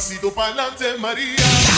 pasito pa'lante, María.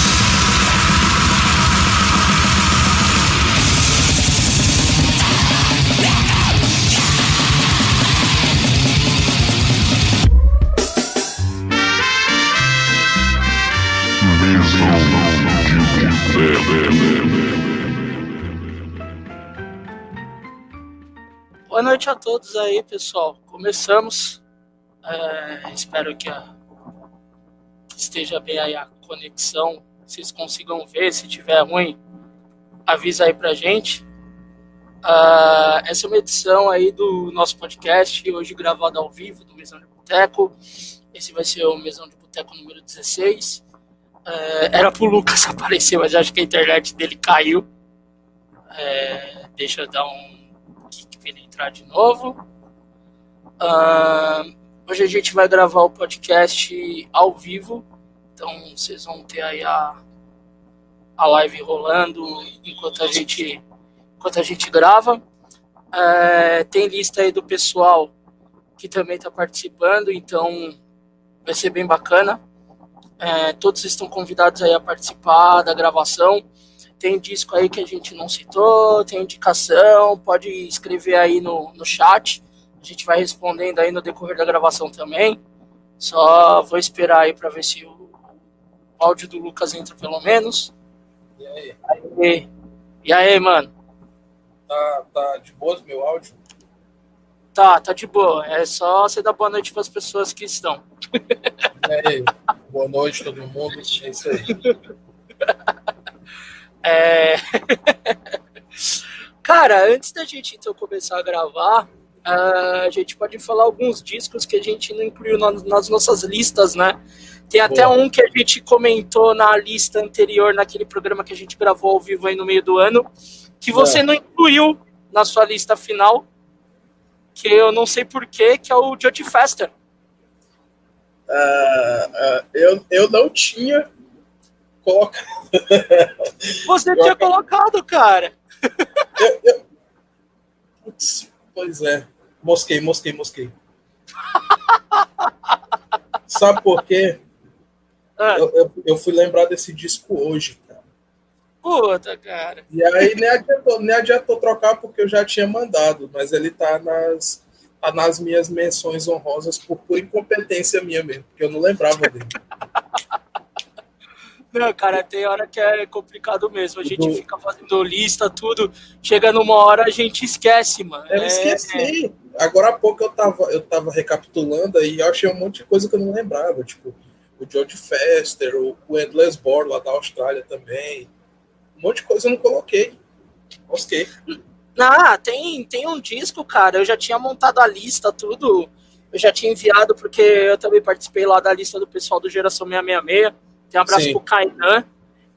Boa noite a todos aí, pessoal. Começamos. Espero que esteja bem aí a conexão. Vocês consigam ver. Se tiver ruim, avisa aí pra gente. Essa é uma edição aí do nosso podcast, hoje gravado ao vivo do Mesão de Boteco. Esse vai ser o Mesão de Boteco número 16. Era pro Lucas aparecer, mas acho que a internet dele caiu. Deixa eu dar um kick pra ele entrar de novo. Hoje a gente vai gravar o podcast ao vivo, então vocês vão ter aí a live rolando enquanto a gente grava. Tem lista aí do pessoal que também está participando, então vai ser bem bacana. Todos estão convidados aí a participar da gravação. Tem disco aí que a gente não citou, tem indicação, pode escrever aí no chat. A gente vai respondendo aí no decorrer da gravação também. Só vou esperar aí para ver se o áudio do Lucas entra pelo menos. E aí? E aí, mano? Tá de boa o meu áudio? Tá de boa. É só você dar boa noite para as pessoas que estão. E aí? Boa noite todo mundo. É isso aí. Cara, antes da gente então começar a gravar, a gente pode falar alguns discos que a gente não incluiu nas nossas listas, né? Tem até um que a gente comentou na lista anterior, naquele programa que a gente gravou ao vivo aí no meio do ano, que você não incluiu na sua lista final, que eu não sei porquê, que é o Jodie Foster. Eu não tinha colocado. Você tinha colocado, cara. Putz, pois é. Mosquei. Sabe por quê? Eu fui lembrar desse disco hoje, cara. Puta, cara. E aí nem adiantou trocar porque eu já tinha mandado, mas ele tá nas minhas menções honrosas por incompetência minha mesmo, porque eu não lembrava dele. Não, cara, tem hora que é complicado mesmo. A gente fica fazendo lista, tudo. Chega numa hora, a gente esquece, mano. Eu esqueci. Agora há pouco eu tava recapitulando e eu achei um monte de coisa que eu não lembrava. Tipo, o Jodie Foster, o Endless Bore lá da Austrália também. Um monte de coisa eu não coloquei. Mosquei. Tem um disco, cara. Eu já tinha montado a lista, tudo. Eu já tinha enviado, porque eu também participei lá da lista do pessoal do Geração 666. Tem um abraço pro Kainan.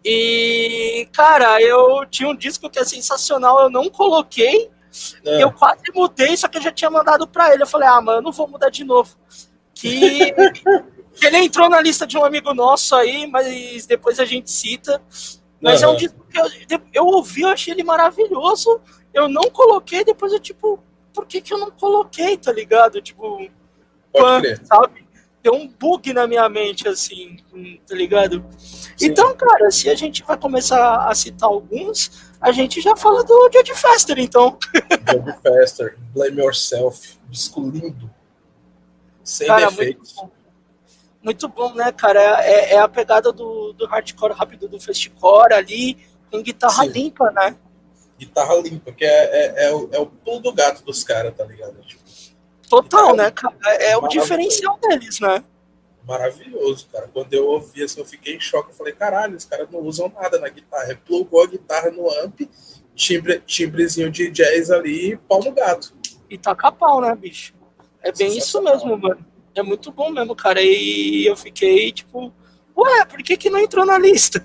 E, cara, eu tinha um disco que é sensacional, eu não coloquei. E eu quase mudei, só que eu já tinha mandado pra ele. Eu falei, mano, eu não vou mudar de novo. Que ele entrou na lista de um amigo nosso aí, mas depois a gente cita. Mas é um disco que eu ouvi, eu achei ele maravilhoso. Eu não coloquei, depois eu, tipo, por que eu não coloquei, tá ligado? Tipo, sabe? Deu um bug na minha mente, assim, tá ligado? Sim. Então, cara, se a gente vai começar a citar alguns, a gente já fala do Jodie Foster, então. Jodie Foster, Blame Yourself, disco lindo. Sem defeitos. Muito bom, né, cara? É a pegada do hardcore rápido do festicore ali, com guitarra limpa, né? Guitarra limpa, que é o pulo do gato dos caras, tá ligado? Tipo, total, né, cara? É o diferencial deles, né? Maravilhoso, cara. Quando eu ouvi assim, eu fiquei em choque. Eu falei, caralho, os caras não usam nada na guitarra. Plugou a guitarra no amp, timbrezinho de jazz ali e pau no gato. E taca pau, né, bicho? É bem isso mesmo, mano. É muito bom mesmo, cara. E eu fiquei, tipo, ué, por que não entrou na lista?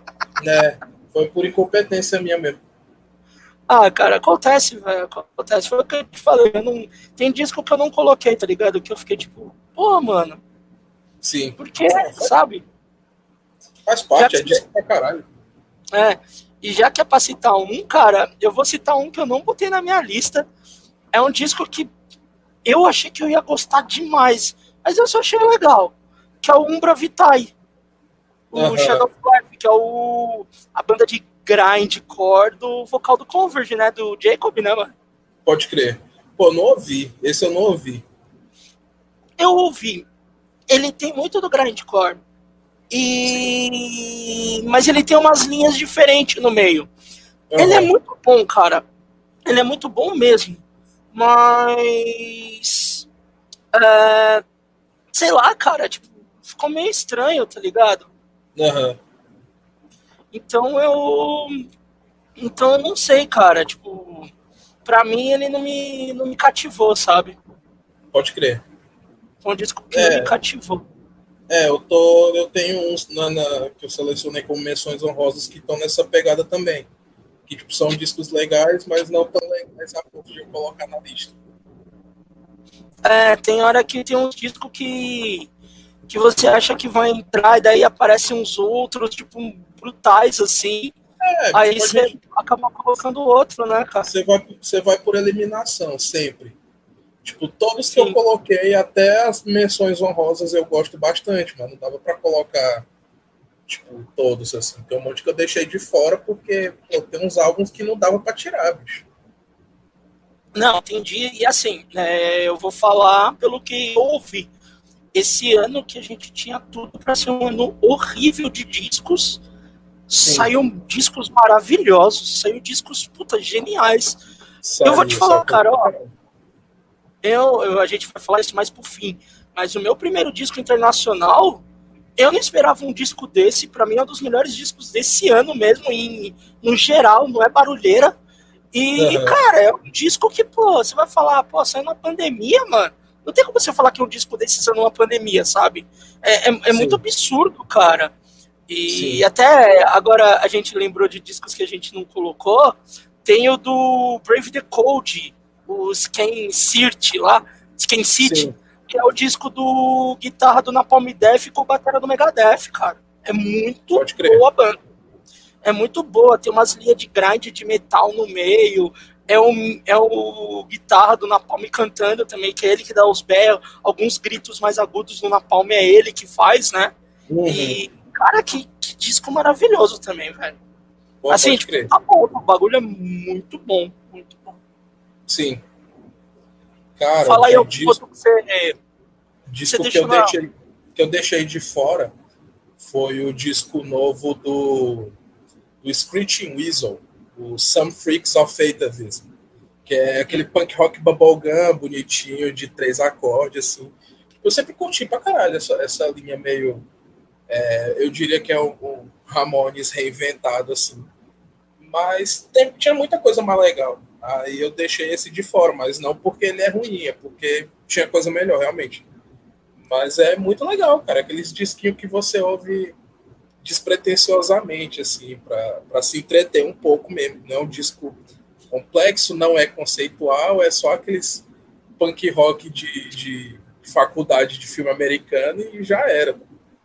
Foi por incompetência minha mesmo. Cara, acontece, velho. Acontece. Foi o que eu te falei. Tem disco que eu não coloquei, tá ligado? Que eu fiquei tipo, pô, mano. Sim. Por quê? Sabe? Faz parte, é disco pra caralho. E já que é pra citar um, cara, eu vou citar um que eu não botei na minha lista. É um disco que eu achei que eu ia gostar demais, mas eu só achei legal. Que é o Umbra Vitae. o Shadow of Life, que é a banda de grindcore do vocal do Converge, né? Do Jacob, né, mano? Pode crer. Pô, não ouvi. Esse eu não ouvi. Eu ouvi. Ele tem muito do grindcore. Mas ele tem umas linhas diferentes no meio. Ele é muito bom, cara. Ele é muito bom mesmo. Mas... sei lá, cara. Tipo, ficou meio estranho, tá ligado? Então eu não sei, cara. Tipo, pra mim ele não me cativou, sabe? Pode crer. Foi um disco que não me cativou. Eu tenho uns que eu selecionei como menções honrosas que estão nessa pegada também. Que tipo, são discos legais, mas não tão legais a ponto de eu colocar na lista. Tem hora que tem uns discos que você acha que vai entrar e daí aparecem uns outros, tipo, brutais, assim. Aí você acaba colocando outro, né, cara? Você vai por eliminação, sempre. Tipo, todos que eu coloquei, até as menções honrosas eu gosto bastante, mas não dava pra colocar, tipo, todos, assim. Tem um monte que eu deixei de fora porque tem uns álbuns que não dava pra tirar, bicho. Não, entendi. E assim, eu vou falar pelo que eu ouvi. Esse ano que a gente tinha tudo pra ser um ano horrível de discos, saiu discos maravilhosos, saiu discos, puta, geniais. Eu vou te falar, cara, ó, a gente vai falar isso mais pro fim, mas o meu primeiro disco internacional, eu não esperava um disco desse. Pra mim é um dos melhores discos desse ano mesmo, no geral, não é barulheira. E, cara, é um disco que, pô, você vai falar, pô, saiu na pandemia, mano. Não tem como você falar que um disco desse saiu numa pandemia, sabe? É muito absurdo, cara. E até agora a gente lembrou de discos que a gente não colocou. Tem o do Brave the Cold, o Scan City lá, Scan City, que é o disco do guitarra do Napalm Death com bateria do Megadeth, cara. É muito boa a banda. É muito boa, tem umas linhas de grind de metal no meio. É o guitarra do Napalm cantando também, que é ele que dá os berros, alguns gritos mais agudos no Napalm é ele que faz, né? E, cara, que disco maravilhoso também, velho. Boa, assim, tipo, tá bom, o bagulho é muito bom, muito bom. Sim. Cara, fala aí o disco que você que eu deixei de fora foi o disco novo do Screeching Weasel, o Some Freaks of Fatalism, que é aquele punk rock bubblegum bonitinho de 3 acordes, assim. Eu sempre curti pra caralho essa linha meio... eu diria que é um Ramones reinventado, assim. Mas tinha muita coisa mais legal. Aí eu deixei esse de fora, mas não porque ele é ruim, é porque tinha coisa melhor, realmente. Mas é muito legal, cara. Aqueles disquinhos que você ouve despretensiosamente, assim, para se entreter um pouco mesmo. Não é um disco complexo, não é conceitual, é só aqueles punk rock de faculdade de filme americano e já era.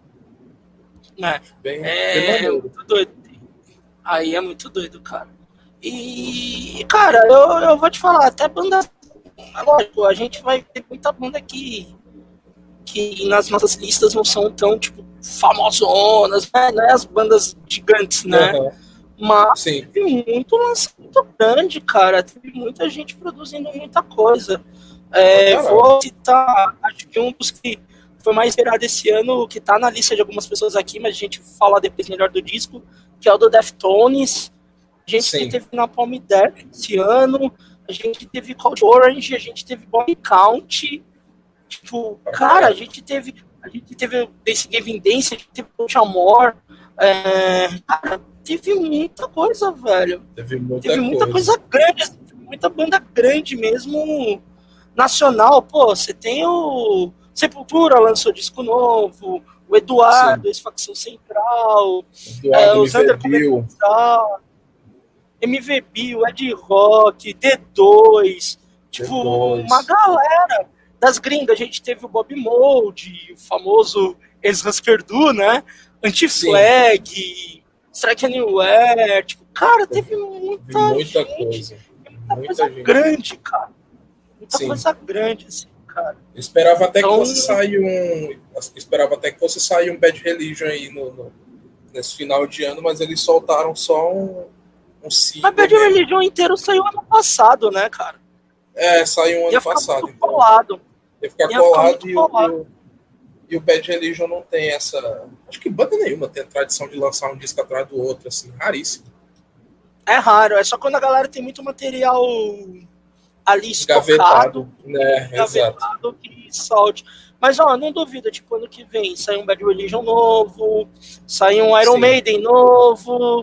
Bem muito doido. Aí é muito doido, cara. E, cara, eu vou te falar, até banda... Lógico, a gente vai ter muita banda que nas nossas listas não são tão, tipo, famosonas, né? Não é as bandas gigantes, né? Mas teve muito lançamento grande, cara. Teve muita gente produzindo muita coisa. Vou citar, acho que um dos que foi mais esperado esse ano, que tá na lista de algumas pessoas aqui, mas a gente fala depois melhor do disco, que é o do Deftones. A gente teve Napalm Death esse ano, a gente teve Cold Orange, a gente teve Body Count. Tipo, cara, a gente teve Dance Gavin Dance, a gente teve Coach Amor. Cara, teve muita coisa, velho. Teve muita coisa grande, muita banda grande mesmo, nacional. Pô, você tem o Sepultura lançou disco novo, o Eduardo, ex-Facção Central, o Zander Comercial, MVB, o Ed Rock, D2, tipo, uma galera das gringas. A gente teve o Bob Mould, o famoso ex-Husker Du, né? Anti-Flag, Strike Anywhere, tipo, cara, teve muita coisa. Muita coisa grande, cara. Muita coisa grande, assim, cara. Eu esperava até que fosse sair um Bad Religion aí nesse final de ano, mas eles soltaram só um single. A Bad Religion inteiro saiu ano passado, né, cara? Saiu ano passado. Muito então, colado. Ia ficar colado e o Bad Religion não tem essa... Acho que banda nenhuma tem a tradição de lançar um disco atrás do outro, assim, raríssimo. É raro, é só quando a galera tem muito material ali estocado, né? Exato. Que solte. Mas, ó, não duvido, tipo, ano que vem sai um Bad Religion novo, sai um Iron Maiden novo,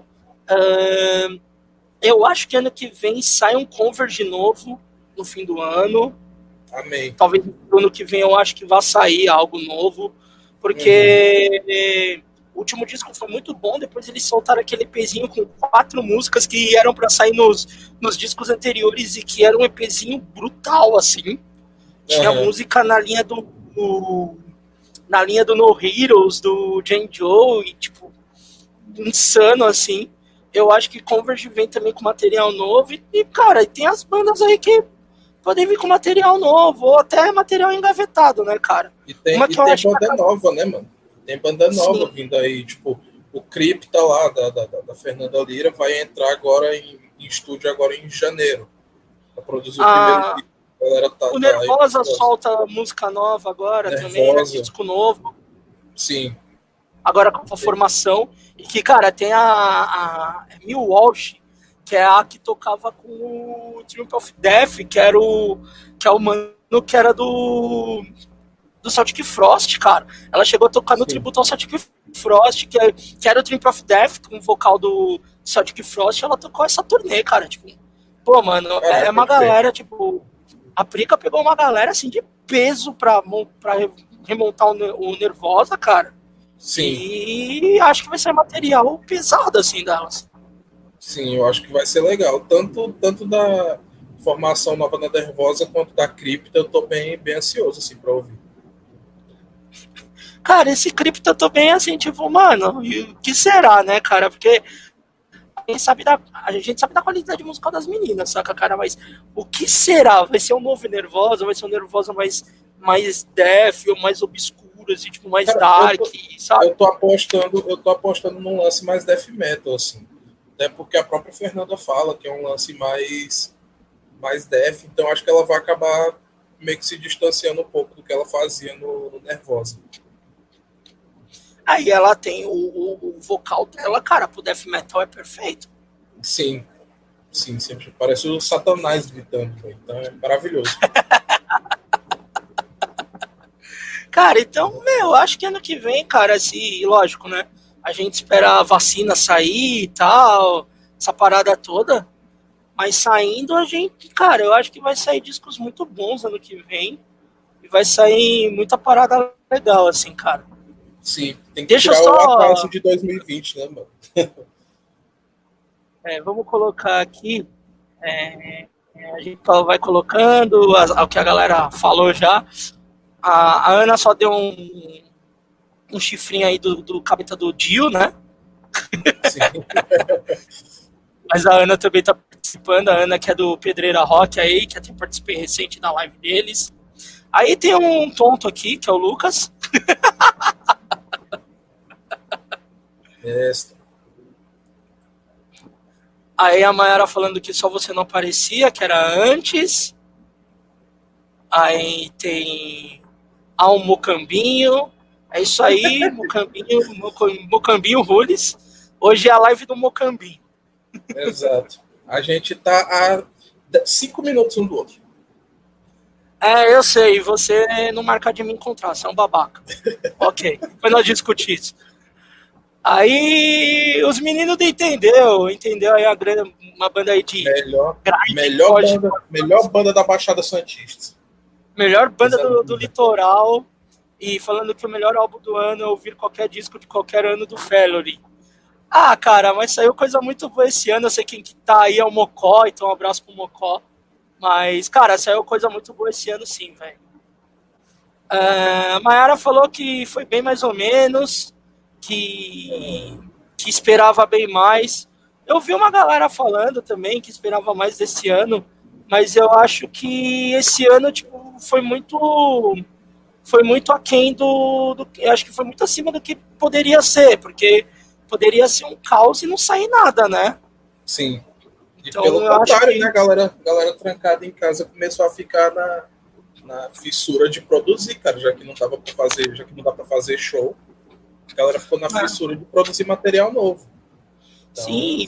eu acho que ano que vem sai um Converge novo no fim do ano. Amém. Talvez no ano que vem eu acho que vai sair algo novo, porque o último disco foi muito bom, depois eles soltaram aquele EPzinho com 4 músicas que eram para sair nos discos anteriores e que era um EPzinho brutal, assim. Tinha música na linha do No Heroes, do Jane Joe, e tipo, insano, assim. Eu acho que Converge vem também com material novo, e cara, tem as bandas aí que podem vir com material novo, ou até material engavetado, né, cara? E tem banda nova, né, mano? Tem banda nova vindo aí, tipo, o Cripta lá, da Fernanda Lira, vai entrar agora em estúdio agora em janeiro, pra produzir o primeiro disco. O Nervosa solta música nova agora também, disco novo. Sim. Agora com a formação. E que, cara, tem a Mil Walsh, que é a que tocava com o Triumph of Death, que é o mano que era do Celtic Frost, cara. Ela chegou a tocar no tributo ao Celtic Frost, que era o Triumph of Death, com o vocal do Celtic Frost. Ela tocou essa turnê, cara. Tipo, pô, mano, é uma galera, tipo... A Prica pegou uma galera, assim, de peso pra remontar o Nervosa, cara. Sim. E acho que vai ser material pesado, assim, delas. Sim, eu acho que vai ser legal. Tanto da formação nova da Nervosa quanto da Cripta, eu tô bem ansioso, assim, pra ouvir. Cara, esse Cripta eu tô bem, assim, tipo, mano, o que será, né, cara? Porque a gente sabe da qualidade musical das meninas, saca, cara? Mas o que será? Vai ser um novo Nervosa? Vai ser um Nervosa mais death ou mais obscuro, assim, tipo, mais dark, sabe? Eu tô apostando num lance mais death metal, assim. Até porque a própria Fernanda fala que é um lance mais death, então acho que ela vai acabar meio que se distanciando um pouco do que ela fazia no Nervosa. Aí ela tem o vocal dela, cara, pro death metal é perfeito. Sim, sempre parece o Satanás gritando, então é maravilhoso. Cara, então, acho que ano que vem, cara, assim, lógico, né? A gente espera a vacina sair e tal, essa parada toda. Mas saindo, cara, eu acho que vai sair discos muito bons ano que vem. E vai sair muita parada legal, assim, cara. Sim, tem que tirar a classe de 2020, né, mano? Vamos colocar aqui. A gente vai colocando o que a galera falou já. A Ana só deu um chifrinho aí do capeta do Dio, né? Sim. Mas a Ana também tá participando. A Ana, que é do Pedreira Rock aí, que até participei recente da live deles. Aí tem um tonto aqui, que é o Lucas. Aí a Mayara falando que só você não aparecia, que era antes. Aí tem um Mocambinho. É isso aí, Mocambinho Rules. Hoje é a live do Mocambinho. Exato. A gente tá a 5 minutos um do outro. Eu sei, você não marca de me encontrar, você é um babaca. Ok, depois nós discutimos isso. Aí os meninos entendeu aí uma banda aí de... Melhor banda da Baixada Santista. Melhor banda do litoral. E falando que o melhor álbum do ano é ouvir qualquer disco de qualquer ano do Fellory. Ah, cara, mas saiu coisa muito boa esse ano. Eu sei quem que tá aí é o Mocó, então um abraço pro Mocó. Mas, cara, saiu coisa muito boa esse ano sim, velho. A Mayara falou que foi bem mais ou menos, que esperava bem mais. Eu vi uma galera falando também que esperava mais desse ano, mas eu acho que esse ano tipo, foi muito aquém eu acho que foi muito acima do que poderia ser, porque poderia ser um caos e não sair nada, né? Sim. E então, pelo contrário, né, a galera trancada em casa começou a ficar na fissura de produzir, cara, já que não dá para fazer show. A galera ficou na fissura de produzir material novo. Então, sim,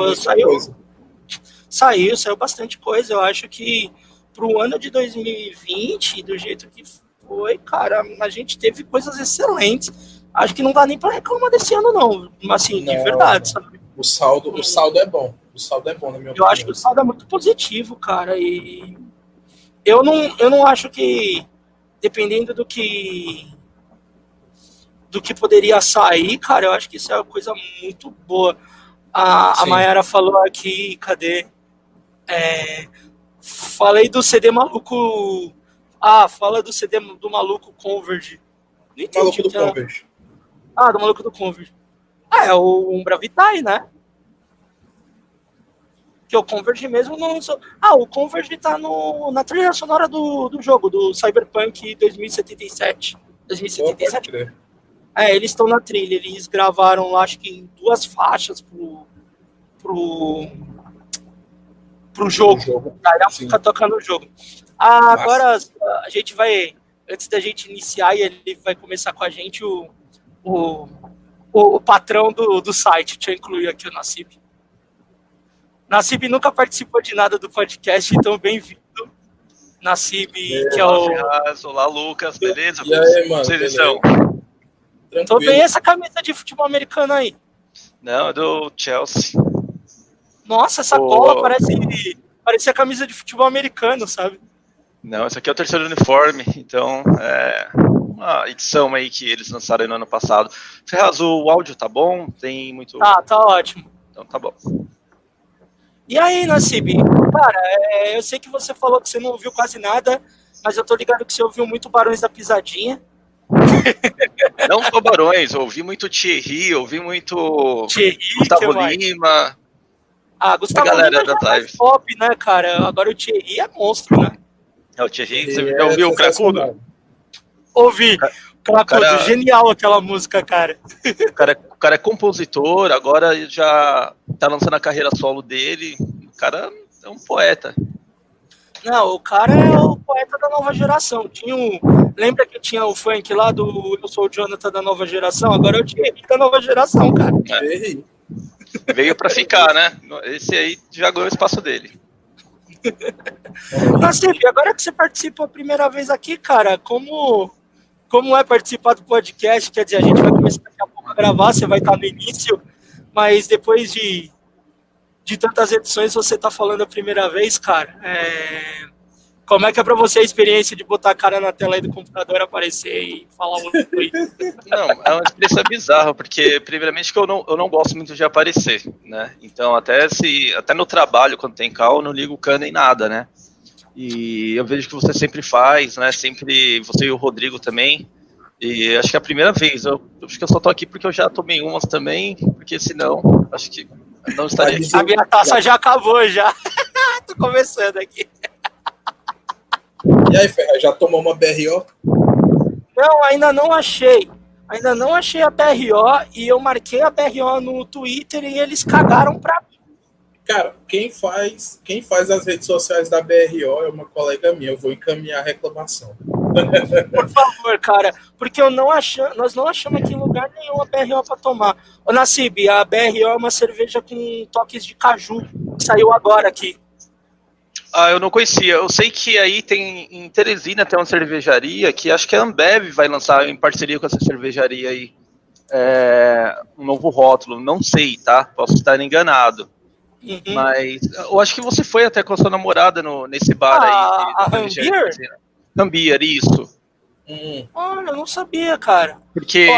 saiu bastante coisa. Eu acho que pro ano de 2020, do jeito que foi, cara, a gente teve coisas excelentes. Acho que não dá nem para reclamar desse ano, não. Assim, de verdade, sabe? O saldo é bom. O saldo é bom, na minha opinião. Eu acho que o saldo é muito positivo, cara. E eu não acho que, dependendo do que poderia sair, cara, eu acho que isso é uma coisa muito boa. A Mayara falou aqui, cadê? Falei do CD maluco. Fala do CD do maluco Converge. Não entendi. Maluco do Converge. Do maluco do Converge. É o Umbra Vitae, né? Que o Converge mesmo não... o Converge tá na trilha sonora do jogo, do Cyberpunk 2077. 2077? Eles estão na trilha. Eles gravaram lá, acho que em 2 faixas pro jogo. Aí fica tocando o jogo. Agora a gente vai... Antes da gente iniciar, e ele vai começar com a gente o patrão do site. Deixa eu incluir aqui o Nassib. Nassib nunca participou de nada do podcast, então bem-vindo. Nassib, que é o... Olá, Lucas, beleza? E aí, mano? Vocês estão? Tô bem, essa camisa de futebol americano aí. Não, é do Chelsea. Nossa, essa cola parece a camisa de futebol americano, sabe? Não, esse aqui é o 3º uniforme, então é uma edição aí que eles lançaram no ano passado. Ferraz, o áudio tá bom? Tem muito... Tá ótimo. Então tá bom. E aí, Nassib? Cara, eu sei que você falou que você não ouviu quase nada, mas eu tô ligado que você ouviu muito Barões da Pisadinha. Não só Barões, ouvi muito Thierry, ouvi muito Gustavo Lima. Gustavo Lima já é mais pop, né, cara? Agora o Thierry é monstro, né? O Thierry, você já ouviu o Cracudo? Ouvi. Cracudo, genial aquela música, cara. O cara é compositor, agora já tá lançando a carreira solo dele. O cara é um poeta. Não, o cara é o poeta da nova geração. Lembra que tinha o funk lá do Eu Sou o Jonathan da nova geração? Agora é o Thierry da nova geração, cara. Veio pra ficar, né? Esse aí já ganhou o espaço dele. Nassib, agora que você participou a primeira vez aqui, cara, como é participar do podcast? Quer dizer, a gente vai começar daqui a pouco a gravar, você vai estar no início, mas depois de tantas edições você tá falando a primeira vez, cara, como é que é pra você a experiência de botar a cara na tela aí do computador, aparecer e falar um oi? Não, é uma experiência bizarra, porque primeiramente que eu não gosto muito de aparecer, né? Então até no trabalho, quando tem call, eu não ligo o cano nem nada, né? E eu vejo que você sempre faz, né? Sempre, você e o Rodrigo também. E acho que é a primeira vez. Eu acho que eu só tô aqui porque eu já tomei umas também, porque senão, acho que não estaria aqui. A minha taça já acabou, já. Tô começando aqui. E aí, Ferraz, já tomou uma BRO? Não, ainda não achei. Ainda não achei a BRO e eu marquei a BRO no Twitter e eles cagaram pra mim. Cara, quem faz as redes sociais da BRO é uma colega minha. Eu vou encaminhar a reclamação. Por favor, cara, porque nós não achamos aqui em lugar nenhum a BRO pra tomar. Ô, Nassib, a BRO é uma cerveja com toques de caju. Saiu agora aqui. Eu não conhecia. Eu sei que aí em Teresina tem uma cervejaria que acho que a Ambev vai lançar em parceria com essa cervejaria aí um novo rótulo. Não sei, tá? Posso estar enganado. Uhum. Mas eu acho que você foi até com a sua namorada nesse bar aí. A Rambier? Rambier, isso. Olha, eu não sabia, cara. Porque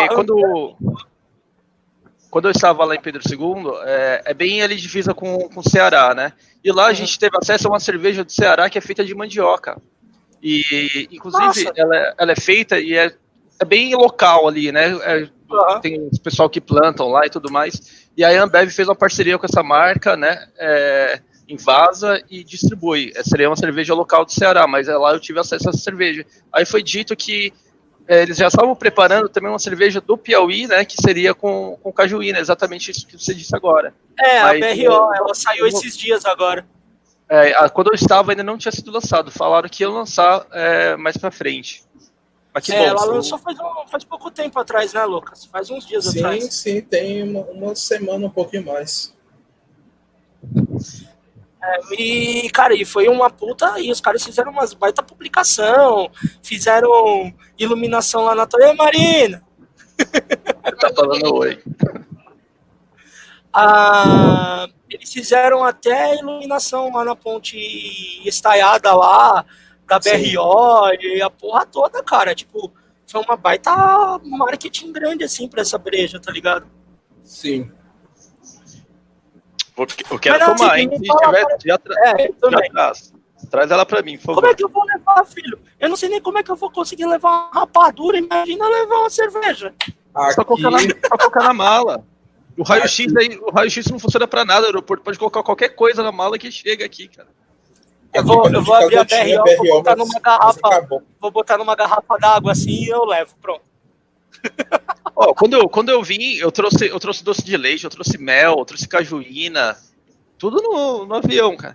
quando eu estava lá em Pedro II, é bem ali divisa com o Ceará, né? E lá a gente teve acesso a uma cerveja do Ceará que é feita de mandioca. E, inclusive, ela é feita e é bem local ali, né? Tem o pessoal que plantam lá e tudo mais. E a Ambev fez uma parceria com essa marca, né? Invasa e distribui. Seria uma cerveja local do Ceará, mas lá eu tive acesso a essa cerveja. Aí foi dito que eles já estavam preparando também uma cerveja do Piauí, né, que seria com cajuína, exatamente isso que você disse agora. Mas, a BRO, ela saiu esses dias agora. Quando eu estava ainda não tinha sido lançado, falaram que iam lançar mais pra frente. Mas que bom, ela lançou faz pouco tempo atrás, né, Lucas? Faz uns dias atrás. Sim, tem uma semana, um pouquinho mais. E, cara, foi uma puta. E os caras fizeram umas baita publicação, fizeram iluminação lá na Torre Marina. Tá falando oi. Eles fizeram até iluminação lá na ponte estaiada lá, da BRO, e a porra toda, cara. Tipo, foi uma baita marketing grande, assim, pra essa breja, tá ligado? Sim. Eu quero tomar, hein? Se tiver, traz ela pra mim, por favor. Como é que eu vou levar, filho? Eu não sei nem como é que eu vou conseguir levar uma rapadura. Imagina levar uma cerveja. Só colocar na mala. O raio-x não funciona pra nada. O aeroporto pode colocar qualquer coisa na mala que chega aqui, cara. Eu vou abrir a BRO, vou botar numa garrafa. Vou botar numa garrafa d'água assim e eu levo. Pronto. Quando eu vim, eu trouxe doce de leite, eu trouxe mel, eu trouxe cajuína, tudo no avião, cara.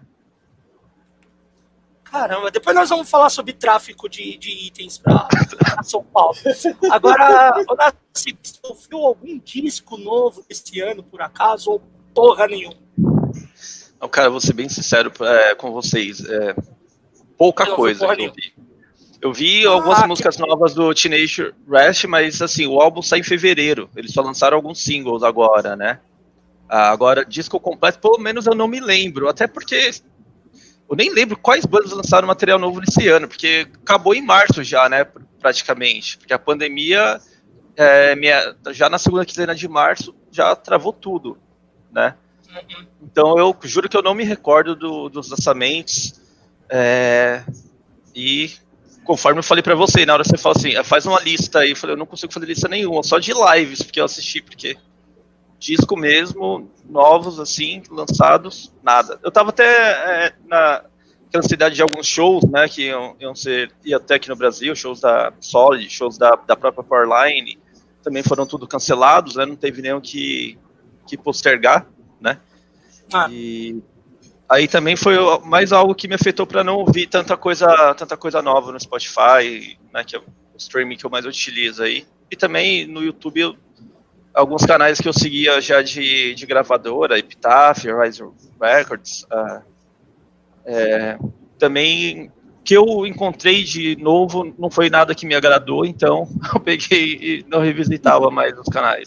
Caramba, depois nós vamos falar sobre tráfico de itens pra São Paulo. Agora, você ouviu algum disco novo esse ano, por acaso, ou porra nenhuma? Não, cara, vou ser bem sincero com vocês, pouca coisa que eu vi. Eu vi algumas músicas novas do Teenage Rush, mas assim, o álbum sai em fevereiro. Eles só lançaram alguns singles agora, né? Agora, disco completo, pelo menos eu não me lembro. Até porque eu nem lembro quais bandas lançaram material novo nesse ano, porque acabou em março já, né? Praticamente. Porque a pandemia, já na segunda quinzena de março, já travou tudo, né? Então eu juro que eu não me recordo dos lançamentos. E conforme eu falei pra você, na hora você fala assim, faz uma lista aí, eu falei, eu não consigo fazer lista nenhuma, só de lives, porque eu assisti, porque disco mesmo, novos, assim, lançados, nada. Eu tava até naquela cidade de alguns shows, né, que ia até aqui no Brasil, shows da Solid, shows da própria Powerline, também foram tudo cancelados, né, não teve nenhum que postergar, né, e aí também foi mais algo que me afetou para não ouvir tanta coisa nova no Spotify, né, que é o streaming que eu mais utilizo aí. E também no YouTube, alguns canais que eu seguia já de gravadora, Epitaph, Rise Records. Também que eu encontrei de novo não foi nada que me agradou, então eu peguei e não revisitava mais os canais.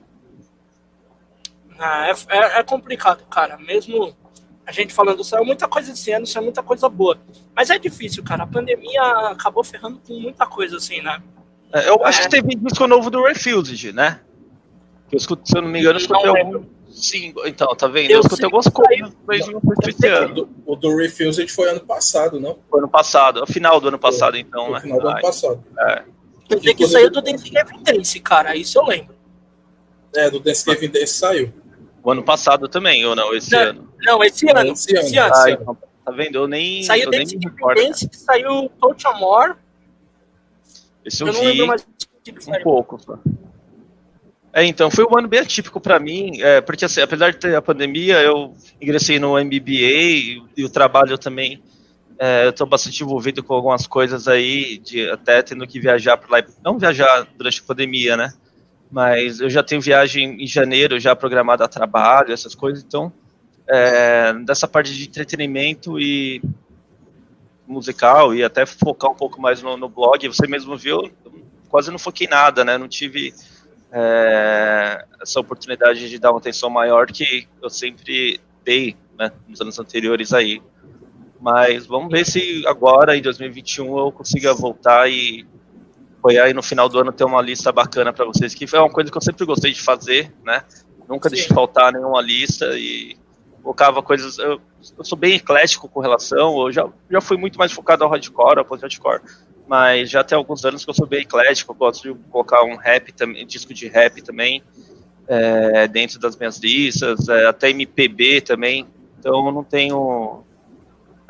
É complicado, cara. Mesmo a gente falando, saiu muita coisa esse ano, saiu muita coisa boa. Mas é difícil, cara. A pandemia acabou ferrando com muita coisa, assim, né? Eu acho que teve disco novo do Refused, né? Que se eu não me engano, eu escutei algum. Sim, então, tá vendo? Eu escutei algumas coisas, mas não foi esse ano. O do Refused foi ano passado, não? Foi ano passado, ao final do ano passado, então, né? Final do ano passado. Eu sei que saiu do Dance Evidence, cara, isso eu lembro. Do Dance Evidence saiu. O ano passado também, ou não? Esse ano? Não, esse ano. Então, tá vendo? Eu nem. Saiu Dance Evidence, saiu Touch Amor. Esse eu não lembro mais um pouco só. Então, foi um ano bem atípico para mim, porque assim, apesar de ter a pandemia, eu ingressei no MBA e o trabalho também, eu estou bastante envolvido com algumas coisas aí, até tendo que viajar para lá, não viajar durante a pandemia, né, mas eu já tenho viagem em janeiro já programada a trabalho, essas coisas, então, dessa parte de entretenimento e musical e até focar um pouco mais no blog, você mesmo viu, quase não foquei nada, né, não tive essa oportunidade de dar uma atenção maior que eu sempre dei, né, nos anos anteriores aí. Mas vamos ver se agora, em 2021, eu consiga voltar e apoiar e no final do ano ter uma lista bacana para vocês, que foi uma coisa que eu sempre gostei de fazer, né? Nunca deixei faltar nenhuma lista e colocava coisas... Eu sou bem eclético com relação, eu já fui muito mais focado ao hardcore, ao post-hardcore, mas já tem alguns anos que eu sou bem eclético, eu gosto de colocar um rap também, disco de rap também, dentro das minhas listas, até MPB também, então eu não tenho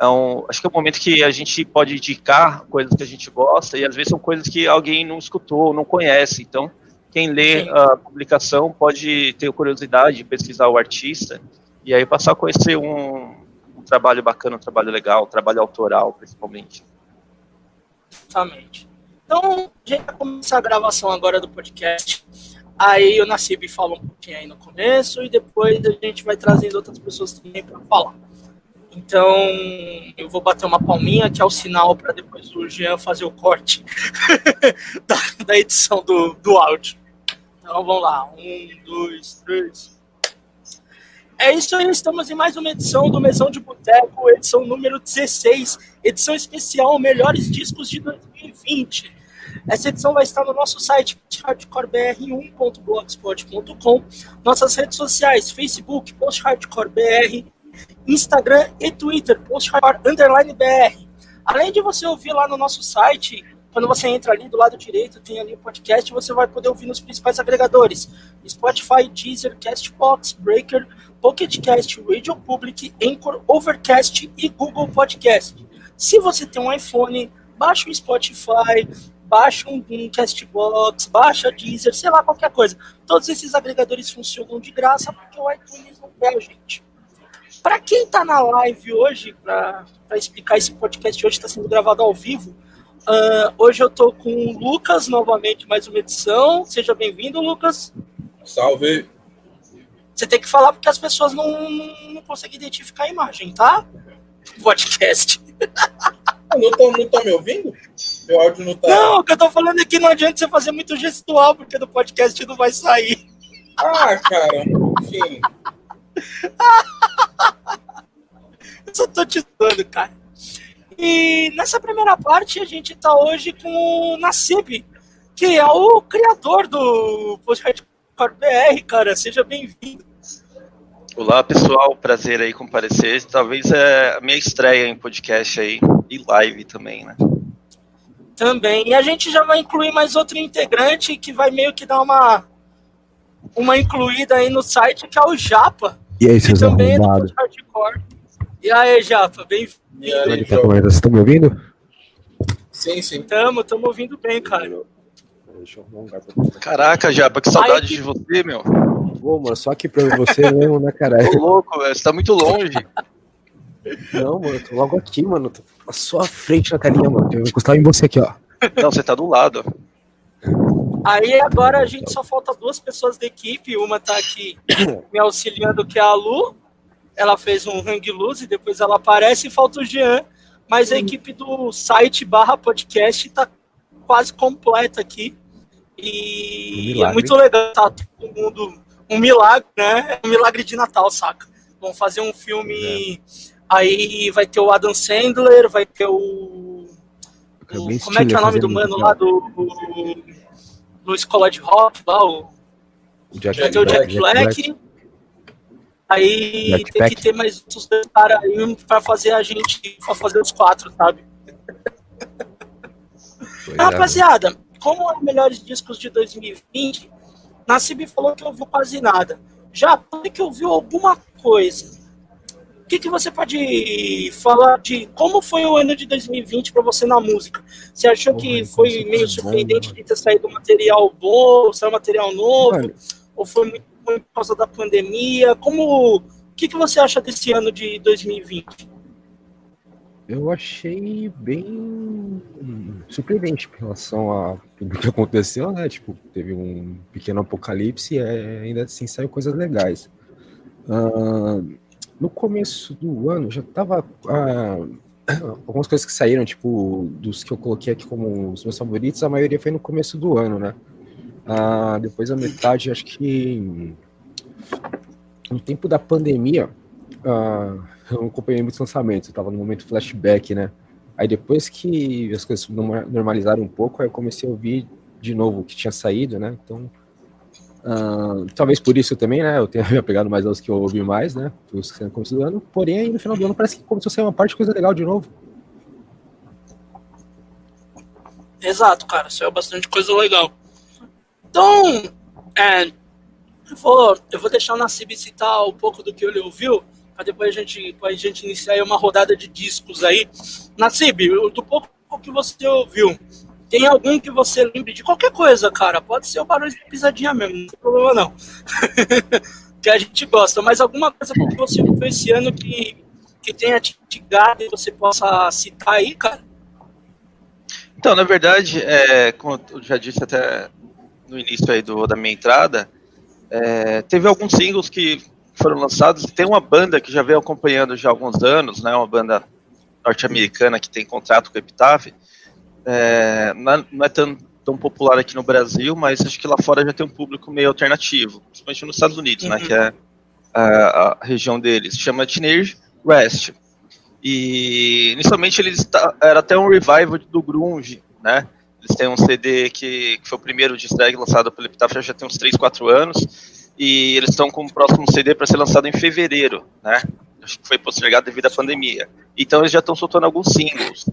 acho que é um momento que a gente pode indicar coisas que a gente gosta, e às vezes são coisas que alguém não escutou, não conhece. Então, quem lê a publicação pode ter curiosidade de pesquisar o artista, e aí passar a conhecer um trabalho bacana, um trabalho legal, um trabalho autoral, principalmente. Exatamente. Então, a gente vai começar a gravação agora do podcast. Aí o Nassib fala um pouquinho aí no começo, e depois a gente vai trazendo outras pessoas também para falar. Então, eu vou bater uma palminha, que é o sinal para depois o Jean fazer o corte da edição do áudio. Então, vamos lá. 1, 2, 3. É isso aí, estamos em mais uma edição do Mesão de Boteco, edição número 16, edição especial Melhores Discos de 2020. Essa edição vai estar no nosso site posthardcorebr1.blogspot.com, nossas redes sociais, Facebook, posthardcorebr, Instagram e Twitter, posthardcore_br. Além de você ouvir lá no nosso site, quando você entra ali do lado direito, tem ali o podcast, você vai poder ouvir nos principais agregadores: Spotify, Deezer, Castbox, Breaker, Pocket Cast, Radio Public, Anchor, Overcast e Google Podcast. Se você tem um iPhone, baixa o Spotify, baixa um Castbox, baixa Deezer, sei lá, qualquer coisa. Todos esses agregadores funcionam de graça porque o iTunes não quer a gente. Para quem está na live hoje, para explicar, esse podcast hoje está sendo gravado ao vivo. Hoje eu estou com o Lucas, novamente, mais uma edição. Seja bem-vindo, Lucas. Salve. Você tem que falar porque as pessoas não conseguem identificar a imagem, tá? Podcast. Não tá me ouvindo? Meu áudio não tá... Não, o que eu tô falando é que não adianta você fazer muito gestual, porque do podcast não vai sair. Ah, cara, enfim. Eu só tô te dando, cara. E nessa primeira parte a gente tá hoje com o Nassib, que é o criador do Posthardcore BR, cara. Seja bem-vindo. Olá, pessoal. Prazer aí comparecer. Talvez é a minha estreia em podcast aí, e live também, né? Também. E a gente já vai incluir mais outro integrante que vai meio que dar uma incluída aí no site, que é o Japa. E aí, seus também arrombados? É do Hardcore. E aí, Japa, bem-vindo. Vocês estão me ouvindo? Sim, sim. Tamo ouvindo bem, cara. Deixa eu arrumar um lugar pra... Caraca, Japa, que saudade de você, meu. Pô, mano, só aqui pra você mesmo, né, caralho? Tô louco, velho. Você tá muito longe. Não, mano, eu tô logo aqui, mano. Tô à sua frente na telinha, mano. Eu vou encostar em você aqui, ó. Não, você tá do lado. Aí agora a gente só falta 2 pessoas da equipe. Uma tá aqui me auxiliando, que é a Lu. Ela fez um hang loose, depois ela aparece, e falta o Jean. Mas a equipe do site /podcast tá quase completa aqui. E é muito legal, tá todo mundo... Um milagre, né? Um milagre de Natal, saca? Vão fazer um filme... Aí vai ter o Adam Sandler, vai ter o como é que é o nome do mano lá do Escola de Rock, lá, vai ter o Jack Black. Aí Jack tem Black. que ter mais uns caras aí pra fazer pra fazer os 4, sabe? Rapaziada, como é melhores discos de 2020, Nassib falou que ouviu quase nada. Já que ouviu alguma coisa. O que você pode falar de como foi o ano de 2020 para você na música? Você achou que foi meio surpreendente de ter saído material bom, saiu material novo? Ou foi muito ruim por causa da pandemia? O que você acha desse ano de 2020? Eu achei bem surpreendente em relação a tudo que aconteceu, né? Tipo, teve um pequeno apocalipse e ainda assim saiu coisas legais. No começo do ano já tava algumas coisas que saíram, tipo, dos que eu coloquei aqui como os meus favoritos, a maioria foi no começo do ano, né? Depois a metade, acho que no tempo da pandemia, eu não acompanhei muitos lançamentos, eu tava no momento flashback, né? Aí depois que as coisas normalizaram um pouco, aí eu comecei a ouvir de novo o que tinha saído, né? Então, talvez por isso também, né? Eu tenha me apegado mais aos que eu ouvi mais, né? Os que saíram no começo do ano. Porém, aí no final do ano parece que começou a sair uma parte de coisa legal de novo. Exato, cara. Saiu bastante coisa legal. Então, eu vou deixar o Nassib citar um pouco do que ele ouviu, para depois a gente iniciar aí uma rodada de discos aí. Nassib, do pouco que você ouviu, tem algum que você lembre de qualquer coisa, cara? Pode ser o Barões da Pisadinha mesmo, não tem problema não. Que a gente gosta, mas alguma coisa que você ouviu esse ano que tenha te instigado e você possa citar aí, cara? Então, na verdade, como eu já disse até no início aí da minha entrada, teve alguns singles que foram lançados. Tem uma banda que já veio acompanhando já há alguns anos, né, uma banda norte-americana que tem contrato com a Epitaph. Não é tão popular aqui no Brasil, mas acho que lá fora já tem um público meio alternativo, principalmente nos Estados Unidos, né, que é a região deles. Chama Teenage Rest. E inicialmente era até um revival do grunge, né? Eles têm um CD que foi o primeiro de drag lançado pela Epitaph já tem uns 3, 4 anos, e eles estão com o próximo CD para ser lançado em fevereiro, né? Acho que foi postergado devido à pandemia. Então eles já estão soltando alguns singles.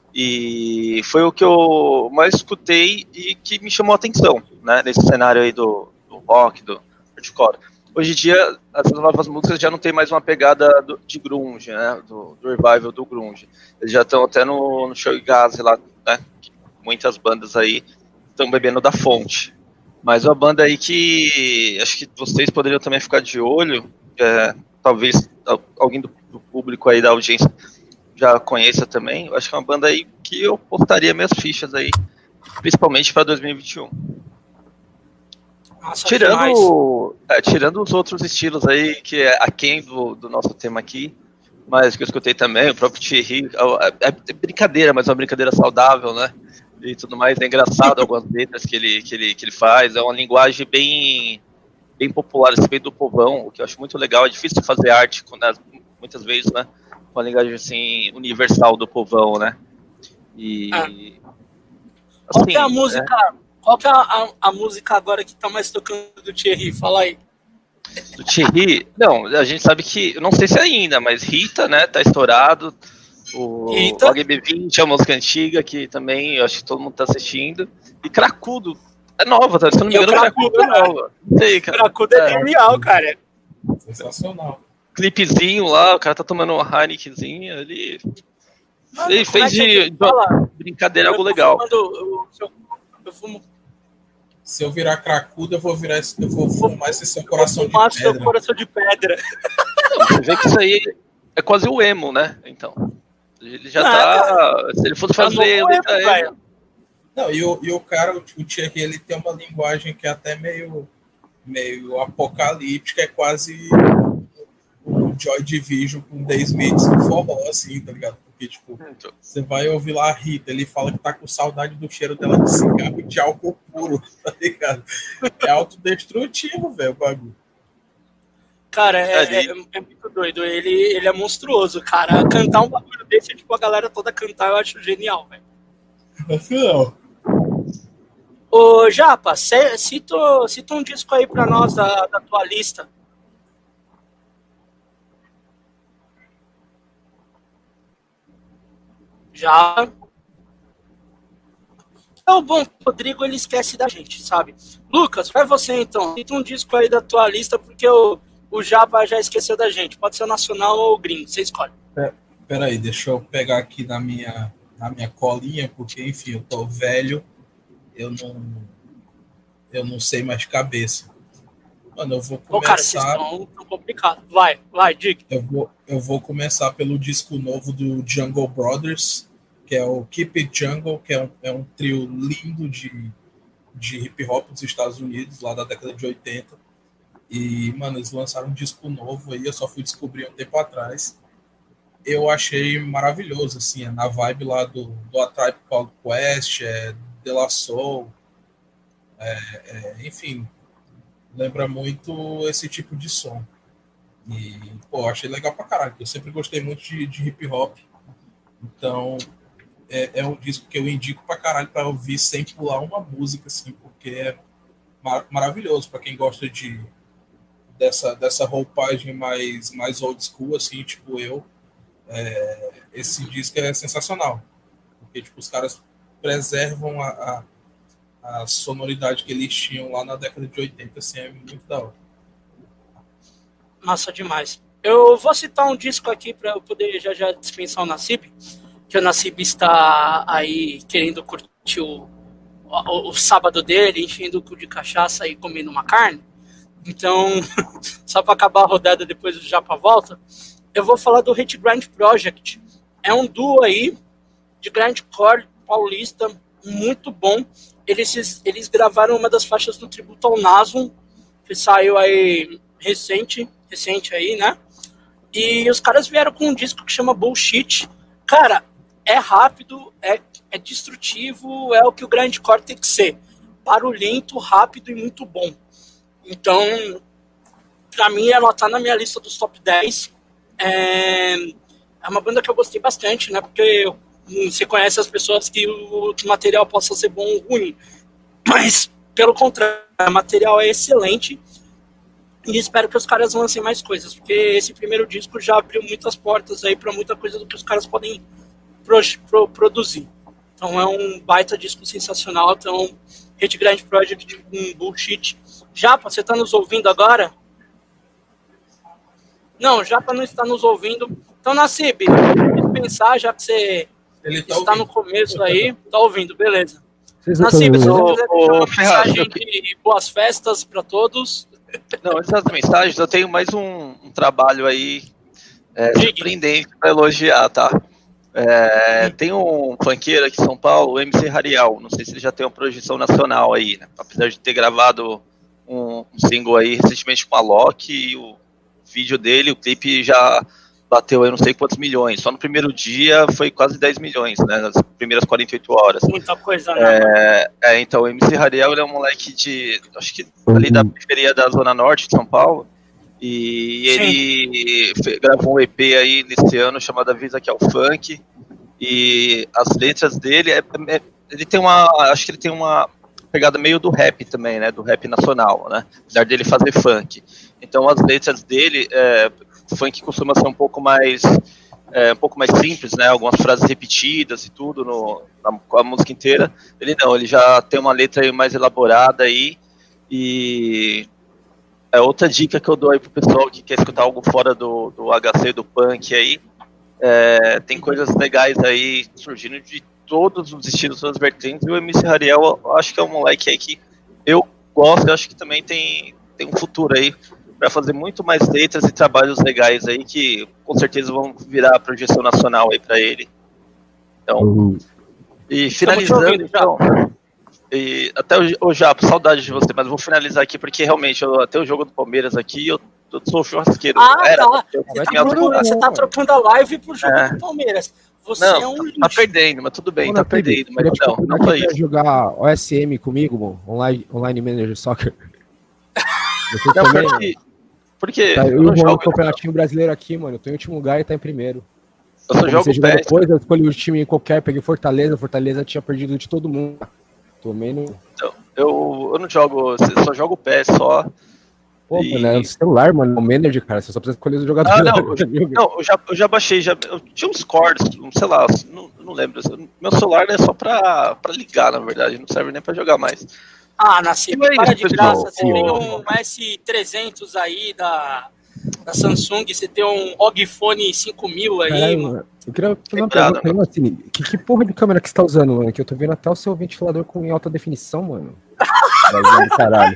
E foi o que eu mais escutei e que me chamou a atenção, né? Nesse cenário aí do rock, do hardcore. Hoje em dia, as novas músicas já não tem mais uma pegada de grunge, né? Do revival do grunge. Eles já estão até no shoegaze lá, né? Muitas bandas aí estão bebendo da fonte. Mas uma banda aí que acho que vocês poderiam também ficar de olho, talvez alguém do público aí da audiência já conheça também. Eu acho que é uma banda aí que eu postaria minhas fichas aí, principalmente para 2021. Nossa, tirando os outros estilos aí, que é aquém do nosso tema aqui, mas que eu escutei também, o próprio Thierry, é brincadeira, mas é uma brincadeira saudável, né? E tudo mais, é engraçado algumas letras que ele faz, é uma linguagem bem popular, esse meio do povão, o que eu acho muito legal. É difícil fazer arte, muitas vezes, né? Com a linguagem assim, universal do povão, né? E. Assim, qual que é a música? Qual que é a música agora que tá mais tocando do Thierry? Fala aí. Do Thierry? Não, a gente sabe que, eu não sei se ainda, mas Rita, né, tá estourado. O HB20 é uma música antiga que também eu acho que todo mundo tá assistindo. E Cracudo é nova, tá? Se eu não me engano, Cracudo é nova. Não sei, cara. Cracudo é genial, cara. Sensacional. Clipezinho lá, o cara tá tomando uma Heinekenzinha ali. Ele fez de brincadeira algo legal. Eu fumo. Se eu virar cracudo, eu vou fumar esse seu coração de pedra. Seu coração de pedra. Não, você vê que isso aí é quase o emo, né? Então. Ele já tá. Se ele fosse fazer. Não, e o cara, o Thierry, ele tem uma linguagem que é até meio apocalíptica, é quase o Joy Division com The Smiths no forró, assim, tá ligado? Porque, tipo, você vai ouvir lá a Rita, ele fala que tá com saudade do cheiro dela de cigarro e de álcool puro, tá ligado? É autodestrutivo, velho, o bagulho. Cara, é muito doido. Ele é monstruoso, cara. Cantar um bagulho desse, tipo, a galera toda cantar, eu acho genial, velho. Não. Ô, Japa, cita um disco aí pra nós da tua lista. Já. É o bom, Rodrigo, ele esquece da gente, sabe? Lucas, vai você então. Cita um disco aí da tua lista, porque o Japa já esqueceu da gente. Pode ser nacional ou gringo, você escolhe. Peraí, deixa eu pegar aqui na minha colinha, porque, enfim, eu tô velho, eu não sei mais de cabeça. Mano, eu vou começar... Ô, cara, vocês estão complicados. Vai, diga. Eu vou começar pelo disco novo do Jungle Brothers, que é o Keep It Jungle, que é um trio lindo de hip hop dos Estados Unidos, lá da década de 80. E, mano, eles lançaram um disco novo aí, eu só fui descobrir um tempo atrás. Eu achei maravilhoso, assim, na vibe lá do A Tribe Called Quest, De La Soul, enfim, lembra muito esse tipo de som. E, pô, achei legal pra caralho, eu sempre gostei muito de hip hop, então é um disco que eu indico pra caralho pra ouvir sem pular uma música, assim, porque é maravilhoso pra quem gosta dessa roupagem mais old school, assim, tipo eu. Esse disco é sensacional, porque tipo, os caras preservam a sonoridade que eles tinham lá na década de 80, assim, é muito da hora. Massa demais. Eu vou citar um disco aqui para eu poder já dispensar o Nassib, que o Nassib está aí querendo curtir o sábado dele, enchendo o cu de cachaça e comendo uma carne. Então, só para acabar a rodada depois do Japa volta, eu vou falar do Hate Grind Project. É um duo aí de grindcore paulista muito bom. Eles gravaram uma das faixas do tributo ao Nasum, que saiu aí recente aí, né? E os caras vieram com um disco que chama Bullshit. Cara, é rápido, é destrutivo, é o que o grindcore tem que ser. Barulhento, rápido e muito bom. Então, pra mim, ela tá na minha lista dos top 10. É uma banda que eu gostei bastante, né? Porque você conhece as pessoas que o material possa ser bom ou ruim. Mas, pelo contrário, o material é excelente. E espero que os caras lancem mais coisas, porque esse primeiro disco já abriu muitas portas aí para muita coisa do que os caras podem produzir. Então é um baita disco sensacional. Então, Hate Grind Project, um Bullshit. Japa, você está nos ouvindo agora? Não, Japa não está nos ouvindo. Então, Nassib, dispensar, já que você está no começo aí, está ouvindo, beleza. Nassib, se você quiser deixar uma mensagem de boas festas para todos. Não, antes das mensagens, eu tenho mais um trabalho aí surpreendente para elogiar, tá? Tem um funkeiro aqui em São Paulo, o MC Harial. Não sei se ele já tem uma projeção nacional aí, né? Apesar de ter gravado um single aí recentemente com a Loki, e o vídeo dele, o clipe já bateu aí não sei quantos milhões. Só no primeiro dia foi quase 10 milhões, né? Nas primeiras 48 horas. Muita coisa, né? Então, o MC Hariel, ele é um moleque acho que ali da periferia da Zona Norte de São Paulo. E ele gravou um EP aí nesse ano chamado Avisa que é o Funk. E as letras dele, ele tem acho que ele tem uma pegada meio do rap também, né? Do rap nacional, né? Apesar dele fazer funk. Então, as letras dele... O funk costuma ser um pouco mais simples, né? Algumas frases repetidas e tudo com a música inteira. Ele não, ele já tem uma letra aí mais elaborada aí. E outra dica que eu dou aí pro pessoal que quer escutar algo fora do HC, do punk aí. Tem coisas legais aí surgindo de todos os estilos, todas as vertentes. E o MC Hariel, eu acho que é um moleque aí que eu gosto, eu acho que também tem um futuro aí para fazer muito mais letras e trabalhos legais aí que com certeza vão virar a projeção nacional aí para ele. Então, e finalizando, então, e até o Japo, saudade de você, mas eu vou finalizar aqui porque realmente até o jogo do Palmeiras aqui eu sou churrasqueiro. Você tá trocando a live pro jogo do Palmeiras. Você não, é um lixo. Tá perdendo, mas tudo bem, tá perdendo. Mas não foi isso. Jogar OSM comigo, mano, Online Manager Soccer. Você não, também, porque tá, eu jogo o campeonatinho brasileiro aqui, mano. Eu tô em último lugar e tá em primeiro. Eu só jogo PES. Depois eu escolhi o time qualquer, peguei Fortaleza. Fortaleza tinha perdido de todo mundo. Tomei no. Então, eu não jogo, eu só jogo PES só. Pô, mano, é no celular, mano. O manager, cara. Você só precisa escolher os jogadores. Eu já baixei, eu tinha uns cores, sei lá, não lembro. Meu celular é só pra ligar, na verdade. Não serve nem pra jogar mais. Nassib, para de graça, você tem um S300 aí da Samsung, você tem um OG Phone 5000 aí, mano. Eu queria fazer uma pergunta aí, assim, que porra de câmera que você tá usando, mano? Que eu tô vendo até o seu ventilador em alta definição, mano. Caralho.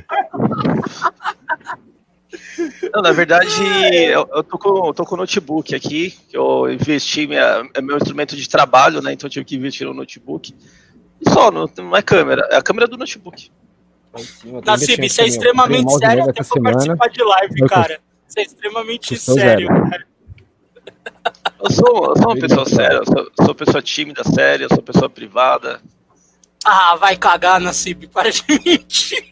Não, na verdade, eu tô com o notebook aqui, que eu investi, é meu instrumento de trabalho, né? Então eu tive que investir no notebook. E só, não é câmera, é a câmera do notebook. Nassib, você é extremamente sério até pra participar de live, cara. Você é extremamente sério, cara. Eu sou uma pessoa séria, eu sou uma pessoa tímida, séria, eu sou uma pessoa privada. Vai cagar, Nassib, para de mentir.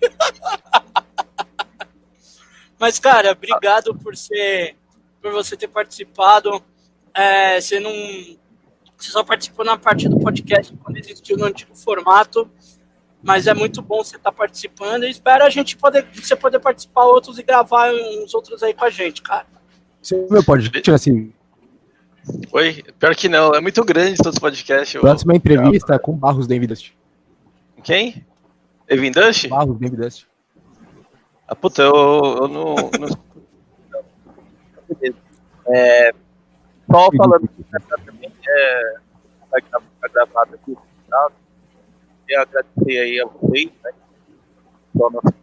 Mas, cara, obrigado por você ter participado. Você só participou na parte do podcast quando existiu no antigo formato. Mas é muito bom você estar participando e espero você poder participar outros e gravar uns outros aí com a gente, cara. Você pode tirar assim. Oi? Pior que não, é muito grande todos os podcasts. Próxima entrevista com Barros da Envidust. Quem? Envidust? Barros da Envidust. Puta, eu não... Só falando também, vai ficar gravado aqui, tá? Queria agradecer aí a vocês, né? Só nossa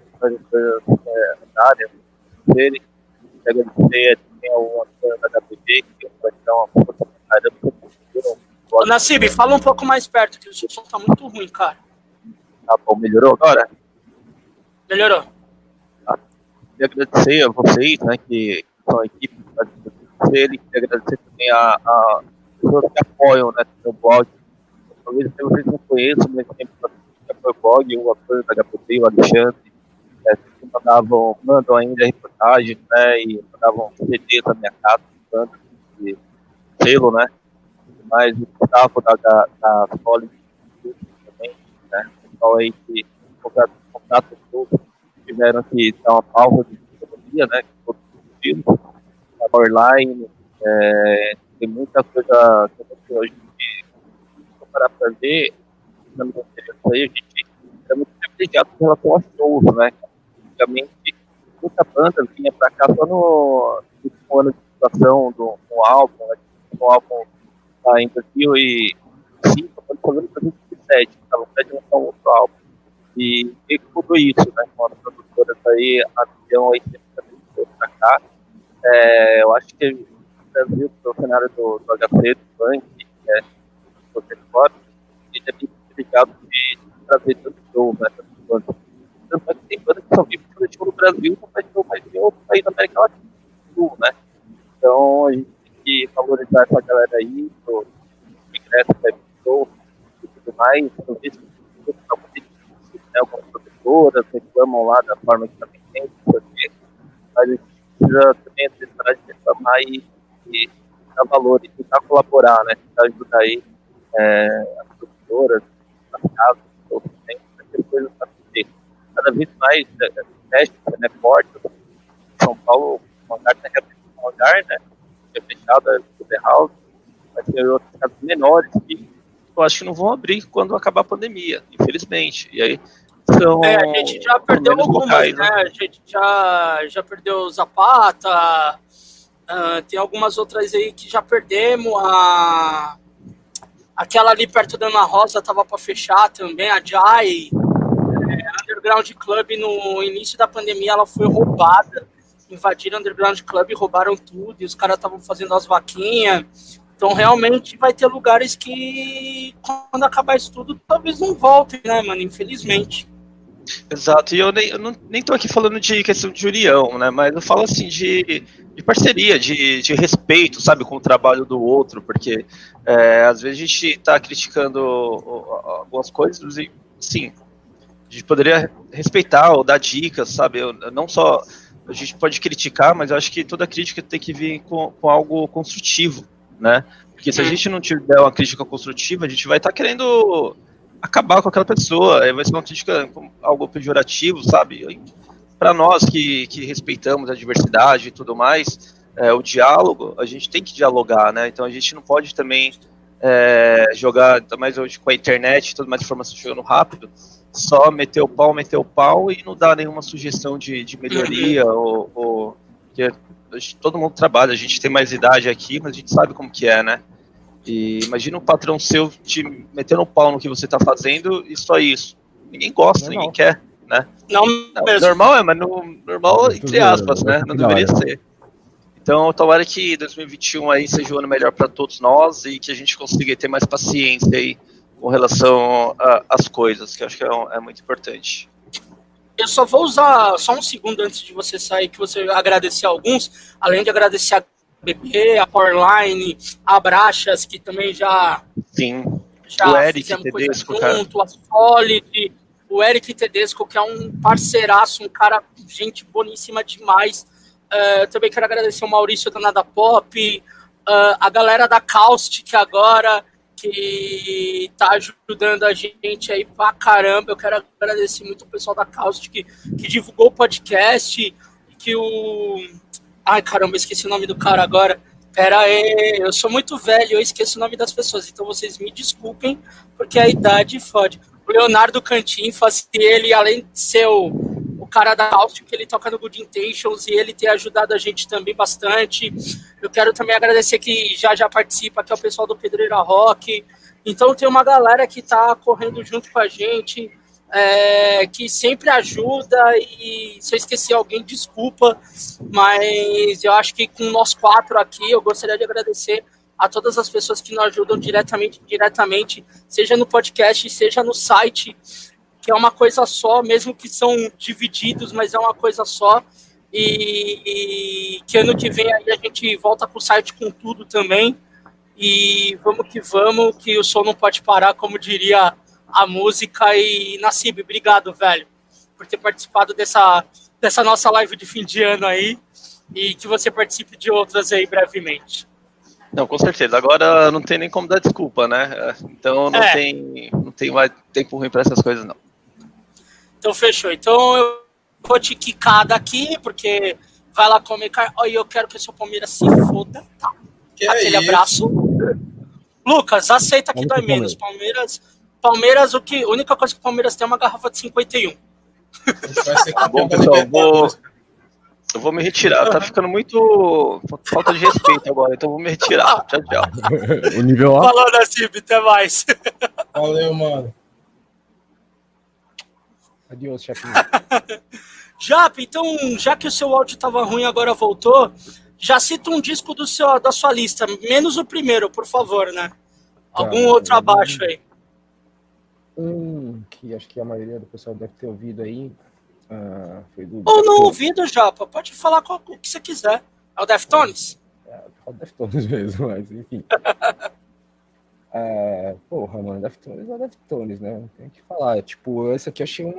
área dele. Queria agradecer também ao Antônio da HPG, que vai dar uma força pra caramba. Nassib, fala um pouco mais perto, que o seu som tá muito ruim, cara. Tá bom, melhorou agora? Melhorou. Queria agradecer a vocês, né, que são a equipe dele. Queria agradecer também a pessoas que apoiam, né, o blog. Talvez até vocês não conheçam, mas tem pessoas que apoiam o blog, o apoio da HPT, o Alexandre, que mandam ainda reportagens, né, e mandavam CDs na minha casa, de selo, né, mas o Gustavo da Poli também, né, o pessoal aí que contratam todos, tiveram que dar uma pausa de economia, né, que todos os filhos, a Powerline, tem muita coisa que hoje para ver, na minha experiência aí, a gente é muito privilegiado com relação aos shows, né? Antigamente, muita banda vinha para cá só no último ano de situação do álbum, né? O álbum tá em 2005, quando foi em 2007, estava para lançar um outro álbum. E tudo isso, né? Com as produtoras aí, a milhão aí sempre para cá. Eu acho que o Brasil, o cenário do HC, do funk, você fora, a gente é muito obrigado de trazer tanto show, né? Tanto é que tem bandas que só vivem fazer show no Brasil, não faz show mais em outro país da América Latina, né? Então a gente tem que valorizar essa galera aí, o ingresso para show e tudo mais. Às vezes, algumas produtoras reclamam lá da forma que também tem, mas a gente precisa também parar de reclamar e dar valor e tentar colaborar, né? Tentar ajudar aí as produtoras, as casas, todos tem coisas para fazer. Cada vez mais festas, né, fortes. São Paulo, o hangar tem um hangar, né? Que é fechado, o The House, vai ter outras casas menores que eu acho que não vão abrir quando acabar a pandemia, infelizmente. E aí são. A gente já perdeu algumas, locais, né? A gente já perdeu o Zapata, tem algumas outras aí que já perdemos. Aquela ali perto da Ana Rosa estava para fechar também, a Jai. Underground Club, no início da pandemia, ela foi roubada. Invadiram o Underground Club, roubaram tudo, e os caras estavam fazendo as vaquinhas. Então, realmente, vai ter lugares que, quando acabar isso tudo, talvez não voltem, né, mano? Infelizmente. Exato, e eu nem tô aqui falando de questão de jurião, né, mas eu falo assim de parceria, de respeito, sabe, com o trabalho do outro, porque às vezes a gente tá criticando algumas coisas e, sim, a gente poderia respeitar ou dar dicas, sabe, não só a gente pode criticar, mas eu acho que toda crítica tem que vir com algo construtivo, né, porque se a gente não tiver uma crítica construtiva, a gente vai estar querendo acabar com aquela pessoa, vai ser uma crítica com algo pejorativo, sabe? Para nós que respeitamos a diversidade e tudo mais, o diálogo, a gente tem que dialogar, né? Então a gente não pode também jogar, mais hoje com a internet, toda mais informação chegando rápido, só meter o pau e não dar nenhuma sugestão de melhoria, ou que todo mundo trabalha, a gente tem mais idade aqui, mas a gente sabe como que é, né? E imagina um patrão seu te metendo um pau no que você tá fazendo e só isso. Ninguém gosta, ninguém quer, né? Não normal mas normal entre aspas, né? Não deveria ser. Então, tomara que 2021 aí seja um ano melhor para todos nós e que a gente consiga ter mais paciência aí com relação às coisas, que eu acho que é muito importante. Eu só vou usar só um segundo antes de você sair, que você agradecer alguns, além de agradecer a BB, a Powerline, a Brachas, que também já o Eric Tedesco, junto, a Solid, o Eric Tedesco, que é um parceiraço, um cara, gente boníssima demais. Também quero agradecer o Maurício da Nada Pop, a galera da Caustic agora, que tá ajudando a gente aí pra caramba. Eu quero agradecer muito o pessoal da Caustic que divulgou o podcast, que Ai, caramba, esqueci o nome do cara agora. Pera aí, eu sou muito velho, eu esqueço o nome das pessoas, então vocês me desculpem, porque a idade fode. O Leonardo Cantinfas, ele, além de ser o cara da Áustria, que ele toca no Good Intentions, e ele tem ajudado a gente também bastante. Eu quero também agradecer que já participa, que é o pessoal do Pedreira Rock. Então tem uma galera que tá correndo junto com a gente, que sempre ajuda, e se eu esqueci alguém, desculpa, mas eu acho que com nós 4 aqui, eu gostaria de agradecer a todas as pessoas que nos ajudam diretamente, seja no podcast, seja no site, que é uma coisa só, mesmo que são divididos, mas é uma coisa só, e que ano que vem aí a gente volta pro site com tudo também, e vamos, que o som não pode parar, como diria a música. E Nassib, obrigado, velho, por ter participado dessa nossa live de fim de ano aí, e que você participe de outras aí brevemente. Não, com certeza. Agora não tem nem como dar desculpa, né? Então não tem mais tempo ruim para essas coisas, não. Então fechou. Então eu vou te quicar daqui, porque vai lá comer carne. Olha, eu quero que o seu Palmeiras se foda. Tá. Aquele abraço. Lucas, aceita que dói menos. Palmeiras, a única coisa que o Palmeiras tem é uma garrafa de 51. Vai ser bom, pessoal, eu vou me retirar. Tá ficando muito falta de respeito agora, então eu vou me retirar. Tchau, tchau. O nível A. Falou, Nassib, até mais. Valeu, mano. Adeus, chefinho. Jap, então, já que o seu áudio tava ruim, agora voltou, já cita um disco da sua lista, menos o primeiro, por favor, né? Algum outro abaixo aí. Que acho que a maioria do pessoal deve ter ouvido aí. Foi do ou não ouvido, Japa, pode falar o que você quiser. É o Deftones? É o Deftones mesmo, mas enfim. Porra, mano, Deftones é Deftones, né? Tem que falar. Tipo, esse aqui eu achei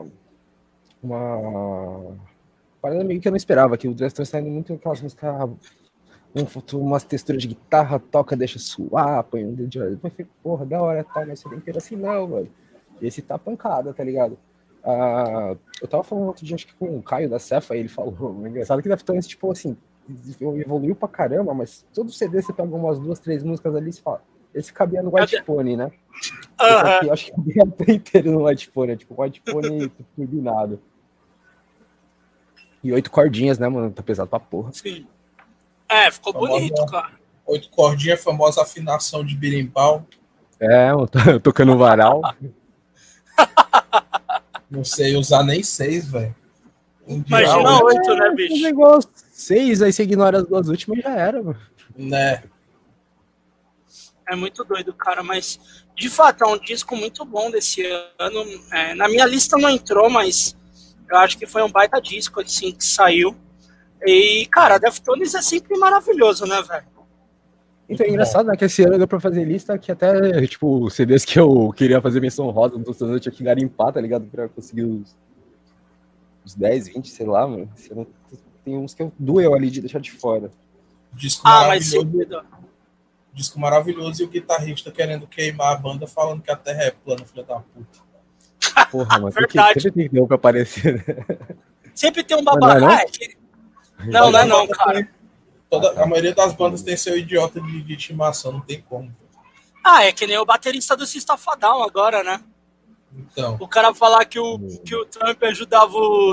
uma parada meio que eu não esperava, que o Deftones tá indo muito aquelas músicas, umas texturas de guitarra, toca, deixa suar, põe um dedo de olho. Eu falei, porra, da hora, tá, mas você nem queira assim não, mano. Esse tá pancada, tá ligado? Eu tava falando outro dia, acho que com o Caio da Cefa, ele falou, é engraçado que Deftones, tipo assim, evoluiu pra caramba, mas todo CD você pega umas 2, 3 músicas ali e você fala, esse cabia no White Pony, né? Aqui, eu acho que cabia até inteiro no White Pony, tipo, White Pony turbinado. E 8 cordinhas, né, mano? Tá pesado pra porra. Sim. Ficou bonito, cara. 8 cordinhas, famosa afinação de birimbau. Tocando varal. Não sei usar nem 6, velho. Imagina 8, né, bicho? Um negócio 6, aí você ignora as 2 últimas e já era, mano. Né? É muito doido, cara, mas de fato é um disco muito bom desse ano. Na minha lista não entrou, mas eu acho que foi um baita disco, assim, que saiu. E, cara, Deftones é sempre maravilhoso, né, velho? Então é engraçado, né, que esse ano deu pra fazer lista que até, tipo, CDs que eu queria fazer menção rosa, eu tinha que garimpar, tá ligado? Pra conseguir os 10, 20, sei lá, mano. Tem uns que eu doeu ali de deixar de fora. Disco mas disco maravilhoso, e o guitarrista querendo queimar a banda, falando que a Terra é plana, filha da puta. Porra, mano, sempre tem que ter um pra aparecer, né? Sempre tem um babaca. Não é não, cara. A maioria das bandas tem seu idiota de estimação, não tem como. É que nem o baterista do System of a Down agora, né? Então. O cara falar que o Trump ajudava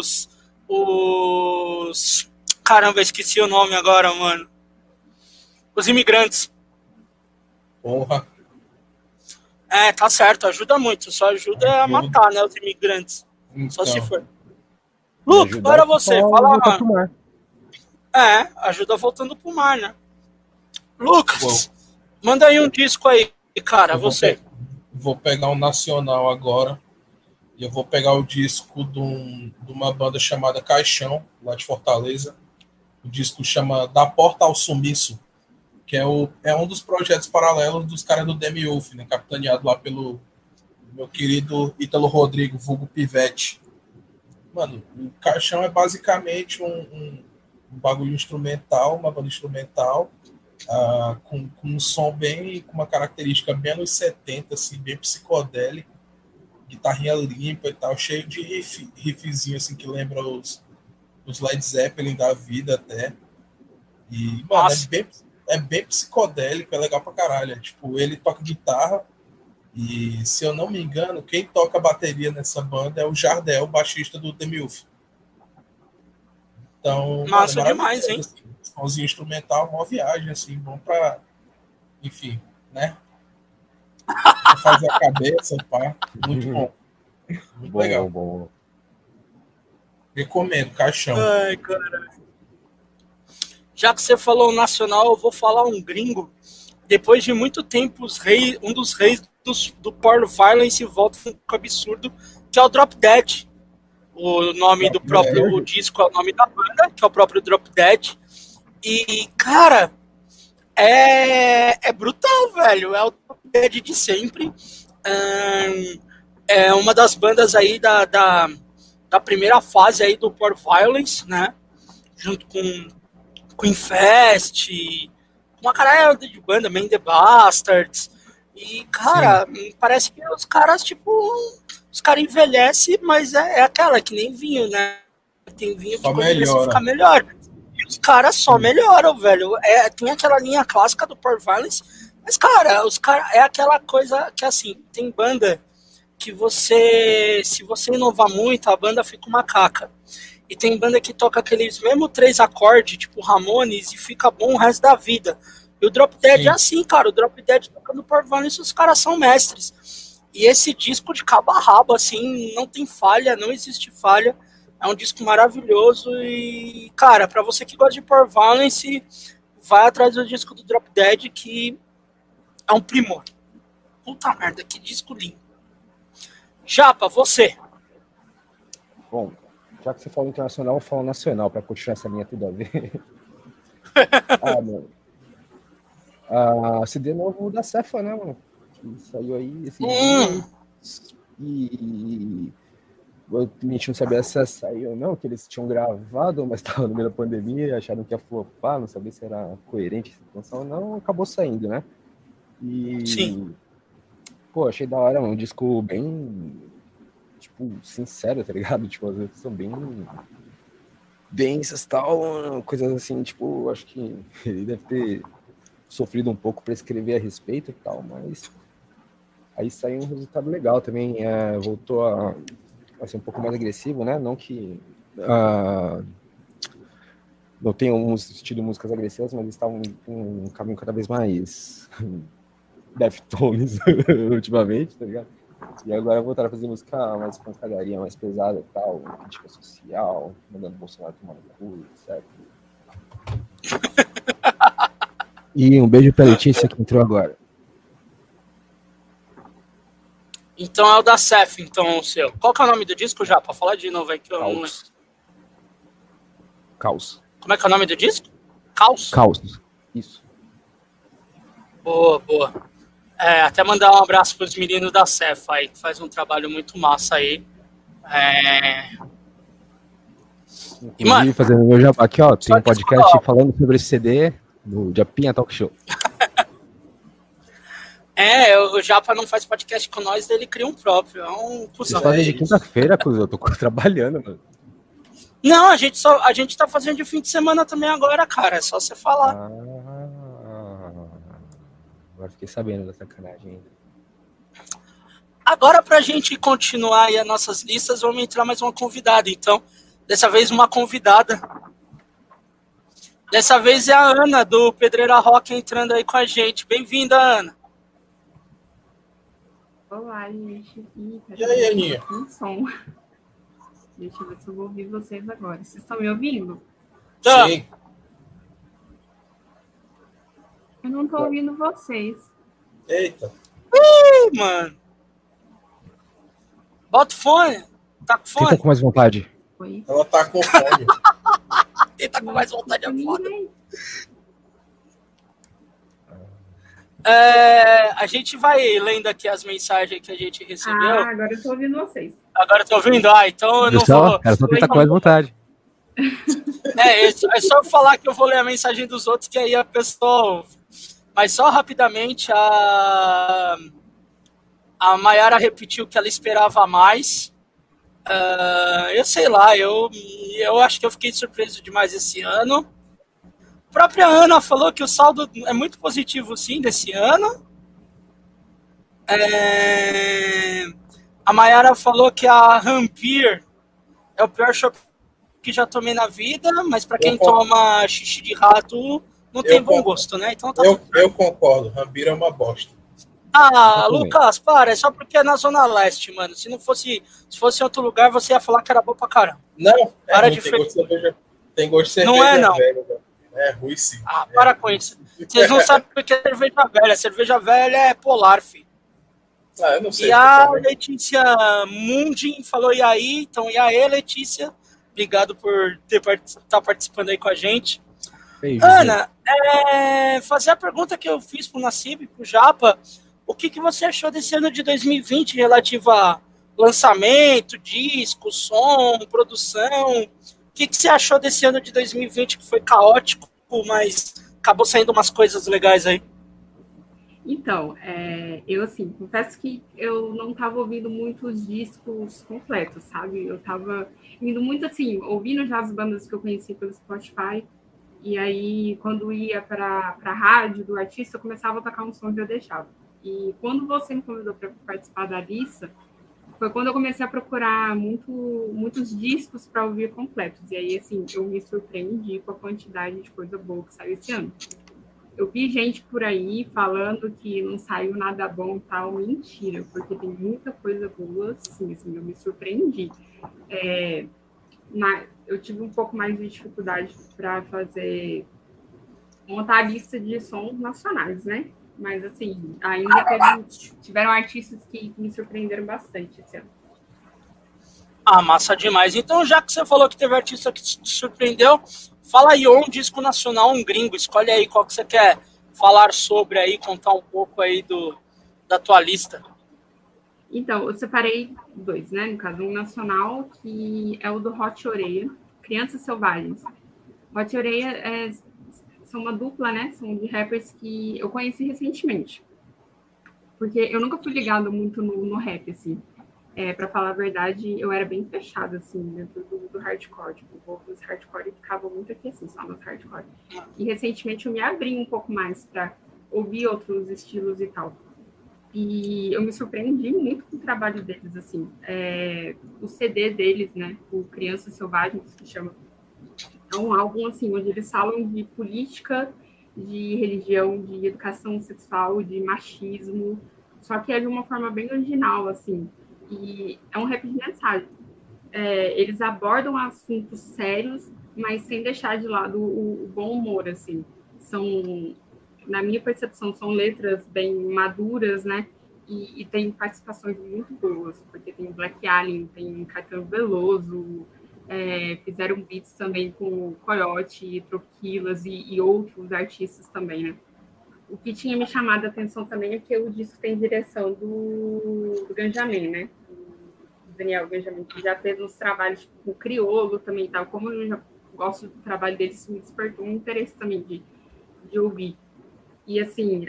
os... Caramba, esqueci o nome agora, mano. Os imigrantes. Porra. Tá certo, ajuda muito. Só ajuda a matar, né, os imigrantes. Então. Só se for. Luke, agora você, fala, mano. Ajuda voltando pro mar, né? Lucas, manda aí um disco aí, cara, você. Vou pegar um nacional agora. E eu vou pegar o disco de uma banda chamada Caixão, lá de Fortaleza. O disco chama Da Porta ao Sumiço, que é um dos projetos paralelos dos caras do Demi Wolf, né? Capitaneado lá pelo meu querido Ítalo Rodrigo, vulgo Pivete. Mano, o Caixão é basicamente um bagulho instrumental, uma banda instrumental, com um som com uma característica bem anos 70, assim, bem psicodélico, guitarrinha limpa e tal, cheio de riffzinho assim, que lembra os Led Zeppelin da vida até. E, mano, é bem psicodélico, é legal pra caralho. Tipo, ele toca guitarra e, se eu não me engano, quem toca bateria nessa banda é o Jardel, baixista do Demi Wolf. Então, massa demais, hein? Assim, somzinho instrumental, uma viagem, assim, bom pra, enfim, né? Pra fazer a cabeça, pá. Muito bom. Muito legal. Bom. Recomendo, Caixão. Ai, cara. Já que você falou nacional, eu vou falar um gringo. Depois de muito tempo, um dos reis do Power Violence volta com um absurdo, que é o Drop Dead. O nome do próprio disco é o nome da banda, que é o próprio Drop Dead. E, cara, é brutal, velho. É o Drop Dead de sempre. É uma das bandas aí da primeira fase aí do Power Violence, né? Junto com Infest, uma caralho de banda, Man the Bastards. E, cara, parece que os caras, tipo, os caras envelhecem, mas é aquela que nem vinho, né? Tem vinho que quando fica melhor. E os caras só melhoram, velho. Tem aquela linha clássica do Power Violence, mas, cara, os caras é aquela coisa que, assim, tem banda que se você inovar muito, a banda fica uma caca. E tem banda que toca aqueles mesmo 3 acordes, tipo Ramones, e fica bom o resto da vida. E o Drop Dead é assim, cara. O Drop Dead tocando Power Violence, os caras são mestres. E esse disco de cabo a rabo, assim, não tem falha, não existe falha. É um disco maravilhoso e, cara, pra você que gosta de Power Violence, vai atrás do disco do Drop Dead, que é um primor. Puta merda, que disco lindo. Japa, você. Bom, já que você falou internacional, eu falo nacional, pra continuar essa linha tudo a ver. Mano. CD novo da Cefa, né, mano? Que saiu aí esse dia. E a gente não sabia se saiu ou não, que eles tinham gravado, mas tava no meio da pandemia, acharam que ia flopar, não sabia se era coerente essa canção ou não, acabou saindo, né? E, sim, pô, achei da hora, um disco bem, tipo, sincero, tá ligado? Tipo, as letras são bem densas e tal, coisas assim, tipo, acho que ele deve ter sofrido um pouco para escrever a respeito e tal, mas aí saiu um resultado legal também, voltou a ser um pouco mais agressivo, né? Não que não tenham tido músicas agressivas, mas eles estavam em um caminho cada vez mais Deftones ultimamente, tá ligado? E agora voltaram a fazer música mais pancadaria, mais pesada e tal, crítica social, mandando Bolsonaro tomar no cu, etc. E um beijo pra Letícia que entrou agora. Então é o da Cef, então, o seu. Qual que é o nome do disco, já? Pra falar de novo aí que eu não lembro. Caos. Como é que é o nome do disco? Caos? Caos, isso. Boa. Até mandar um abraço pros meninos da Cef aí, que faz um trabalho muito massa aí. E, mano, fazendo meu jabá aqui, ó, tem um podcast falando sobre esse CD do Japinha Talk Show. O Japa não faz podcast com nós, ele cria um próprio. É um cuzão. Vocês fazem de quinta-feira, cuzão, eu tô trabalhando, mano. Não, a gente tá fazendo de fim de semana também agora, cara. É só você falar. Agora fiquei sabendo da sacanagem ainda. Agora, pra gente continuar aí as nossas listas, vamos entrar mais uma convidada. Então, dessa vez uma convidada. Dessa vez é a Ana, do Pedreira Rock, entrando aí com a gente. Bem-vinda, Ana. Olá, gente. E aí, Aninha? Som. Deixa eu ver se eu vou ouvir vocês agora. Vocês estão me ouvindo? Sim. Eu não tô ouvindo vocês. Eita. Mano. Bota o fone. Tá com fone? Quem tá com mais vontade? Oi? Ela tá com fome. Quem tá com mais vontade é foda. A gente vai lendo aqui as mensagens que a gente recebeu. Agora eu tô ouvindo vocês. Agora eu tô ouvindo? Então eu não vou... Era só quem tá com mais vontade. É só falar que eu vou ler a mensagem dos outros, que aí a pessoa ouve. Mas só rapidamente, a Mayara repetiu que ela esperava mais. Eu sei lá, eu acho que eu fiquei surpreso demais esse ano. A própria Ana falou que o saldo é muito positivo, sim, desse ano. A Mayara falou que a Rampir é o pior show que já tomei na vida, mas para quem toma xixi de rato, não tem bom gosto, né? Então tá eu concordo, Rambira é uma bosta. Ah, Lucas, para, é só porque é na Zona Leste, mano. Se fosse em outro lugar, você ia falar que era bom pra caramba. Não, para de cerveja. Tem gosto de cerveja. Não é, não. Velho, é ruim sim. Ah, para com isso. Vocês não sabem o que é cerveja velha. Cerveja velha é Polar, filho. Ah, eu não sei. E a Letícia Mundi falou, e aí? Então, e aí, Letícia? Obrigado por estar participando aí com a gente. Beijo, Ana, fazer a pergunta que eu fiz pro Nassib, pro Japa, o que você achou desse ano de 2020 relativo a lançamento, disco, som, produção? O que você achou desse ano de 2020 que foi caótico, mas acabou saindo umas coisas legais aí? Então, eu assim, confesso que eu não estava ouvindo muitos discos completos, sabe? Eu estava indo muito assim, ouvindo já as bandas que eu conheci pelo Spotify, e aí quando ia para a rádio do artista, eu começava a tocar um som que eu deixava. E quando você me convidou para participar da lista, foi quando eu comecei a procurar muitos discos para ouvir completos. E aí, assim, eu me surpreendi com a quantidade de coisa boa que saiu esse ano. Eu vi gente por aí falando que não saiu nada bom e tal. Mentira, porque tem muita coisa boa, sim, assim, eu me surpreendi. Eu tive um pouco mais de dificuldade para montar a lista de sons nacionais, né? Mas, assim, ainda tiveram artistas que me surpreenderam bastante esse ano. Ah, massa demais. Então, já que você falou que teve artista que te surpreendeu, fala aí um disco nacional, um gringo. Escolhe aí qual que você quer falar sobre aí, contar um pouco aí da tua lista. Então, eu separei dois, né? No caso, um nacional, que é o do Hot Oreia, Crianças Selvagens. Hot Oreia são uma dupla, né? São de rappers que eu conheci recentemente. Porque eu nunca fui ligada muito no rap, assim. Pra falar a verdade, eu era bem fechada, assim, dentro do hardcore. Tipo, o povo dos hardcore ficava muito aqui, assim, só nos hardcore. E recentemente eu me abri um pouco mais para ouvir outros estilos e tal. E eu me surpreendi muito com o trabalho deles, assim. O CD deles, né? O Crianças Selvagens, que chama. É um álbum, assim, onde eles falam de política, de religião, de educação sexual, de machismo, só que é de uma forma bem original, assim. E é um rap de mensagem. Eles abordam assuntos sérios, mas sem deixar de lado o bom humor, assim. Na minha percepção, são letras bem maduras, né? E tem participações muito boas, porque tem Black Alien, tem Caetano Veloso, fizeram beats também com o Coyote, Troquilas e outros artistas também, né? O que tinha me chamado a atenção também é que o disco tem direção do Ganjamin, né? O Daniel Ganjamin, que já fez uns trabalhos com o Criolo também e tal. Como eu já gosto do trabalho dele, isso me despertou um interesse também de ouvir. E, assim,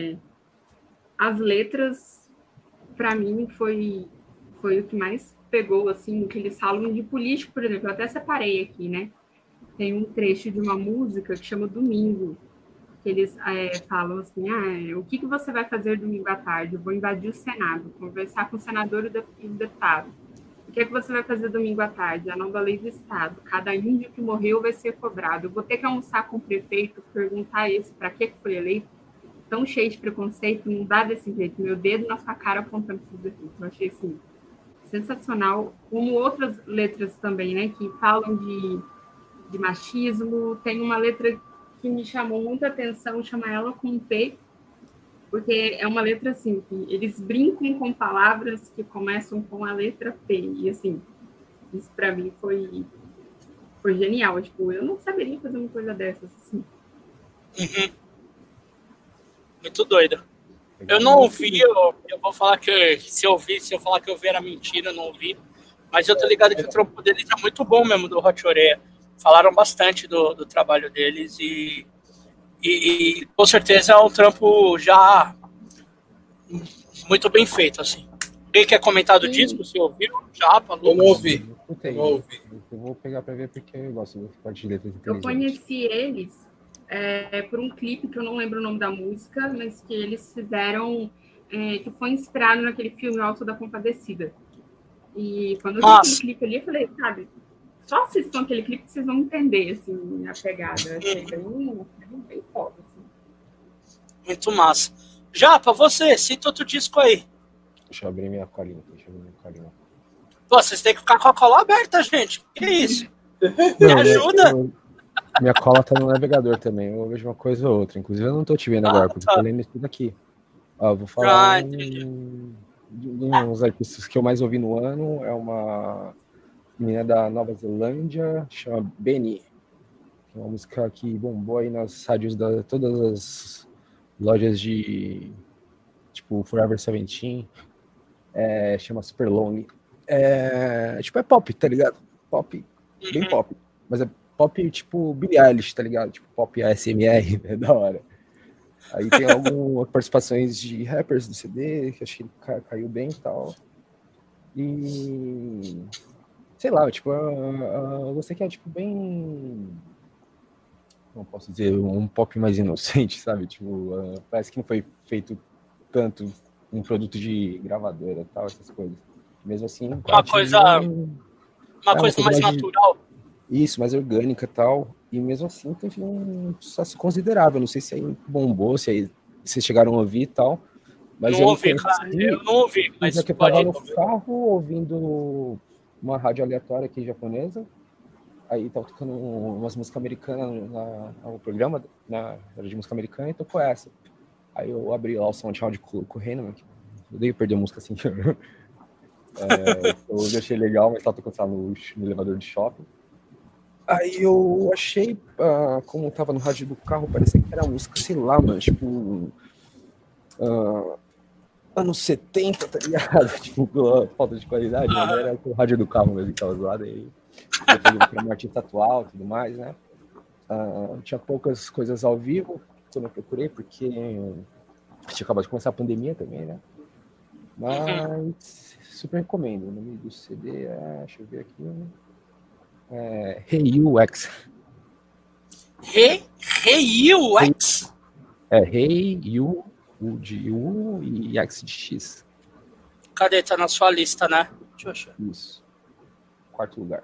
as letras, para mim, foi o que mais pegou, assim, que eles falam de político, por exemplo. Eu até separei aqui, né? Tem um trecho de uma música que chama Domingo, que eles falam assim, o que você vai fazer domingo à tarde? Eu vou invadir o Senado, conversar com o senador e o deputado. O que você vai fazer domingo à tarde? A nova lei do Estado. Cada índio que morreu vai ser cobrado. Eu vou ter que almoçar com o prefeito, perguntar a esse para que foi eleito. Tão cheio de preconceito, não dá desse jeito. Meu dedo na sua cara apontando esses defeitos. Eu achei, assim, sensacional. Como outras letras também, né, que falam de machismo. Tem uma letra que me chamou muita atenção, chama Ela com P, porque é uma letra assim, que eles brincam com palavras que começam com a letra P, e assim, isso para mim foi genial, tipo, eu não saberia fazer uma coisa dessas, assim. Uhum. Muito doido. Eu não ouvi, eu vou falar que se eu falar que eu vi era mentira, eu não ouvi, mas eu tô ligado que o trampo deles é muito bom mesmo, do Hot Oreia. Falaram bastante do trabalho deles e com certeza é um trampo já muito bem feito, assim. Alguém quer comentar do disco? Você ouviu? Já, Lucas? Eu não ouvi. Eu vou pegar pra ver porque eu gosto muito de parte de letras inteligentes. Eu conheci eles por um clipe que eu não lembro o nome da música, mas que eles fizeram, que foi inspirado naquele filme Alto da Compadecida. E quando eu vi aquele clipe ali, eu falei, sabe, Só assistam aquele clipe que vocês vão entender, assim, a pegada. Achei bem foda, assim. Muito massa. Japa, você, cita outro disco aí. Deixa eu abrir minha colinha. Pô, vocês têm que ficar com a cola aberta, gente. Que isso? Me ajuda? Minha cola tá no navegador também. Eu vejo uma coisa ou outra. Inclusive, eu não tô te vendo agora, porque eu tô lendo isso tudo aqui. Ó, vou falar uns artistas que eu mais ouvi no ano. É uma menina da Nova Zelândia, chama Benny. É uma música que bombou aí nas rádios da todas as lojas de tipo Forever 17. Chama Super Long. É pop, tá ligado? Pop, bem pop. Mas é pop tipo Billie Eilish, tá ligado? Tipo pop ASMR, é da hora. Aí tem algumas participações de rappers do CD, que acho que ele caiu bem e tal. E sei lá, tipo, eu gostei que é tipo bem, não posso dizer, um pop mais inocente, sabe? Tipo, parece que não foi feito tanto um produto de gravadora, tal, essas coisas. Mesmo assim, uma coisa mais natural. Isso, mais orgânica e tal. E mesmo assim teve um sucesso considerável. Não sei se aí bombou, se aí vocês chegaram a ouvir e tal. Mas não ouvi, cara. Eu não ouvi. Mas eu tava no carro ouvindo uma rádio aleatória aqui japonesa. Aí tava tocando umas músicas americanas no programa, na rádio de música americana, e tocou essa. Aí eu abri lá o SoundCloud correndo, eu odeio perder música assim. Eu achei legal, mas tava tocando no elevador de shopping. Aí eu achei, como tava no rádio do carro, parecia que era música, sei lá, mano, tipo, anos 70, tá ligado? Tipo, pela falta de qualidade, mas era o rádio do carro mesmo que tava zoado. Aí depois eu um artista atual e tudo mais, né? Tinha poucas coisas ao vivo quando eu procurei, porque tinha acabado de começar a pandemia também, né? Mas super recomendo. O nome do CD deixa eu ver aqui, Hey You X. Hey You X? Hey You, U de U e X de X. Cadê? Tá na sua lista, né? Deixa eu achar. Isso. 4º lugar.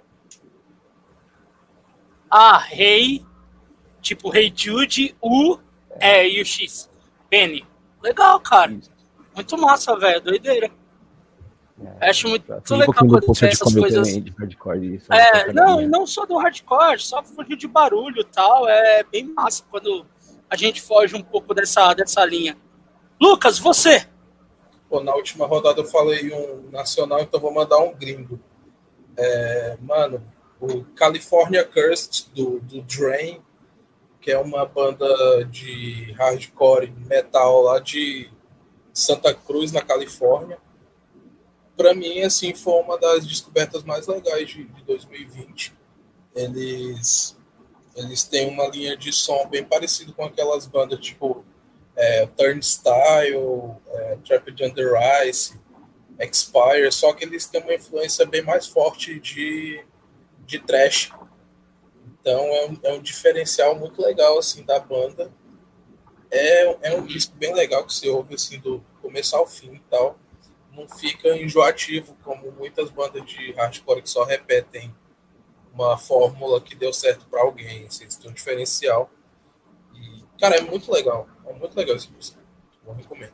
Hey, tipo Hey Jude, U, e o X. Benny. Legal, cara. Isso. Muito massa, velho. Doideira. Acho muito legal quando tem essas coisas. De hardcore, isso, não só do hardcore, só fugir de barulho e tal. É bem massa quando a gente foge um pouco dessa linha. Lucas, você? Pô, na última rodada eu falei um nacional, então vou mandar um gringo. Mano, o California Cursed do Drain, que é uma banda de hardcore metal lá de Santa Cruz, na Califórnia. Para mim, assim, foi uma das descobertas mais legais de 2020. Eles têm uma linha de som bem parecida com aquelas bandas tipo Turnstile, Trapped Under Ice, Expire, só que eles têm uma influência bem mais forte de thrash. Então é um diferencial muito legal assim da banda. É um disco bem legal que você ouve assim do começo ao fim e tal. Não fica enjoativo como muitas bandas de hardcore que só repetem uma fórmula que deu certo para alguém. Assim, eles têm um diferencial. E, cara, é muito legal. É muito legal esse disco. Eu recomendo.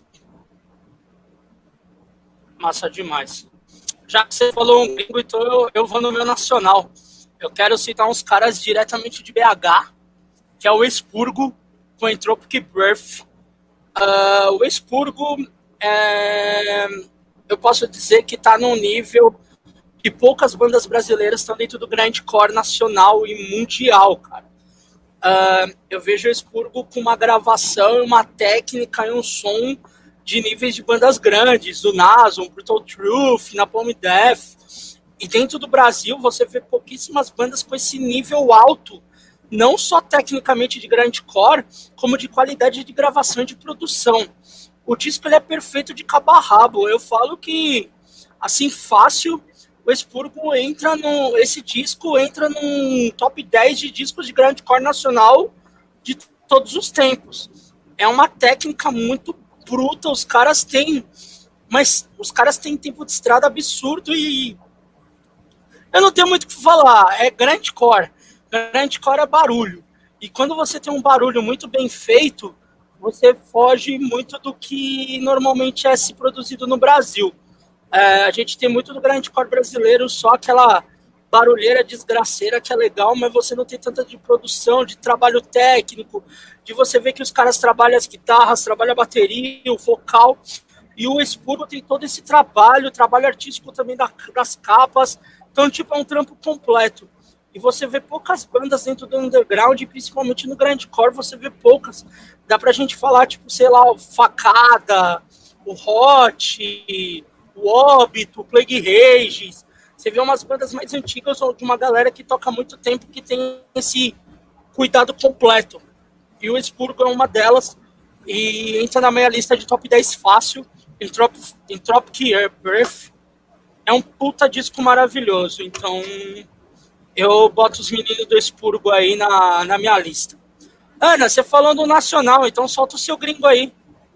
Massa demais. Já que você falou um gringo, então eu vou no meu nacional. Eu quero citar uns caras diretamente de BH, que é o Expurgo, com Entropic Breath. O Expurgo, eu posso dizer que está num nível que poucas bandas brasileiras estão dentro do grindcore nacional e mundial, cara. Eu vejo o Expurgo com uma gravação, uma técnica e um som de níveis de bandas grandes, do Nasum, Brutal Truth, Napalm Death. E dentro do Brasil você vê pouquíssimas bandas com esse nível alto, não só tecnicamente de grindcore, como de qualidade de gravação e de produção. O disco ele é perfeito de cabo a rabo. Eu falo que, assim, fácil, o Expurgo esse disco entra num top 10 de discos de grindcore nacional de todos os tempos. É uma técnica muito bruta, os caras têm tempo de estrada absurdo e Eu não tenho muito o que falar, é grindcore. Grindcore é barulho. E quando você tem um barulho muito bem feito, você foge muito do que normalmente é se produzido no Brasil. A gente tem muito do grindcore brasileiro, só aquela barulheira desgraceira que é legal, mas você não tem tanta de produção, de trabalho técnico, de você ver que os caras trabalham as guitarras, trabalham a bateria, o vocal, e o Expurgo tem todo esse trabalho artístico também das capas, então tipo é um trampo completo. E você vê poucas bandas dentro do underground, principalmente no grindcore, você vê poucas. Dá pra gente falar, tipo, sei lá, o Facada, o Hot, o Óbito, o Plague Rages. Você vê umas bandas mais antigas ou de uma galera que toca há muito tempo que tem esse cuidado completo. E o Expurgo é uma delas. E entra na minha lista de top 10 fácil. Entropic Earth é um puta disco maravilhoso. Então, eu boto os meninos do Expurgo aí na minha lista. Ana, você falando nacional, então solta o seu gringo aí.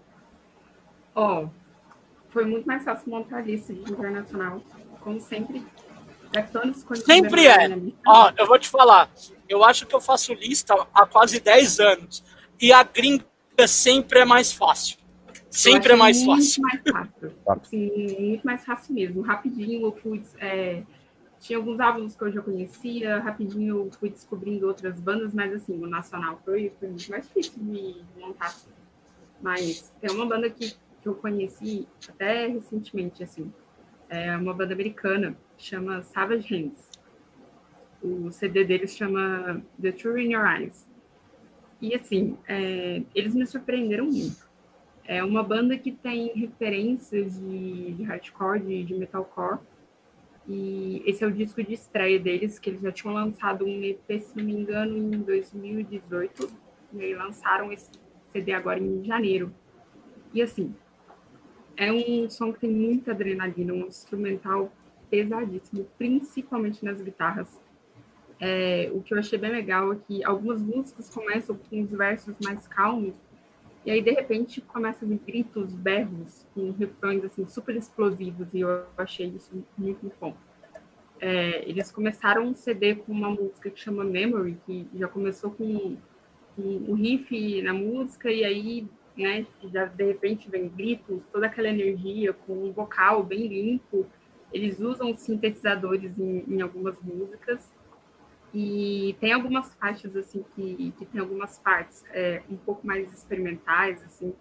Foi muito mais fácil montar a lista de internacional. Como sempre, sempre é. Eu vou te falar. Eu acho que eu faço lista há quase 10 anos. E a gringa sempre é mais fácil. Sempre é mais fácil. Mais fácil. Sim, muito mais fácil mesmo. Rapidinho eu fui... tinha alguns álbuns que eu já conhecia, rapidinho eu fui descobrindo outras bandas, mas assim, o nacional foi muito mais difícil de montar. Mas tem uma banda que eu conheci até recentemente, assim. É uma banda americana, chama Savage Hands. O CD deles chama The Truth in Your Eyes. E assim, eles me surpreenderam muito. É uma banda que tem referências de hardcore, de metalcore. E esse é o disco de estreia deles, que eles já tinham lançado um EP, se não me engano, em 2018. E aí lançaram esse CD agora em janeiro. E assim, é um som que tem muita adrenalina, um instrumental pesadíssimo, principalmente nas guitarras. O que eu achei bem legal é que algumas músicas começam com os versos mais calmos, e aí, de repente, começam a vir gritos, berros, com refrões assim, super explosivos, e eu achei isso muito, muito bom. Eles começaram um CD com uma música que chama Memory, que já começou com o riff na música, e aí, né, já, de repente, vem gritos, toda aquela energia, com um vocal bem limpo. Eles usam sintetizadores em algumas músicas. E tem algumas faixas, assim, que tem algumas partes um pouco mais experimentais, assim,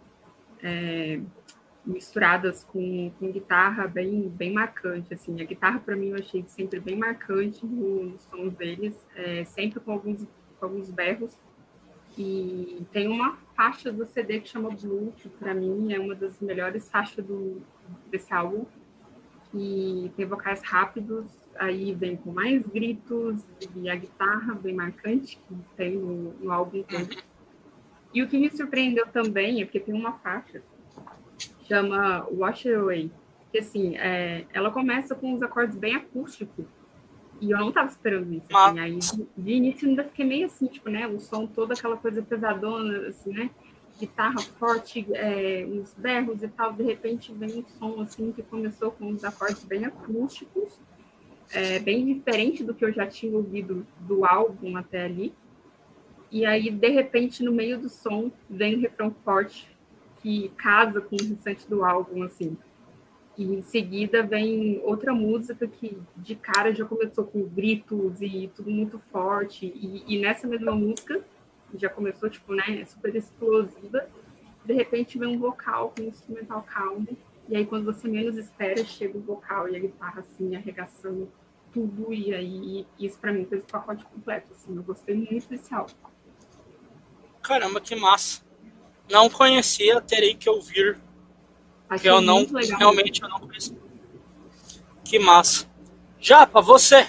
misturadas com guitarra bem marcante, assim. A guitarra, para mim, eu achei sempre bem marcante nos sons deles, sempre com alguns berros. E tem uma faixa do CD que chama Blue, que, para mim, é uma das melhores faixas desse álbum. E tem vocais rápidos, aí vem com mais gritos, e a guitarra bem marcante, que tem no álbum todo. E o que me surpreendeu também é porque tem uma faixa, chama Wash It Away, que assim, ela começa com uns acordes bem acústicos, e eu não estava esperando isso, assim, aí de início ainda fiquei meio assim, tipo, né, o som todo aquela coisa pesadona, assim, né, guitarra forte, uns berros e tal, de repente vem um som assim que começou com uns acordes bem acústicos, bem diferente do que eu já tinha ouvido do álbum até ali. E aí, de repente, no meio do som, vem um refrão forte que casa com o restante do álbum, assim. E em seguida vem outra música que de cara já começou com gritos e tudo muito forte. E nessa mesma música já começou, tipo, né, super explosiva. De repente vem um vocal com um instrumental calmo. E aí, quando você menos espera, chega o vocal e a guitarra, assim, arregaçando tudo. E aí, isso pra mim fez o pacote completo, assim. Eu gostei muito desse álbum. Caramba, que massa. Não conhecia, terei que ouvir. Achei eu não, legal, realmente, eu não conhecia. Que massa. Japa, você?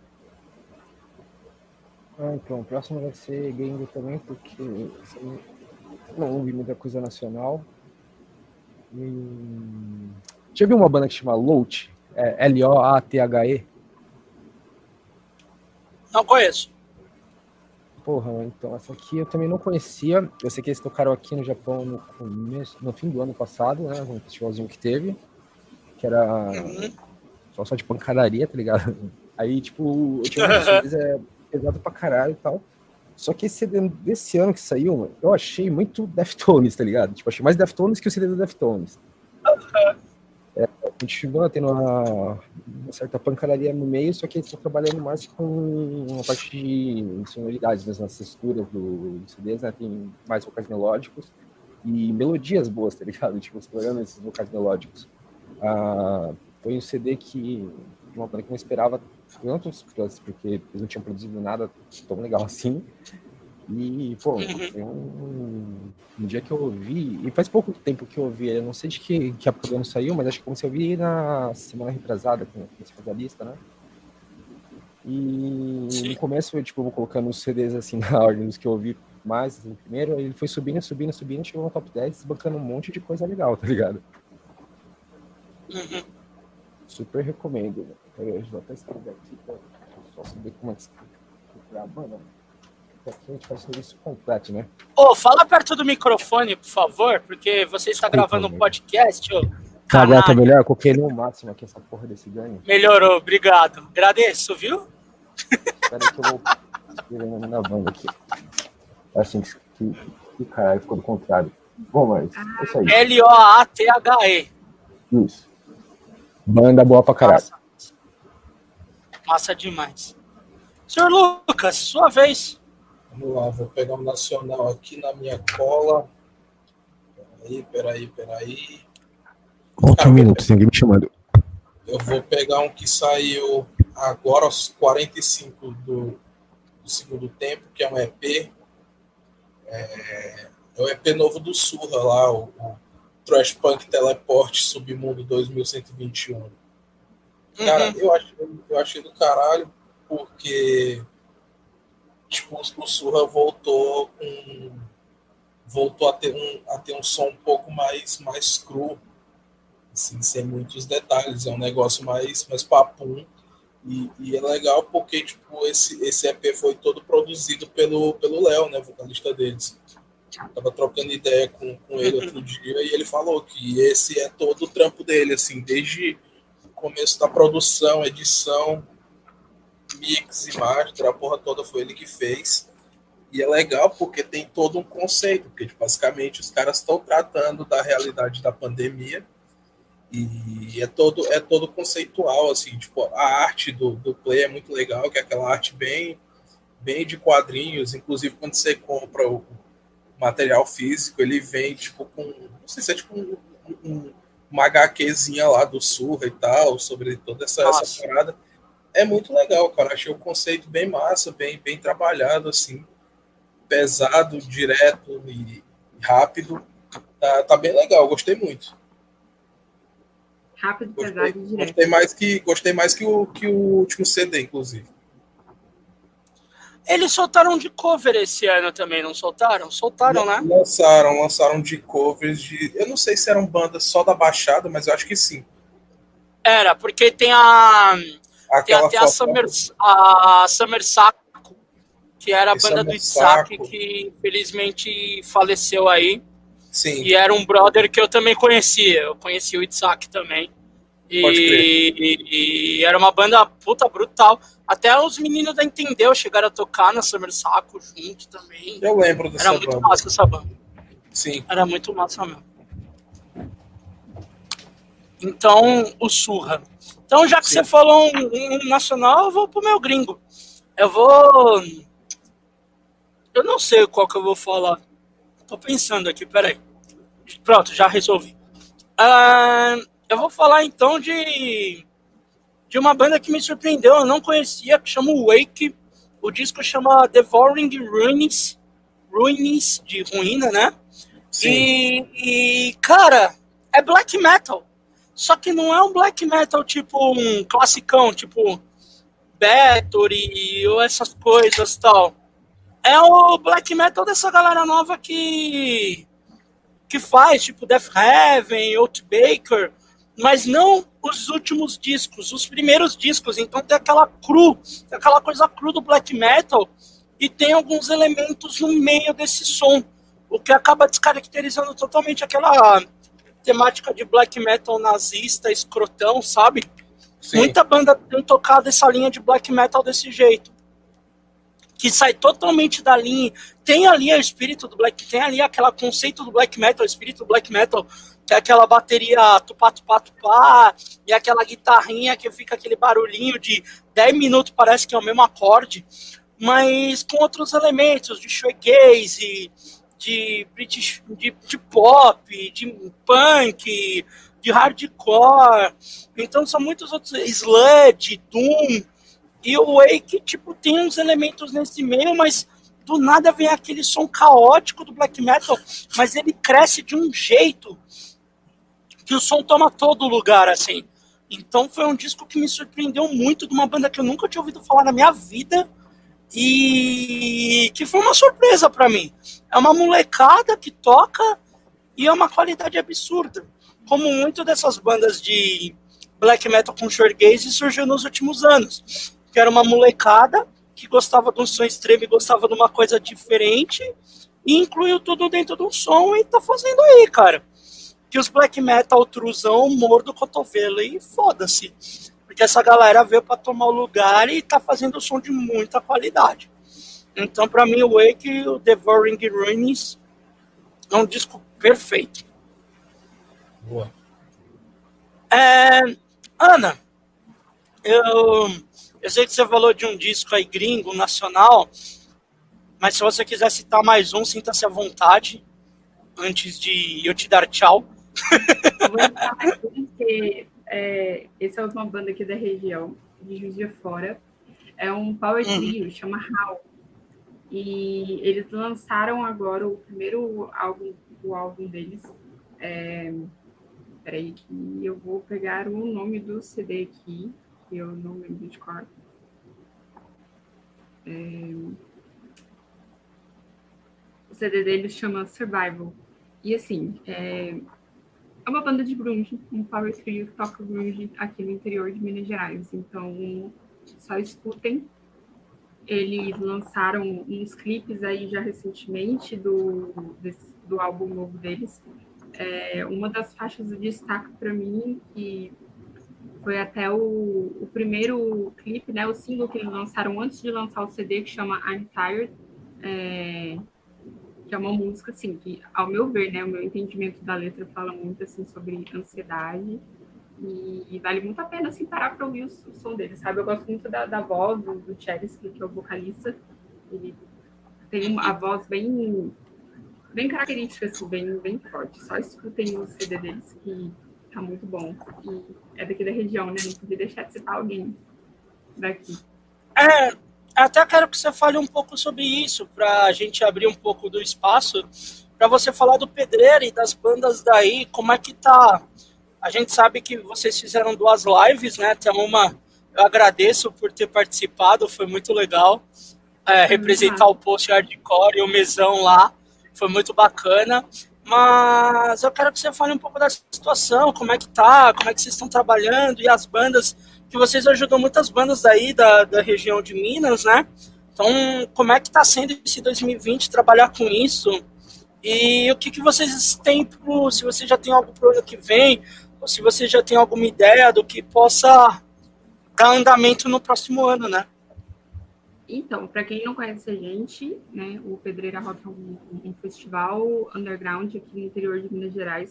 Então, o próximo vai ser gringo também, porque não ouvi muita coisa nacional. Já viu uma banda que chama Loathe? L-O-A-T-H-E? Não conheço. Porra, então essa aqui eu também não conhecia. Eu sei que eles tocaram aqui no Japão no fim do ano passado, né? Um festivalzinho que teve, que era só de pancadaria, tá ligado? Aí, tipo, eu tinha um CD pesado pra caralho e tal. Só que esse CD desse ano que saiu, mano, eu achei muito Deftones, tá ligado? Tipo, achei mais Deftones que o CD do Deftones. Continua tendo uma certa pancadaria no meio, só que eles estão trabalhando mais com uma parte de sonoridades, né, nas texturas dos CDs, né? Tem mais vocais melódicos e melodias boas, tá ligado? Tipo, explorando esses vocais melódicos. Foi um CD que, de uma banda que eu não esperava tantos, porque eles não tinham produzido nada tão legal assim. E, pô, foi um dia que eu ouvi, e faz pouco tempo que eu ouvi, eu não sei de que época do ano saiu, mas acho que comecei a ouvir na semana retrasada, com essa lista, né? E no começo eu vou colocando os CDs assim na ordem dos que eu ouvi mais, assim, primeiro, aí ele foi subindo, chegou no top 10, desbancando um monte de coisa legal, tá ligado? Super recomendo. Eu vou até escrever aqui pra só saber como é que se procurar, mano. Aqui a gente faz serviço completo, né? Fala perto do microfone, por favor, porque você está gravando um podcast, Agora tá melhor? Eu coloquei no máximo aqui essa porra desse ganho. Melhorou, obrigado. Agradeço, viu? Espera que eu vou escrever na banda aqui. Assim que caralho, ficou do contrário. Bom, mas é isso aí. L-O-A-T-H-E. Isso. Banda boa pra caralho. Massa demais. Senhor Lucas, sua vez. Vamos lá, vou pegar um nacional aqui na minha cola. Peraí. Volta um minuto, tem alguém me chamando. Eu vou pegar um que saiu agora aos 45 do segundo tempo, que é um EP. É o EP novo do Surra lá, o Trash Punk Teleport Submundo 2121. Cara, eu achei do caralho, porque tipo, o Surra voltou a ter um som um pouco mais cru, assim, sem muitos detalhes. É um negócio mais papum. E é legal porque tipo, esse EP foi todo produzido pelo Léo, né, vocalista deles. Tava trocando ideia com ele outro dia e ele falou que esse é todo o trampo dele, assim, desde o começo da produção, edição, mix e master, a porra toda foi ele que fez. E é legal porque tem todo um conceito, porque tipo, basicamente os caras estão tratando da realidade da pandemia e é todo conceitual, assim, tipo, a arte do Play é muito legal, que é aquela arte bem de quadrinhos, inclusive quando você compra o material físico, ele vem tipo com, não sei se é tipo uma HQzinha lá do Surra e tal, sobre toda essa parada. É muito legal, cara. Achei o conceito bem massa, bem trabalhado, assim, pesado, direto e rápido. Tá bem legal, gostei muito. Rápido, pesado e direto. Gostei mais que o último CD, inclusive. Eles soltaram de cover esse ano também, não soltaram? Soltaram, né? Lançaram de covers de... Eu não sei se eram bandas só da Baixada, mas eu acho que sim. Era, porque tem até a Summer Saco, que era a banda do Itzhak, que infelizmente faleceu aí. Sim. E era um brother que eu também conhecia. Eu conheci o Itzhak também. E era uma banda puta brutal. Até os meninos da Entendeu chegaram a tocar na Summer Saco junto também. Eu lembro dessa banda. Era muito massa essa banda. Sim. Era muito massa mesmo. Então, o Surra. Então, já que você falou um nacional, eu vou pro meu gringo. Eu não sei qual que eu vou falar. Tô pensando aqui, peraí. Pronto, já resolvi. Eu vou falar então de uma banda que me surpreendeu, eu não conhecia, que chama Wake. O disco chama Devouring Ruins de ruína, né? Sim. E cara, é black metal. Só que não é um black metal tipo um classicão, tipo Bathory ou essas coisas tal. É o black metal dessa galera nova que faz, tipo Death Heaven, Outbaker, mas não os últimos discos, os primeiros discos. Então tem aquela coisa cru do black metal e tem alguns elementos no meio desse som, o que acaba descaracterizando totalmente aquela temática de black metal nazista, escrotão, sabe? Sim. Muita banda tem tocado essa linha de black metal desse jeito, que sai totalmente da linha. Tem ali o espírito do black, tem ali aquele conceito do black metal, o espírito do black metal, que é aquela bateria tupá, e aquela guitarrinha que fica aquele barulhinho de 10 minutos, parece que é o mesmo acorde, mas com outros elementos de shoegaze, de British, de pop, de punk, de hardcore. Então são muitos outros, sludge, doom. E o Wake, tipo, tem uns elementos nesse meio, mas do nada vem aquele som caótico do black metal, mas ele cresce de um jeito que o som toma todo lugar, assim. Então foi um disco que me surpreendeu muito, de uma banda que eu nunca tinha ouvido falar na minha vida, e que foi uma surpresa pra mim. É uma molecada que toca e é uma qualidade absurda. Como muito dessas bandas de black metal com shoegaze surgiu nos últimos anos. Que era uma molecada que gostava de um som extremo e gostava de uma coisa diferente e incluiu tudo dentro de um som e tá fazendo aí, cara. Que os black metal truzão mordo o cotovelo e foda-se. Porque essa galera veio pra tomar o lugar e tá fazendo som de muita qualidade. Então, pra mim, o Wake, o Devouring Ruins, é um disco perfeito. Boa. Ana, eu sei que você falou de um disco aí gringo, nacional, mas se você quiser citar mais um, sinta-se à vontade, antes de eu te dar tchau. Eu vou citar mais um, porque essa é uma banda aqui da região, de Juiz de Fora. É um power trio, chama How. E eles lançaram agora o primeiro álbum deles. Peraí, que eu vou pegar o nome do CD aqui, que eu não lembro de cor. O CD deles chama Survival. E assim, é uma banda de grunge, um power trio que toca grunge aqui no interior de Minas Gerais. Então, só escutem. Eles lançaram uns clipes aí já recentemente do álbum novo deles. Uma das faixas de destaque para mim, que foi até o primeiro clipe, né, o single que eles lançaram antes de lançar o CD, que chama I'm Tired, que é uma música, assim, que, ao meu ver, né, o meu entendimento da letra fala muito, assim, sobre ansiedade, e vale muito a pena, assim, parar para ouvir o som dele, sabe? Eu gosto muito da voz do Cherish, que é o vocalista. Ele tem a voz bem característica, assim, bem forte. Só escutem o CD deles, que tá muito bom. E é daqui da região, né? Não podia deixar de citar alguém daqui. Até quero que você fale um pouco sobre isso, para a gente abrir um pouco do espaço, para você falar do Pedreira e das bandas daí, como é que tá. A gente sabe que vocês fizeram 2 lives, né? Tem uma, eu agradeço por ter participado, foi muito legal. Representar o Post Hardcore e o Mesão lá, foi muito bacana. Mas eu quero que você fale um pouco da situação, como é que tá, como é que vocês estão trabalhando, e as bandas, que vocês ajudam muitas bandas daí da região de Minas, né? Então, como é que tá sendo esse 2020 trabalhar com isso? E o que vocês têm, se você já tem algo pro ano que vem, ou se você já tem alguma ideia do que possa dar andamento no próximo ano, né? Então, para quem não conhece a gente, né, o Pedreira Rock é um festival underground aqui no interior de Minas Gerais.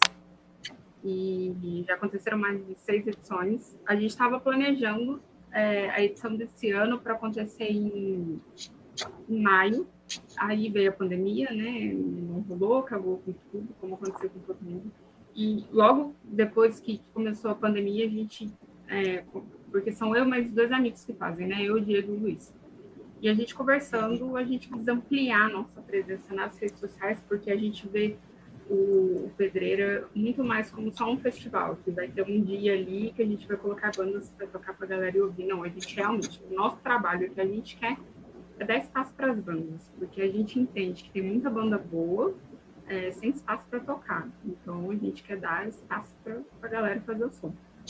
E já aconteceram mais de 6 edições. A gente estava planejando a edição desse ano para acontecer em maio. Aí veio a pandemia, né? Não rolou, acabou com tudo, como aconteceu com todo mundo. E logo depois que começou a pandemia, a gente... porque são eu mais 2 amigos que fazem, né? Eu, o Diego e o Luiz. E a gente conversando, a gente quis ampliar a nossa presença nas redes sociais, porque a gente vê o Pedreira muito mais como só um festival, que vai ter um dia ali que a gente vai colocar bandas para tocar para a galera e ouvir. Não, a gente realmente, o nosso trabalho, o que a gente quer é dar espaço para as bandas, porque a gente entende que tem muita banda boa sem espaço para tocar. Então, a gente quer dar espaço para a galera fazer o som.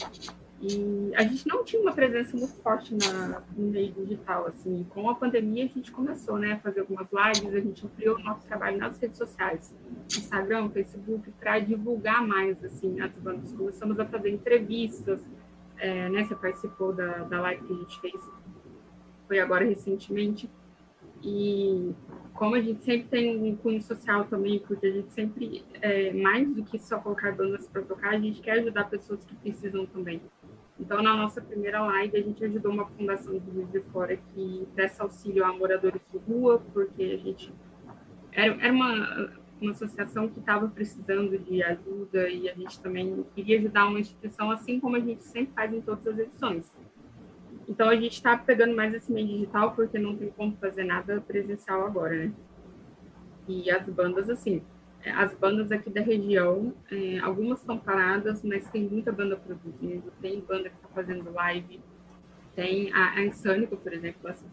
E a gente não tinha uma presença muito forte no meio digital, assim. Com a pandemia, a gente começou, né, a fazer algumas lives, a gente ampliou o nosso trabalho nas redes sociais, Instagram, Facebook, para divulgar mais, assim, as bandas. Começamos a fazer entrevistas, né, você participou da live que a gente fez, foi agora recentemente, e como a gente sempre tem um cunho social também, porque a gente sempre, mais do que só colocar bandas para tocar, a gente quer ajudar pessoas que precisam também. Então, na nossa primeira live, a gente ajudou uma fundação de Juiz de Fora que presta auxílio a moradores de rua, porque a gente era uma associação que estava precisando de ajuda e a gente também queria ajudar uma instituição, assim como a gente sempre faz em todas as edições. Então, a gente está pegando mais esse meio digital, porque não tem como fazer nada presencial agora, né? E as bandas, assim, as bandas aqui da região, algumas estão paradas, mas tem muita banda produzindo, tem banda que está fazendo live, tem a Insânico, por exemplo, assim,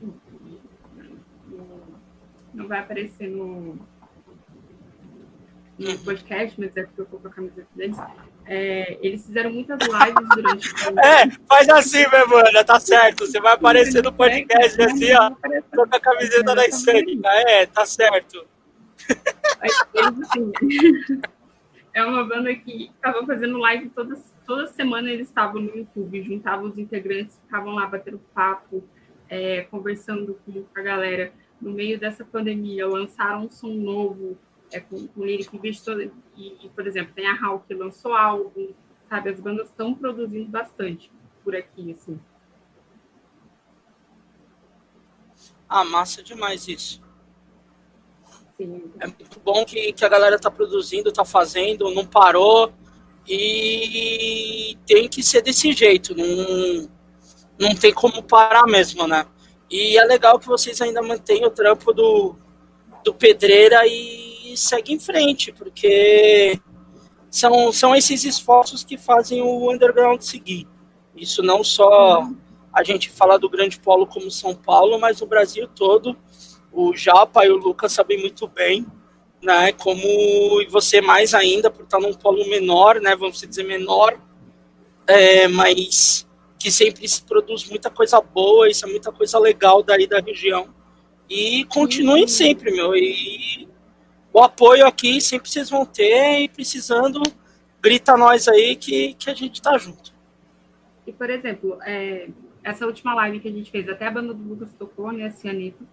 não vai aparecer no podcast, mas é porque eu coloco a camiseta deles. Eles fizeram muitas lives durante o faz assim, minha mano, tá certo. Você vai aparecer no podcast assim, ó, com a camiseta da Insânica. Tá certo. É uma banda que estava fazendo live toda semana, eles estavam no YouTube, juntavam os integrantes, ficavam lá batendo papo, conversando com a galera. No meio dessa pandemia, lançaram um som novo, com Lyric Beast, e, por exemplo, tem a Hal que lançou álbum, sabe? As bandas estão produzindo bastante por aqui, assim. Massa demais isso. Sim. É muito bom que a galera tá produzindo, tá fazendo, não parou, e tem que ser desse jeito, não tem como parar mesmo, né? E é legal que vocês ainda mantêm o trampo do Pedreira e seguem em frente, porque são esses esforços que fazem o underground seguir. Isso não só a gente fala do grande polo como São Paulo, mas o Brasil todo. O Japa e o Lucas sabem muito bem, né? E você mais ainda, por estar num polo menor, né? Vamos dizer menor, mas que sempre se produz muita coisa boa, isso é muita coisa legal daí da região. E continuem sempre, meu. E o apoio aqui sempre vocês vão ter, e precisando, grita nós aí que a gente tá junto. E, por exemplo, essa última live que a gente fez, até a banda do Lucas tocou, né, Cianito,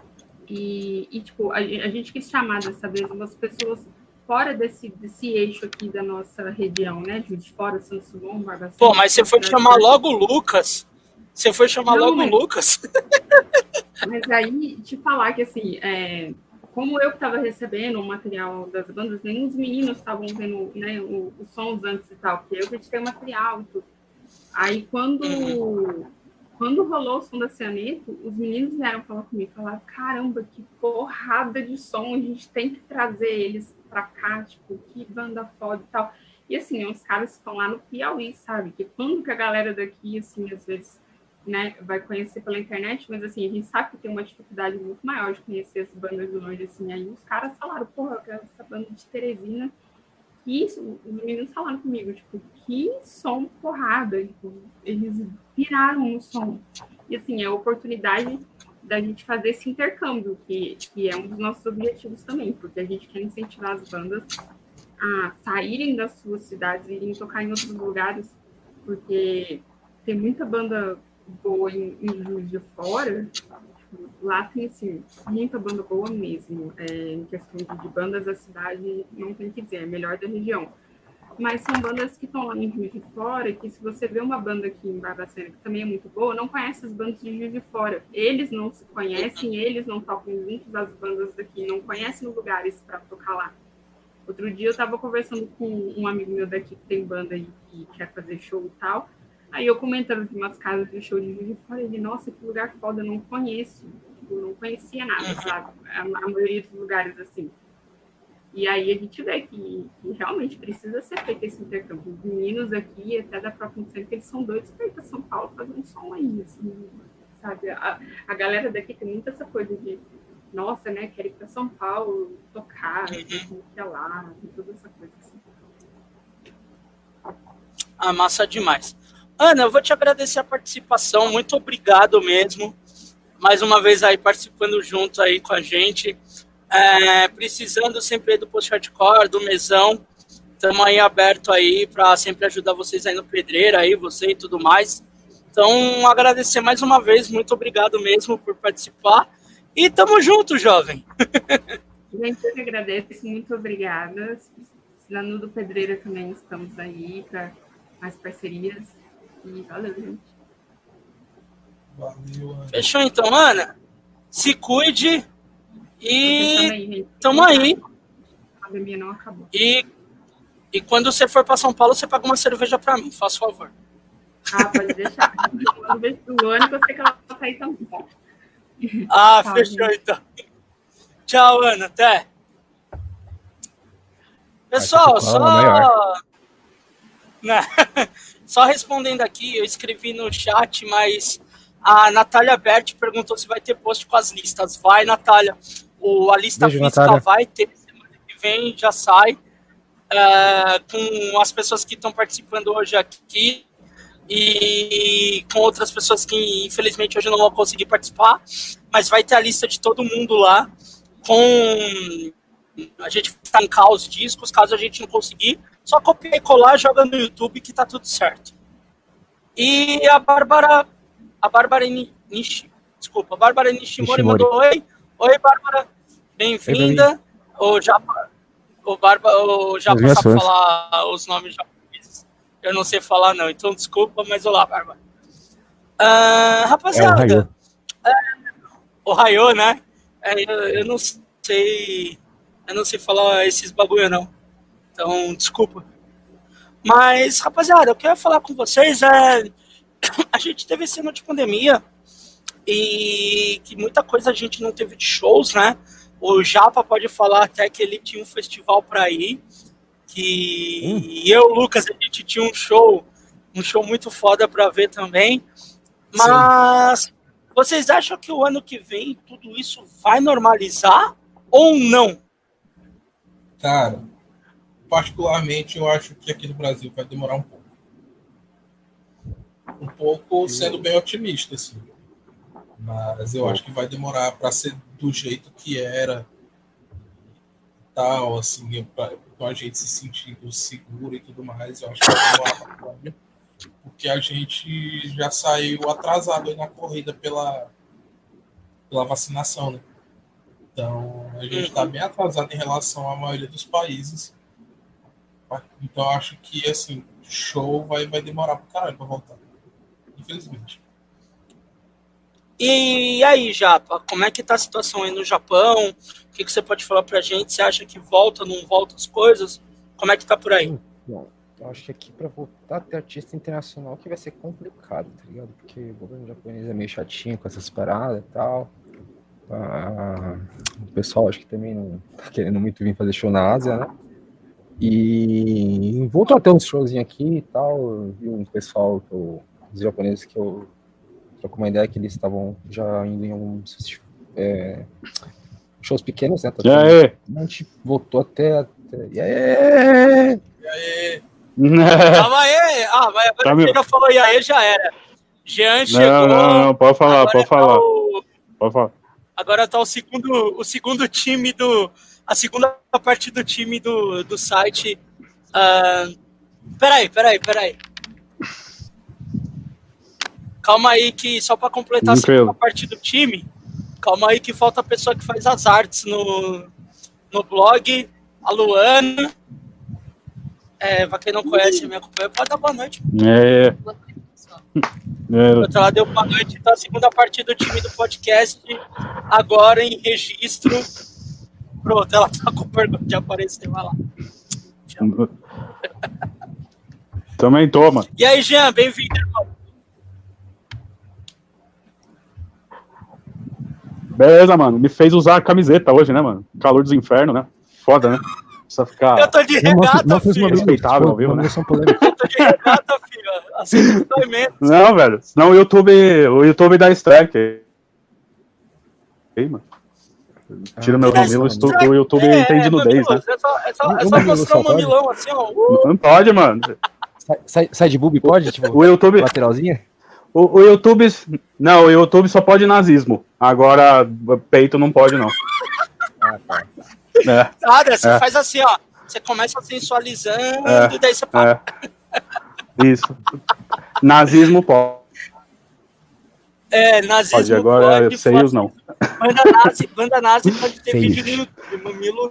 e tipo, a gente quis chamar dessa vez umas pessoas fora desse eixo aqui da nossa região, né, Juiz de Fora, Santos Dumont, Barbacena. Pô, mas você foi chamar logo o Lucas? Você foi chamar logo o Lucas? Mas aí, te falar que, assim, como eu estava recebendo o material das bandas, nem os meninos estavam vendo, né, os sons antes e tal, porque eu editei o material e tudo. Aí, quando rolou o som da Cianeto, os meninos vieram falar comigo, falaram, caramba, que porrada de som, a gente tem que trazer eles pra cá, tipo, que banda foda e tal. E, assim, os caras estão lá no Piauí, sabe? Que quando que a galera daqui, assim, às vezes, né, vai conhecer pela internet, mas, assim, a gente sabe que tem uma dificuldade muito maior de conhecer as bandas de longe, assim. Aí os caras falaram, porra, eu quero essa banda de Teresina. E os meninos falaram comigo, tipo, que som porrada. Tipo, eles viraram no som. E, assim, é a oportunidade da gente fazer esse intercâmbio, que é um dos nossos objetivos também, porque a gente quer incentivar as bandas a saírem das suas cidades e irem tocar em outros lugares, porque tem muita banda boa em Juiz de Fora. Lá tem, assim, muita banda boa mesmo. Em questão de bandas, a cidade não tem que dizer, é melhor da região. Mas são bandas que estão lá em Juiz de Fora, que se você vê uma banda aqui em Barbacena, que também é muito boa, não conhece as bandas de Juiz de Fora. Eles não se conhecem, eles não tocam juntos, as bandas daqui não conhecem lugares para tocar lá. Outro dia eu estava conversando com um amigo meu daqui que tem banda e que quer fazer show e tal. Aí eu comentando de umas casas de show de Juiz de Fora, ele, nossa, que lugar foda, eu não conheço. Eu não conhecia nada, sabe? A maioria dos lugares, assim. E aí a gente vê que realmente precisa ser feito esse intercâmbio. Os meninos aqui, até da própria Incêndio, eles são doidos para ir para São Paulo fazer um som aí, assim, sabe? A galera daqui tem muita essa coisa de, nossa, né, quero ir para São Paulo, tocar, como que é lá, toda essa coisa assim. Massa demais. Ana, eu vou te agradecer a participação, muito obrigado mesmo, mais uma vez aí participando junto aí com a gente, precisando sempre do Post Hardcore, do Mesão, Estamos aí aberto aí para sempre ajudar vocês aí no Pedreira, aí, você e tudo mais. Então, agradecer mais uma vez, muito obrigado mesmo por participar. E tamo junto, jovem. Gente, eu que agradeço, muito obrigada. Precisando do Pedreira também, estamos aí para mais parcerias. E valeu, gente. Valeu, Ana. Fechou então, Ana? Se cuide e Também, tamo aí. A pandemia não acabou. E quando você for para São Paulo, você paga uma cerveja para mim, faz favor. Ah, pode deixar. Uma vez do ano que eu sei que ela tá aí também, tá? Ah, Tchau, fechou gente. então. Tchau, Ana, até. Pessoal, só respondendo aqui, eu escrevi no chat, mas a Natália Berti perguntou se vai ter post com as listas. Vai, Natália. A lista Beijo, física Natália. vai ter, semana que vem já sai. Com as pessoas que estão participando hoje aqui e com outras pessoas que infelizmente hoje não vão conseguir participar, mas vai ter a lista de todo mundo lá. A gente está em caos discos, caso a gente não conseguir, só copiar e colar, joga no YouTube que tá tudo certo. E a Bárbara Nishimori mandou oi. Oi, Bárbara, bem-vinda. O Japa sabe falar os nomes japoneses. Eu não sei falar não, então desculpa, mas olá, Bárbara. Rapaziada, o Raio, né? Eu não sei falar esses bagulho não. Então, desculpa. Mas, rapaziada, eu quero falar com vocês a gente teve esse ano de pandemia e que muita coisa a gente não teve de shows, né? O Japa pode falar até que ele tinha um festival para ir, que eu e o Lucas, a gente tinha um show muito foda para ver também. Mas sim, vocês acham que o ano que vem tudo isso vai normalizar ou não? Cara, particularmente eu acho que aqui no Brasil vai demorar um pouco. Um pouco sendo bem otimista, assim. Mas eu acho que vai demorar para ser do jeito que era, tal, assim, com a gente se sentindo seguro e tudo mais. Eu acho que vai demorar pra caramba, porque a gente já saiu atrasado aí na corrida pela vacinação, né? Então, a gente está bem atrasado em relação à maioria dos países. Então, eu acho que, assim, show vai demorar pra caralho pra voltar. Infelizmente. E aí, Japa, como é que tá a situação aí no Japão? O que você pode falar pra gente? Você acha que volta, não volta as coisas? Como é que tá por aí? Bom, eu acho que aqui pra voltar a ter artista internacional que vai ser complicado, tá ligado? Porque o governo japonês é meio chatinho com essas paradas e tal. O pessoal acho que também não tá querendo muito vir fazer show na Ásia, né? E voltou a ter uns showzinhos aqui e tal. Eu vi um pessoal, os japoneses que eu troco uma ideia que eles estavam já indo em alguns shows pequenos, né? A gente voltou até... E aí? Calma aí! Mas agora que já falou e aí, já era. Jean chegou... Não, pode falar. Pode falar. Agora tá o segundo time a segunda parte do time do site. Peraí. Calma aí que só para completar a segunda parte do time, calma aí que falta a pessoa que faz as artes no blog, a Luana. Pra quem não conhece a minha companhia, pode dar boa noite. Ela deu boa noite, então a segunda parte do time do podcast, agora em registro. Pronto, ela tá com pergunta de aparecer, vai lá. Também toma. E aí, Jean, bem-vindo, irmão. Beleza, mano. Me fez usar a camiseta hoje, né, mano? Calor dos infernos, né? Foda, né? Precisa ficar... Eu tô de regata, filho. Respeitável, viu, né? Eu tô de regata, filho. Aceita o depoimento. Não, velho. Senão o YouTube dá strike. Aí, mano. Tira meu mamilo, o YouTube entende nudez, né? É só mostrar um mamilão assim, ó. Não pode, mano. Sai de boob pode? Tipo, o YouTube... lateralzinha? O YouTube... Não, o YouTube só pode nazismo. Agora, peito não pode, não. Nada, você faz assim, ó. Você começa sensualizando, daí você para. Isso. Nazismo pode. Nazismo pode. Agora, pode. seios não. Banda nazi pode ter Seios. vídeo no YouTube. Mamilo.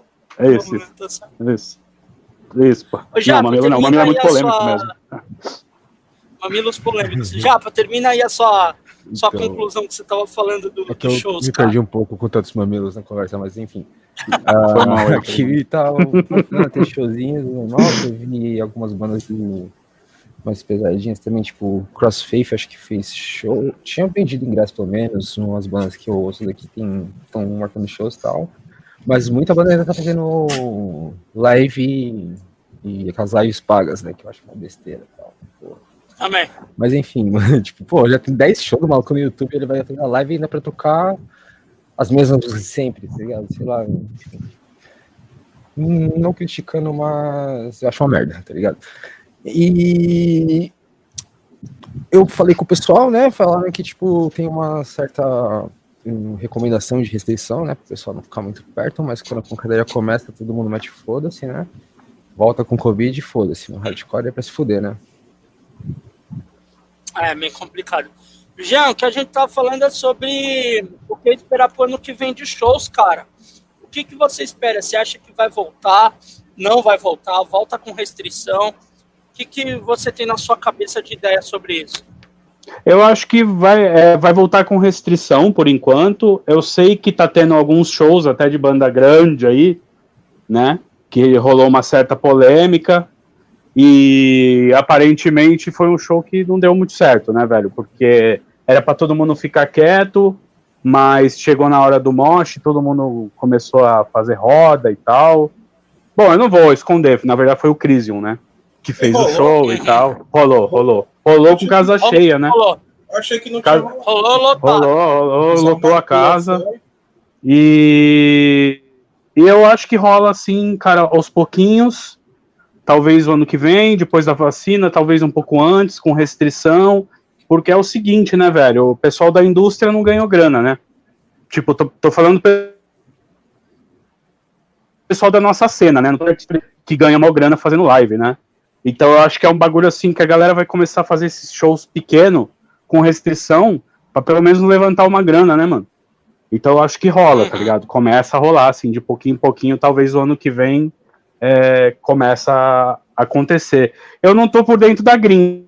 Isso, pô. Japa, Mamilo não. Mamilo é muito polêmico mesmo. Mamilos polêmicos. Japa, termina aí a sua Então, conclusão que você estava falando É que dos eu shows, me cara. perdi um pouco com tantos mamilos na conversa, mas enfim. Foi mal, Aqui tá voltando a ter showzinhos. Nossa, eu vi algumas bandas mais pesadinhas também, tipo Crossfaith, acho que fez show. Tinha vendido ingresso pelo menos, umas bandas que eu ouço daqui estão marcando shows e tal. Mas muita banda ainda tá fazendo live e aquelas lives pagas, né? Que eu acho uma besteira e tal. Porra. Amém. Mas enfim, tipo, pô, já tem 10 shows do maluco no YouTube, ele vai fazer a live ainda pra tocar as mesmas músicas de sempre, tá ligado? Sei lá, enfim. Não criticando, mas eu acho uma merda, tá ligado? E eu falei com o pessoal, né, falaram que, tipo, tem uma certa recomendação de restrição, né, pro pessoal não ficar muito perto, mas quando a brincadeira começa, todo mundo mete foda-se, né? Volta com Covid e foda-se, no hardcore é pra se fuder, né? É meio complicado. Jean, o que a gente tava falando é sobre o que esperar pro ano que vem de shows, cara. O que você espera? Você acha que vai voltar? Não vai voltar? Volta com restrição? O que você tem na sua cabeça de ideia sobre isso? Eu acho que vai voltar com restrição por enquanto. Eu sei que tá tendo alguns shows até de banda grande aí, né? Que rolou uma certa polêmica. E aparentemente foi um show que não deu muito certo, né, velho? Porque era pra todo mundo ficar quieto, mas chegou na hora do mosh, todo mundo começou a fazer roda e tal. Bom, eu não vou esconder, na verdade foi o Crisium, né? Que fez o show e tal. Rolou com casa cheia, né? Rolou. Achei que não tinha rolado. Rolou lotado. Rolou, lotou a casa. E eu acho que rola assim, cara, aos pouquinhos. Talvez o ano que vem, depois da vacina, talvez um pouco antes, com restrição. Porque é o seguinte, né, velho? O pessoal da indústria não ganhou grana, né? Tipo, tô falando pessoal da nossa cena, né? Não tô que ganha mal grana fazendo live, né? Então eu acho que é um bagulho assim que a galera vai começar a fazer esses shows pequenos, com restrição, pra pelo menos levantar uma grana, né, mano? Então eu acho que rola, tá ligado? Começa a rolar, assim, de pouquinho em pouquinho, talvez o ano que vem começa a acontecer. Eu não tô por dentro da gringa.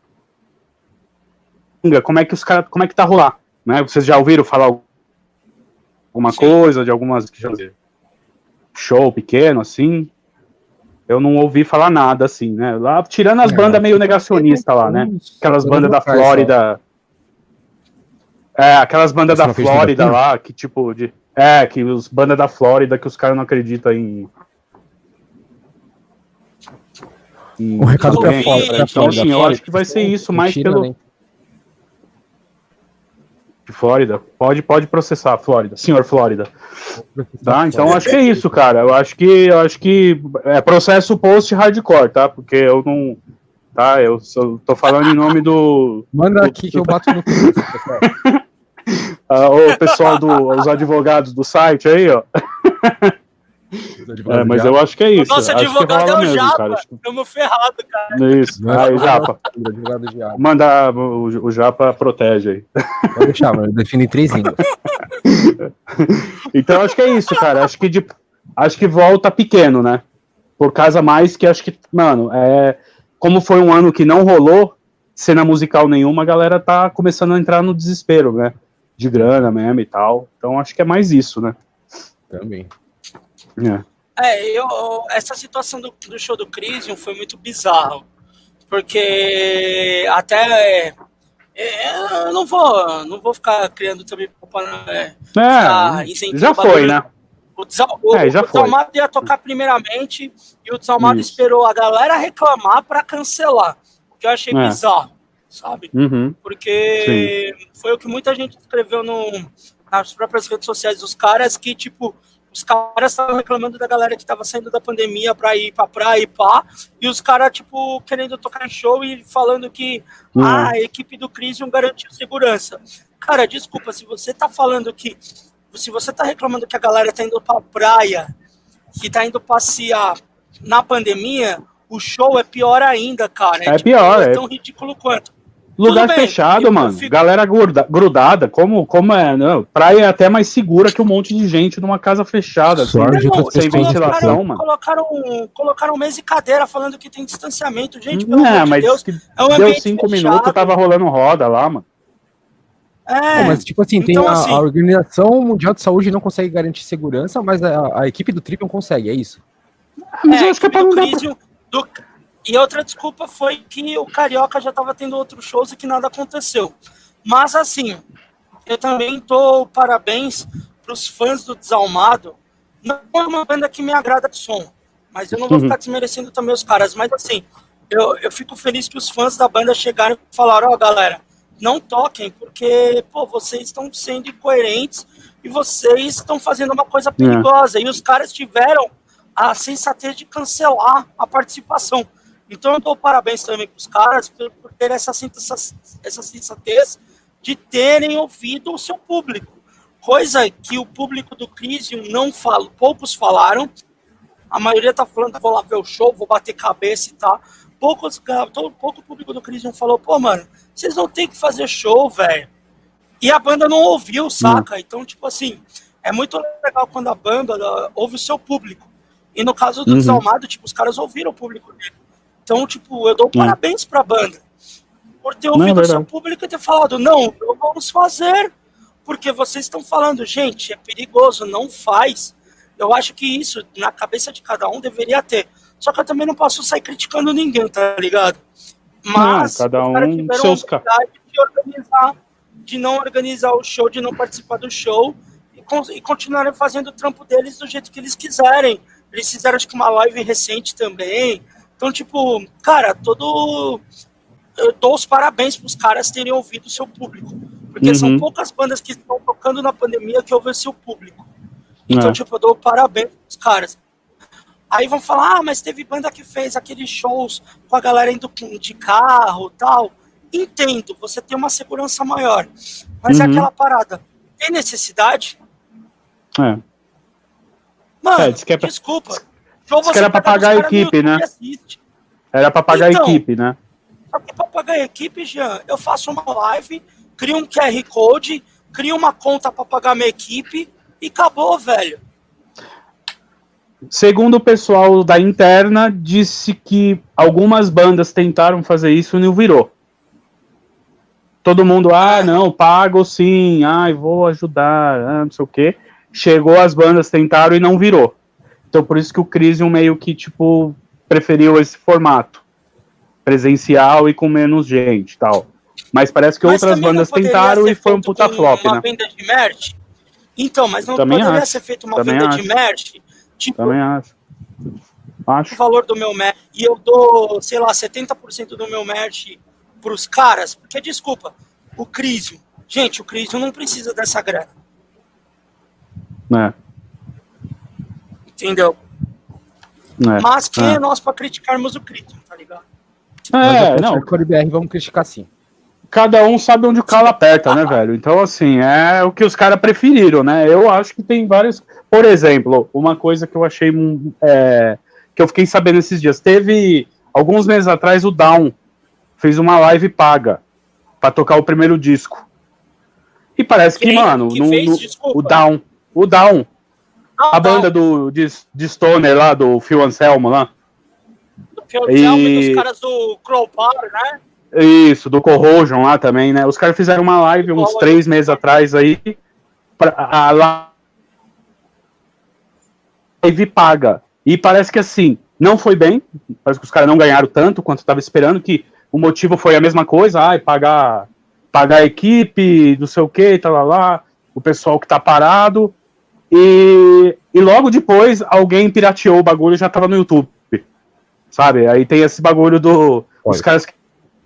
Como é que tá rolar? Né? Vocês já ouviram falar alguma coisa de algumas show pequeno, assim? Eu não ouvi falar nada, assim, né? Lá, tirando as bandas meio negacionistas lá, né? Aquelas bandas da Flórida. Aquelas bandas da Flórida lá, que tipo de. Que os bandas da Flórida que os caras não acreditam em. Um recado pra Flórida. Então, assim, eu acho que vai ser isso, mais pelo. De Flórida, pode processar, Flórida, senhor Flórida. Tá, então acho que é isso, cara. Eu acho que é processo post-hardcore, tá? Porque eu não. Tá, eu tô falando em nome do. Manda aqui que eu bato no pessoal. O pessoal os advogados do site aí, ó. Mas eu acho que é isso. Nosso advogado é o Japa. Estamos ferrados, cara. Isso. Aí, Japa. Manda o Japa protege aí. Pode deixar, mano. Define em 3 línguas. Então acho que é isso, cara. Acho que volta pequeno, né? Por causa mais que acho que, mano, como foi um ano que não rolou cena musical nenhuma, a galera tá começando a entrar no desespero, né? De grana mesmo e tal. Então acho que é mais isso, né? Também. Essa situação do show do Crisium foi muito bizarro, porque até eu não vou ficar criando também já foi, né? O Desalmado ia tocar primeiramente e o Desalmado esperou a galera reclamar para cancelar, o que eu achei bizarro, sabe? Porque foi o que muita gente escreveu nas próprias redes sociais dos caras, que tipo, os caras estavam reclamando da galera que estava saindo da pandemia para ir pra praia e pá, e os caras, tipo, querendo tocar em show e falando que a equipe do Crisium garantiu segurança. Cara, desculpa, se você tá reclamando que a galera tá indo pra praia, que tá indo passear, na pandemia, o show é pior ainda, cara. É pior, é tão ridículo quanto. Lugar fechado, mano. Galera grudada. Como é? Não, praia é até mais segura que um monte de gente numa casa fechada. Assim, sem ventilação, mano. Colocaram mesa e cadeira falando que tem distanciamento. Gente, pelo amor de Deus. Deu 5 minutos, tava rolando roda lá, mano. Mas, tipo assim, então, tem a Organização Mundial de Saúde não consegue garantir segurança, mas a equipe do Trivium consegue, é isso? Mas eu acho que é pra não dar E outra desculpa foi que o Carioca já estava tendo outros shows e que nada aconteceu. Mas, assim, eu também dou parabéns para os fãs do Desalmado. Não é uma banda que me agrada de som, mas eu não vou ficar desmerecendo também os caras. Mas, assim, eu fico feliz que os fãs da banda chegaram e falaram, galera, não toquem, porque, vocês estão sendo incoerentes e vocês estão fazendo uma coisa perigosa. E os caras tiveram a sensatez de cancelar a participação. Então eu dou parabéns também para os caras por ter essa sensatez de terem ouvido o seu público. Coisa que o público do Crisium não fala, poucos falaram. A maioria tá falando, vou lá ver o show, vou bater cabeça e tal. Pouco o público do Crisium falou, mano, vocês não tem que fazer show, velho. E a banda não ouviu, saca? Então, tipo assim, é muito legal quando a banda ouve o seu público. E no caso do Desalmado, tipo, os caras ouviram o público dele. Então, tipo, eu dou parabéns pra banda por ter ouvido o seu público e ter falado, não vamos fazer, porque vocês estão falando, gente, é perigoso, não faz. Eu acho que isso, na cabeça de cada um, deveria ter. Só que eu também não posso sair criticando ninguém, tá ligado? Mas cada um tiveram seus a oportunidade de não organizar o show, de não participar do show e continuarem fazendo o trampo deles do jeito que eles quiserem. Eles fizeram, acho que, uma live recente também. Então, tipo, cara, eu dou os parabéns pros caras terem ouvido o seu público. Porque são poucas bandas que estão tocando na pandemia que ouvem o seu público. Então, tipo, eu dou parabéns pros caras. Aí vão falar, mas teve banda que fez aqueles shows com a galera indo de carro e tal. Entendo, você tem uma segurança maior. Mas é aquela parada. Tem necessidade? Mano, desculpa. Diz que era pra pagar a equipe, né? Era pra pagar a equipe, né? Pra pagar a equipe, Jean, eu faço uma live, crio um QR Code, crio uma conta pra pagar minha equipe e acabou, velho. Segundo o pessoal da interna, disse que algumas bandas tentaram fazer isso e não virou. Todo mundo, não, pago sim, vou ajudar, não sei o quê. Chegou, as bandas tentaram e não virou. Então, por isso que o Crisium meio que, tipo, preferiu esse formato presencial e com menos gente e tal. Mas parece que outras bandas tentaram e foi um puta flop, né? Venda de merch? Então, mas não também poderia acho. ser feita uma venda de merch? Tipo, também acho. O valor do meu merch, e eu dou, sei lá, 70% do meu merch pros caras, porque, desculpa, o Crisium, gente, o Crisium não precisa dessa grana. Entendeu? Mas quem é nós pra criticarmos o Crisium, tá ligado? Não. BR, vamos criticar sim. Cada um sabe onde o calo aperta, né, velho? Então, assim, é o que os caras preferiram, né? Eu acho que tem vários... Por exemplo, uma coisa que eu achei... que eu fiquei sabendo esses dias. Teve, alguns meses atrás, o Down fez uma live paga pra tocar o primeiro disco. E parece que, mano... O Down. A banda de Stoner lá, do Phil Anselmo lá. Do Phil Anselmo e dos caras do Crowbar, né? Isso, do Corrosion lá também, né? Os caras fizeram uma live uns 3 meses atrás aí, a live paga. E parece que assim, não foi bem, parece que os caras não ganharam tanto quanto estava esperando, que o motivo foi a mesma coisa, pagar a equipe, não sei o que, lá, o pessoal que tá parado. E logo depois alguém pirateou o bagulho e já tava no YouTube, sabe? Aí tem esse bagulho dos caras que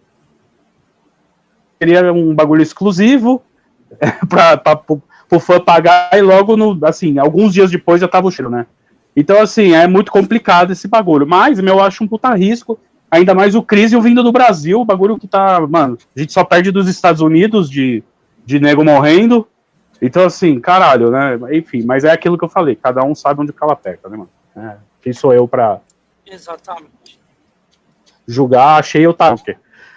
queria um bagulho exclusivo pro fã pagar e logo, assim, alguns dias depois já tava o cheiro, né? Então, assim, é muito complicado esse bagulho. Mas eu acho um puta risco, ainda mais o Crisium vindo do Brasil, o bagulho que tá, mano, a gente só perde dos Estados Unidos de nego morrendo. Então, assim, caralho, né? Enfim, mas é aquilo que eu falei, cada um sabe onde o calo aperta, né, mano? Quem sou eu pra Exatamente. Julgar, achei otaku.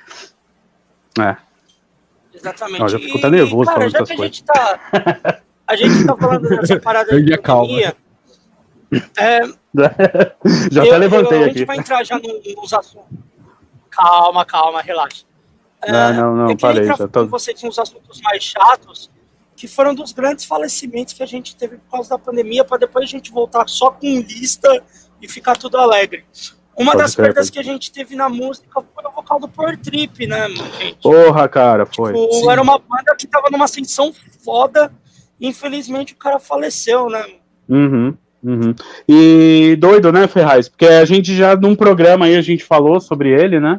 Exatamente. Não, já fico até nervoso cara, falando essas coisas. A gente tá falando dessa parada de pandemia. Já até levantei a aqui. gente vai entrar já nos assuntos. Calma, relaxa. Não, parei. Já tô... com vocês nos assuntos mais chatos, que foram dos grandes falecimentos que a gente teve por causa da pandemia, para depois a gente voltar só com lista e ficar tudo alegre. Uma das perdas que a gente teve na música foi o vocal do Power Trip, né, gente? Porra, cara, foi. Tipo, era uma banda que tava numa ascensão foda, e infelizmente o cara faleceu, né? E doido, né, Ferraz? Porque a gente já, num programa aí, a gente falou sobre ele, né?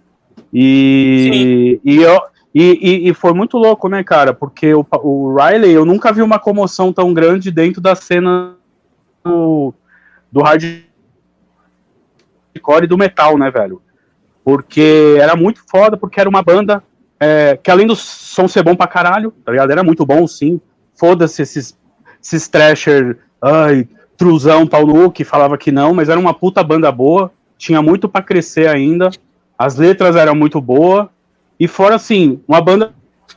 E foi muito louco, né, cara? Porque o Riley, eu nunca vi uma comoção tão grande dentro da cena do hardcore e do metal, né, velho? Porque era muito foda, porque era uma banda que além do som ser bom pra caralho, tá ligado? Era muito bom, sim. Foda-se esses thrasher, truzão, pau no que falava que não, mas era uma puta banda boa, tinha muito pra crescer ainda, as letras eram muito boas, e fora, assim, uma banda,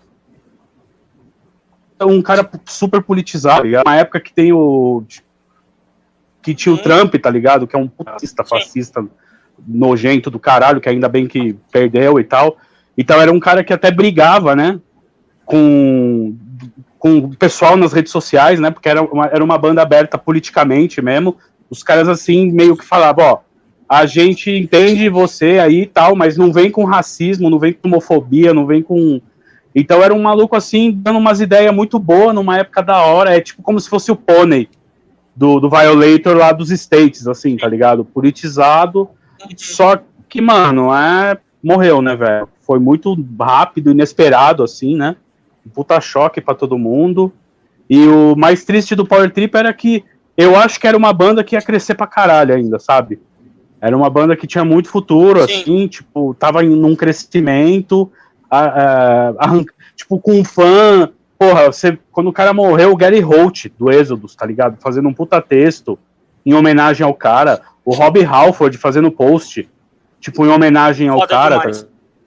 um cara super politizado, tá ligado? Uma época que tinha o Trump, tá ligado? Que é um fascista nojento do caralho, que ainda bem que perdeu e tal. Então era um cara que até brigava, né, com o pessoal nas redes sociais, né, porque era uma banda aberta politicamente mesmo. Os caras, assim, meio que falavam, ó, a gente entende você aí e tal, mas não vem com racismo, não vem com homofobia, não vem com... Então era um maluco, assim, dando umas ideias muito boas numa época da hora, tipo como se fosse o Pônei do Violator lá dos States, assim, tá ligado? Politizado, só que, mano, morreu, né, velho? Foi muito rápido, inesperado, assim, né? Um puta choque pra todo mundo. E o mais triste do Power Trip era que eu acho que era uma banda que ia crescer pra caralho ainda, sabe? Era uma banda que tinha muito futuro, assim, tipo, tava num crescimento, tipo, com um fã. Porra, quando o cara morreu, o Gary Holt, do Exodus, tá ligado? Fazendo um puta texto em homenagem ao cara. O Rob Halford fazendo post, tipo, em homenagem ao cara. Tá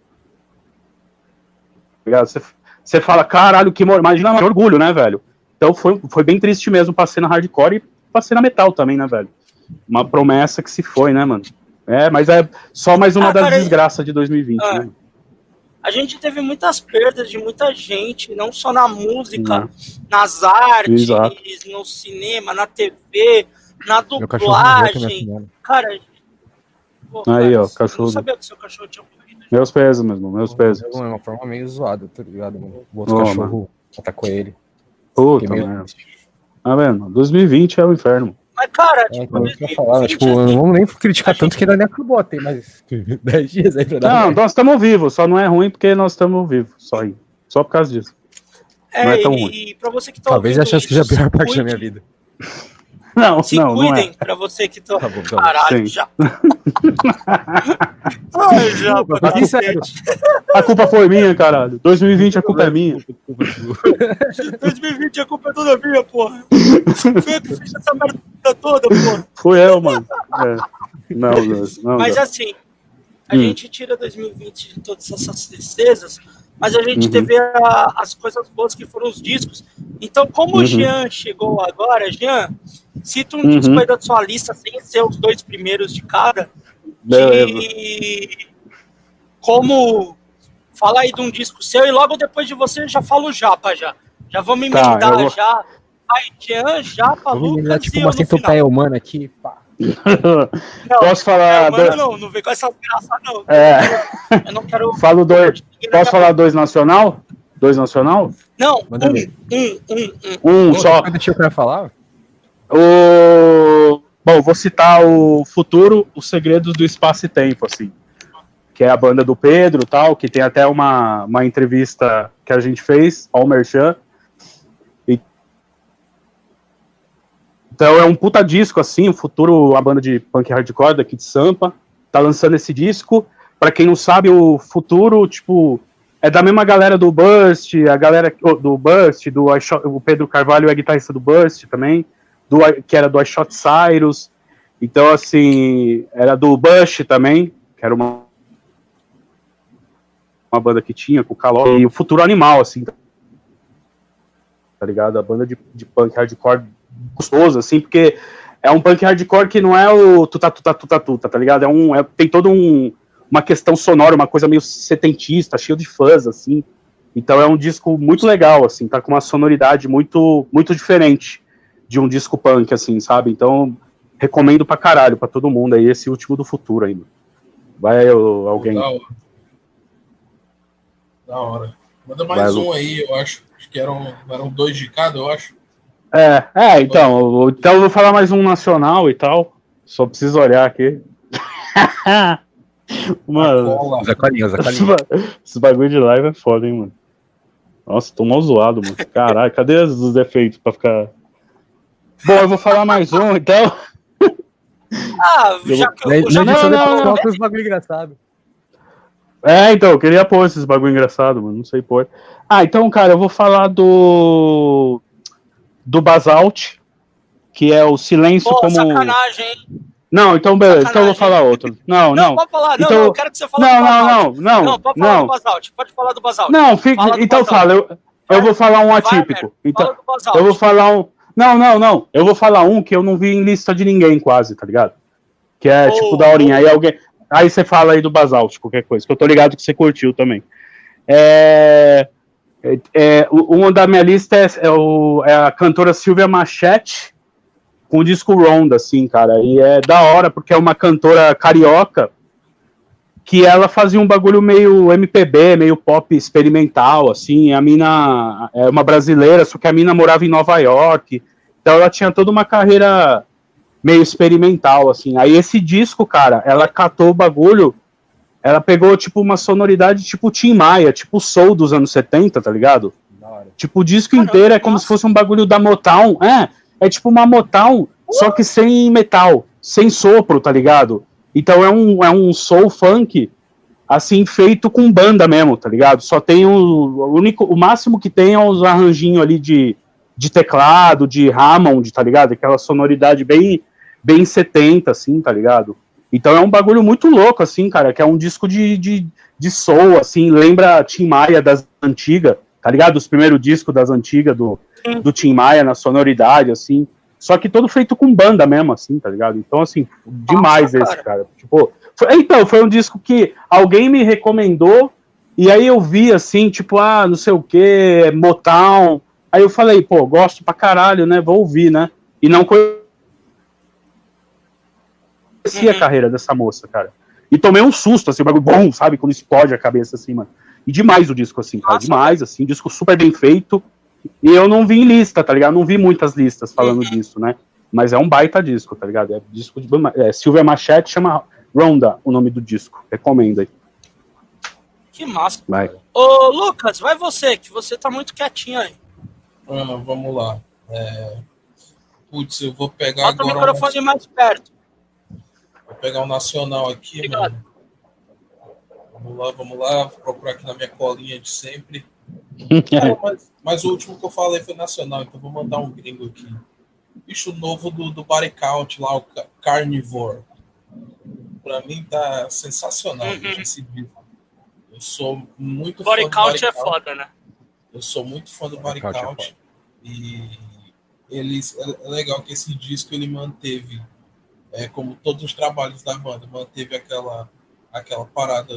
ligado? Você fala, caralho, imagina o orgulho, né, velho? Então foi bem triste mesmo pra cena hardcore e pra cena metal também, né, velho? Uma promessa que se foi, né, mano? Mas é só mais uma das desgraças de 2020, né? A gente teve muitas perdas de muita gente, não só na música, nas artes, no cinema, na TV, na dublagem. Cara, aí, ó, cachorro. Eu não sabia que seu cachorro tinha morrido. Meus pesos mesmo, meus pesos. É uma forma meio zoada, tá ligado, mano? O outro cachorro atacou ele. Puta, mano. Tá vendo? 2020 é o inferno. Mas, cara, tipo, não vamos nem criticar tanto que ainda nem acabou, tem mais 10 dias aí pra dar. Não, nós estamos vivos, só não é ruim porque nós estamos vivos, só por causa disso. Não é tão ruim. E pra você que tá talvez a chance que seja a pior parte da minha vida. Não, se cuidem, não é. Pra você que tá... Tá bom, caralho, já. Ai, já, sério. A culpa foi minha, caralho. 2020 a culpa é minha. 2020 a culpa é toda minha, porra. Foi eu que fiz essa merda toda, porra. Fui eu, mano. Não, mas assim, a gente tira 2020 de todas essas tristezas, mas a gente teve as coisas boas que foram os discos. Então, como o Jean chegou agora, Jean, cita um disco aí da sua lista, sem ser os 2 primeiros de cada. E como fala aí de um disco seu, e logo depois de você já falo o Japa já. Já vamos emendar já. Aí, Jean, Japa, Lucas tipo uma centopeia humana aqui, pá. Não, posso falar... Não vem com essa graça, não. Eu não quero... Falo dois. Posso falar 2 nacional? 2 nacional? Não, um só. Deixa eu querer falar. Bom, vou citar o Futuro, Os Segredos do Espaço e Tempo, assim. Que é a banda do Pedro, tal, que tem até uma entrevista que a gente fez, ao Merchan. Então é um puta disco, assim, o Futuro, a banda de punk hardcore daqui de Sampa, tá lançando esse disco. Pra quem não sabe, o Futuro, tipo, é da mesma galera do Burst, a galera do Burst, o Pedro Carvalho é guitarrista do Burst também, que era do I Shot Cyrus. Então, assim, era do Bush também, que era uma banda que tinha com o Caló, e o Futuro Animal, assim, tá ligado? A banda de punk hardcore gostoso, assim, porque é um punk hardcore que não é o tuta, tá ligado? Tem toda uma questão sonora, uma coisa meio setentista, cheio de fãs, assim. Então é um disco muito legal, assim, tá com uma sonoridade muito, muito diferente de um disco punk, assim, sabe? Então, recomendo pra caralho, pra todo mundo aí, esse último do Futuro ainda. Vai alguém... Da hora. Manda mais um aí, eu acho. Acho que eram 2 de cada, eu acho. Então eu vou falar mais um nacional e tal. Só preciso olhar aqui. Mano, Zé Colinha. Esse bagulho de live é foda, hein, mano. Nossa, tô mal zoado, mano. Caralho, cadê os efeitos pra ficar... Bom, eu vou falar mais um, então... Já que eu... Não. Os bagulho engraçado. Então, eu queria pôr esses bagulho engraçado, mano. Não sei pôr. Então, cara, eu vou falar do Basalt, que é o Silêncio como... sacanagem, hein? Não, então beleza, então eu vou falar outro. Não. Pode falar, então... eu quero que você fale do Basalt. Não, pode falar do Basalt, pode falar do Basalt. Não, então fala, eu vou falar um atípico. Então, eu vou falar um... Não, eu vou falar um que eu não vi em lista de ninguém quase, tá ligado? Que é tipo daorinha, aí você fala aí do Basalt, qualquer coisa, que eu tô ligado que você curtiu também. Uma da minha lista é a cantora Silvia Machete, com o disco Ronda, assim, cara, e é da hora, porque é uma cantora carioca, que ela fazia um bagulho meio MPB, meio pop experimental, assim, a mina é uma brasileira, só que a mina morava em Nova York, então ela tinha toda uma carreira meio experimental, assim. Aí esse disco, cara, ela catou o bagulho, ela pegou, tipo, uma sonoridade tipo Tim Maia, tipo soul dos anos 70, tá ligado? Tipo, o disco inteiro é como se fosse um bagulho da Motown, é tipo uma Motown, só que sem metal, sem sopro, tá ligado? Então é um soul funk, assim, feito com banda mesmo, tá ligado? Só tem o máximo que tem é os arranjinhos ali de teclado, de Hammond, tá ligado? Aquela sonoridade bem 70, assim, tá ligado? Então é um bagulho muito louco, assim, cara, que é um disco de soul, assim, lembra Tim Maia das antigas, tá ligado? Os primeiros discos das antigas do Tim Maia na sonoridade, assim, só que todo feito com banda mesmo, assim, tá ligado? Então, assim, demais esse, cara. Tipo, foi um disco que alguém me recomendou, e aí eu vi, assim, tipo, não sei o que, Motown, aí eu falei, pô, gosto pra caralho, né, vou ouvir, né, e não conhecia a carreira dessa moça, cara. E tomei um susto, assim, um bagulho bom, sabe, quando explode a cabeça, assim, mano. E demais o disco, assim, cara, demais, assim, disco super bem feito. E eu não vi em lista, tá ligado? Não vi muitas listas falando disso, né? Mas é um baita disco, tá ligado? É disco de Silvia Machete, chama Ronda, o nome do disco. Recomendo aí. Que massa. Vai. Ô, Lucas, vai você, que você tá muito quietinho aí. Vamos lá. Putz, eu vou pegar Bota agora... o microfone mais perto. Vou pegar um nacional aqui, Obrigado. Mano. Vamos lá. Vou procurar aqui na minha colinha de sempre. Mas o último que eu falei foi nacional, então vou mandar um gringo aqui. Bicho novo do Body Count lá, o Carnivore. Pra mim tá sensacional esse disco. Eu sou muito fã do Body Count. É foda, né? Eu sou muito fã do Body Count. E é legal que esse disco ele manteve, como todos os trabalhos da banda, manteve aquela parada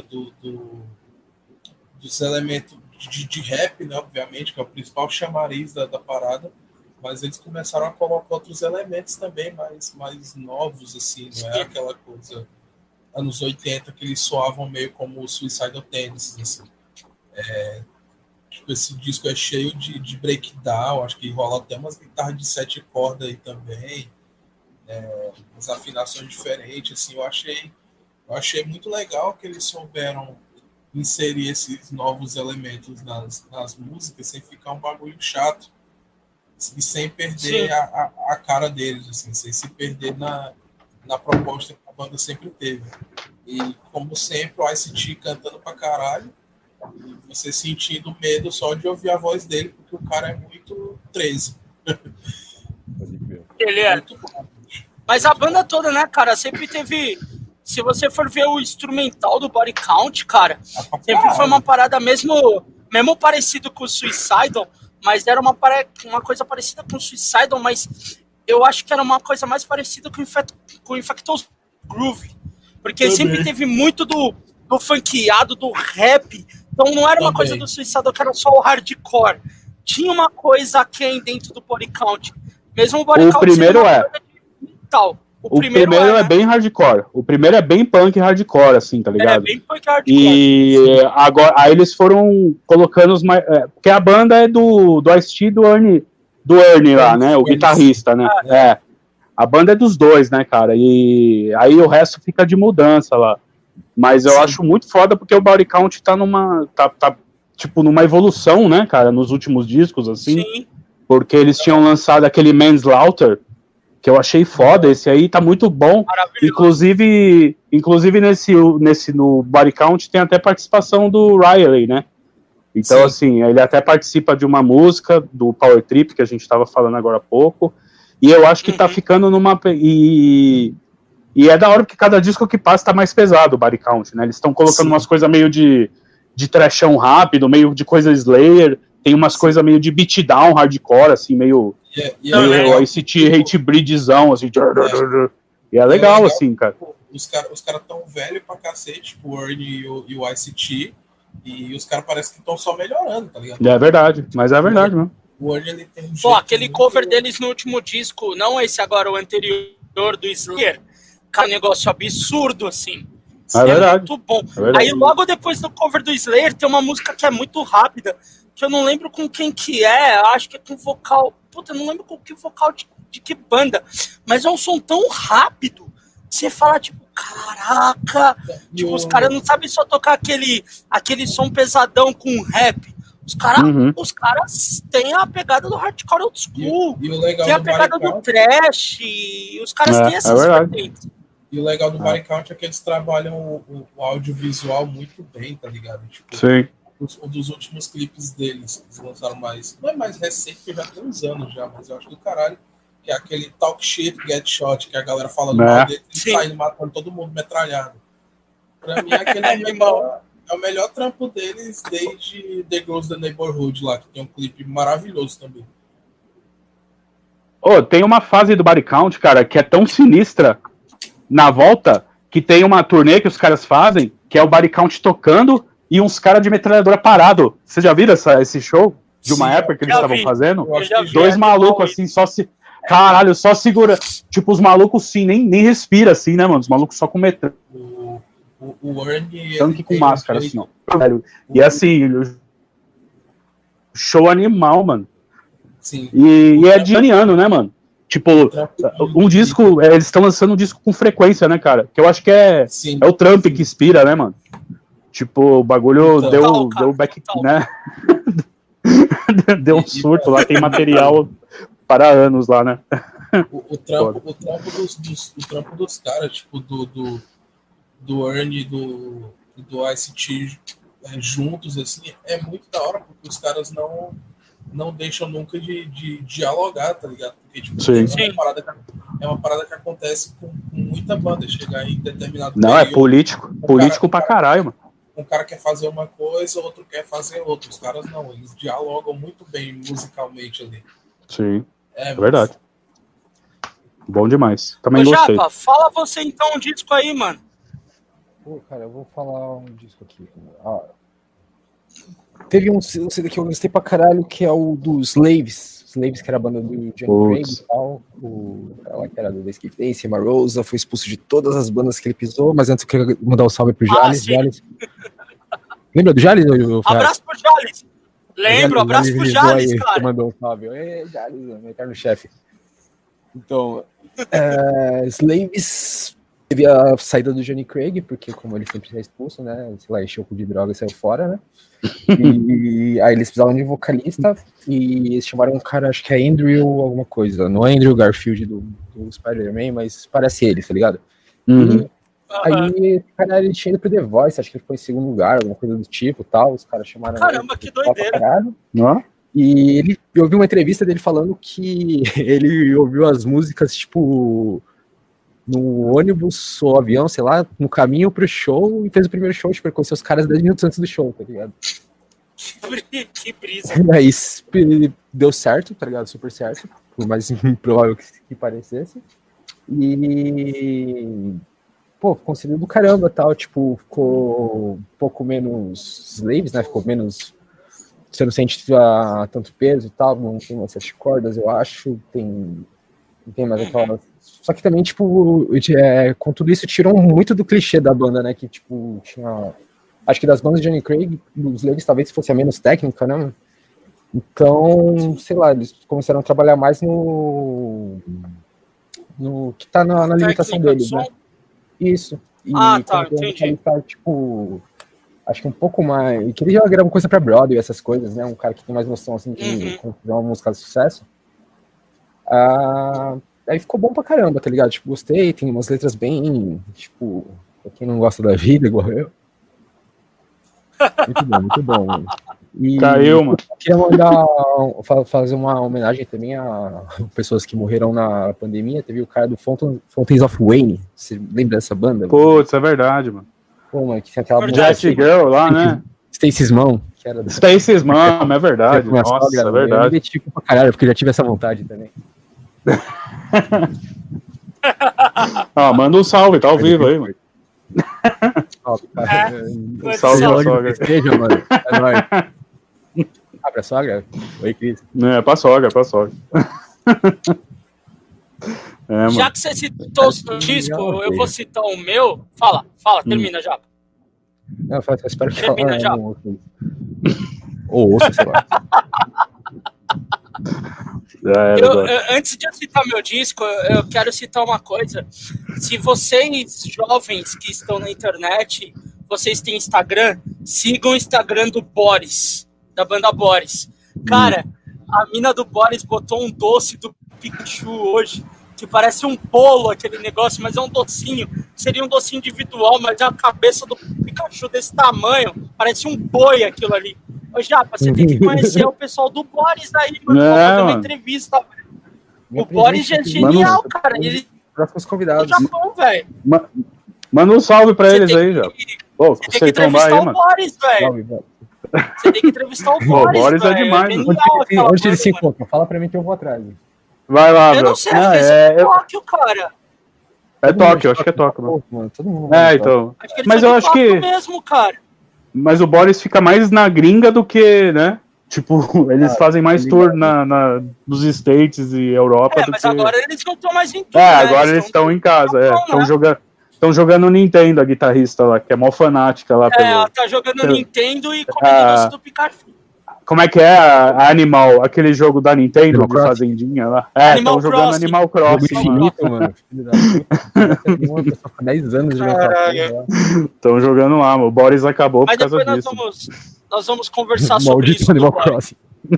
dos elementos de rap, né, obviamente, que é o principal chamariz da parada, mas eles começaram a colocar outros elementos também mais novos, assim, não é aquela coisa anos 80 que eles soavam meio como o Suicidal Tendencies, assim. Tipo, esse disco é cheio de breakdown, acho que rola até umas guitarras de 7 cordas aí também, umas afinações diferentes, assim, eu achei muito legal que eles souberam inserir esses novos elementos nas músicas sem ficar um bagulho chato e sem perder a cara deles, assim, sem se perder na proposta que a banda sempre teve. E, como sempre, o Ice-T cantando pra caralho e você sentindo medo só de ouvir a voz dele, porque o cara é muito 13. Ele é. Muito bom. Mas a banda toda, né, cara, sempre teve... Se você for ver o instrumental do Body Count, cara, sempre foi uma parada mesmo parecido com o Suicidal, mas era uma coisa parecida com o Suicidal, mas eu acho que era uma coisa mais parecida com o Infected Groove, porque sempre teve muito do funkeado, do rap, então não era uma coisa do Suicidal que era só o hardcore, tinha uma coisa aquém dentro do Body Count, mesmo o Body Count primeiro tal. O primeiro é bem hardcore. O primeiro é bem punk hardcore, assim, tá ligado? É bem punk hardcore. E agora, aí eles foram colocando os mais... porque a banda é do Ice-T e do Ernie lá, né? O guitarrista, né? A banda é dos dois, né, cara? E aí o resto fica de mudança lá. Mas eu acho muito foda porque o Body Count tá tipo, numa evolução, né, cara? Nos últimos discos, assim. Sim. Porque eles tinham lançado aquele Manslaughter, que eu achei foda, esse aí tá muito bom. Inclusive no Body Count tem até participação do Riley, né? Então, assim, ele até participa de uma música do Power Trip, que a gente tava falando agora há pouco, e eu acho que tá ficando numa... E é da hora porque cada disco que passa tá mais pesado, o Body Count, né? Eles estão colocando umas coisas meio de trashão rápido, meio de coisa Slayer, tem umas coisas meio de beatdown, hardcore, assim, meio ICT hate breedzão, assim. E é legal, assim, cara. Os caras tão velhos pra cacete, tipo o Ernie e o ICT, e os caras parecem que estão só melhorando, tá ligado? É verdade, mas é verdade mesmo. O Ernie, ele tem aquele cover deles no último disco, não esse agora, o anterior do Slayer, cara, um negócio absurdo, assim. É verdade. Muito bom. Aí logo depois do cover do Slayer tem uma música que é muito rápida, que eu não lembro com quem que é, acho que é com vocal, eu não lembro com que vocal de que banda, mas é um som tão rápido, você fala, tipo, caraca, tipo, os caras não sabem só tocar aquele som pesadão com rap, os caras têm a pegada do hardcore old school, tem a pegada do trash, os caras têm essas vertentes. E o legal do Body Count é que eles trabalham o audiovisual muito bem, tá ligado? Tipo, sim. Um dos últimos clipes deles, eles lançaram não é mais recente, porque já tem uns anos já, mas eu acho do caralho, que é aquele Talk Shit, Get Shot, que a galera fala do mal deles e saindo matando todo mundo metralhado. Pra mim, aquele é o melhor trampo deles desde The Girls the Neighborhood lá, que tem um clipe maravilhoso também. Tem uma fase do Body Count, cara, que é tão sinistra na volta, que tem uma turnê que os caras fazem, que é o Body Count tocando e uns caras de metralhadora parado. Vocês já viram esse show? De uma época que eles estavam fazendo? Dois malucos, assim, caralho, só segura. Tipo, os malucos, sim, nem respira, assim, né, mano? Os malucos só com metralhadora. O Ernie... Tanto que com máscara, assim, ó. E assim, show animal, mano. Sim. E é de ano, né, mano? Tipo, um disco... eles estão lançando um disco com frequência, né, cara? Que eu acho que é o Trump que inspira, né, mano? Tipo, o bagulho deu back, né? Deu um surto lá, tem material para anos lá, né? O trampo dos caras, tipo, do Ernie e do ICT juntos, assim, é muito da hora, porque os caras não deixam nunca de dialogar, tá ligado? Porque, tipo, é uma parada que acontece com muita banda, chegar em determinado período, é político pra caralho, mano. Um cara quer fazer uma coisa, outro quer fazer outra. Os caras não, eles dialogam muito bem musicalmente ali. Sim, é verdade. Bom demais. Também gostei. Japa, fala você então um disco aí, mano. Cara, eu vou falar um disco aqui. Teve um CD que eu gostei pra caralho, que é o do Slaves, que era a banda do Johnny Craig e tal. Ela que era do The Escape Dance, Emma Rosa, foi expulso de todas as bandas que ele pisou, mas antes eu queria mandar um salve pro Jales. Lembra do Jales? Abraço pro Jales! Lembro, abraço pro Jales, cara. Mandou um salve. Jales, meu eterno chefe. Então, Slaves teve a saída do Johnny Craig, porque como ele sempre é expulso, né, sei lá, encheu o cu de droga e saiu fora, né, e aí eles precisavam de vocalista, e eles chamaram um cara, acho que é Andrew alguma coisa, não é Andrew Garfield do Spider-Man, mas parece ele, tá ligado? Uhum. Aí o cara, ele tinha ido pro The Voice, acho que ele ficou em segundo lugar, alguma coisa do tipo, tal, os caras chamaram... Caramba, que doideira! E eu ouvi uma entrevista dele falando que ele ouviu as músicas, tipo, no ônibus ou avião, sei lá, no caminho pro show e fez o primeiro show, tipo, com seus caras 10 minutos antes do show, tá ligado? Que brisa. Aí deu certo, tá ligado? Super certo, por mais improvável que parecesse. E pô, conseguiu do caramba, tal, tipo, ficou um pouco menos slaves, né? Ficou menos. Você não sente tanto peso e tal, não tem mais 7 cordas, eu acho, não tem mais aquela. Só que também, tipo, com tudo isso, tiram muito do clichê da banda, né? Que, tipo, tinha. Acho que das bandas de Johnny Craig, os Slaves talvez fosse a menos técnica, né? Então, sei lá, eles começaram a trabalhar mais no que tá na limitação deles, né? Isso. E tá, entendi. Tá, tipo, acho que um pouco mais. E que ele já grava coisa pra Broadway, essas coisas, né? Um cara que tem mais noção, assim, de uma música de sucesso. Aí ficou bom pra caramba, tá ligado? Tipo, gostei, tem umas letras bem, tipo, pra quem não gosta da vida, igual eu. Muito bom, muito bom. Mano. E caiu, mano. Queria fazer uma homenagem também a pessoas que morreram na pandemia. Teve o cara do Fountains of Wayne. Você lembra dessa banda? Putz, é verdade, mano. Pô, mano, que tinha aquela Jet Girl lá, né? Stacy's Mom. Stacy's Mom, é verdade. Nossa, sogra, é verdade. Eu me identifico pra caralho, porque eu já tive essa vontade também. Manda um salve, tá ao vivo aí, mano. Salve pra sogra. Esteja, mano. É nóis. Pra sogra? Oi, Cris. Pra sogra. Já que você citou o seu disco, eu vou citar o meu. Fala, termina já. Não, eu espero que termina já. Ou ouça, sei lá. Antes de eu citar meu disco, eu quero citar uma coisa. Se vocês, jovens que estão na internet, vocês têm Instagram, sigam o Instagram do Boris, da banda Boris. Cara, a mina do Boris botou um doce do Pikachu hoje, que parece um bolo, aquele negócio, mas é um docinho. Seria um docinho individual, mas é a cabeça do Pikachu desse tamanho. Parece um boi aquilo ali. Ô, Japa, você tem que conhecer o pessoal do Boris aí, mano, pra fazer uma entrevista. O Boris é genial, cara. Ele próximos convidados. No Japão, velho. Manda um salve pra eles aí, já. Pô, você tem que entrevistar o Boris, velho. Você tem que entrevistar o Boris, o Boris é demais. Onde ele se encontra? Fala pra mim que eu vou atrás. Vai lá, velho. Eu não sei, é Tóquio, cara. É Tóquio, acho que é Tóquio, mano. Então. Mas eu acho que mesmo, cara. Mas o Boris fica mais na gringa do que, né? Tipo, eles fazem mais tour nos States e Europa. Mas agora eles não estão mais em tour. Agora eles estão em casa. Estão jogando Nintendo, a guitarrista lá, que é mó fanática lá. Ela tá jogando Nintendo e comendo doce do Pikachu. Como é que é a Animal, aquele jogo da Nintendo, de fazendinha lá? Estão jogando Animal Crossing. Infinito, mano. Uma pessoa com 10 anos jogando. Estão jogando lá, o Boris acabou por causa disso. Nós vamos conversar sobre isso. Animal Crossing.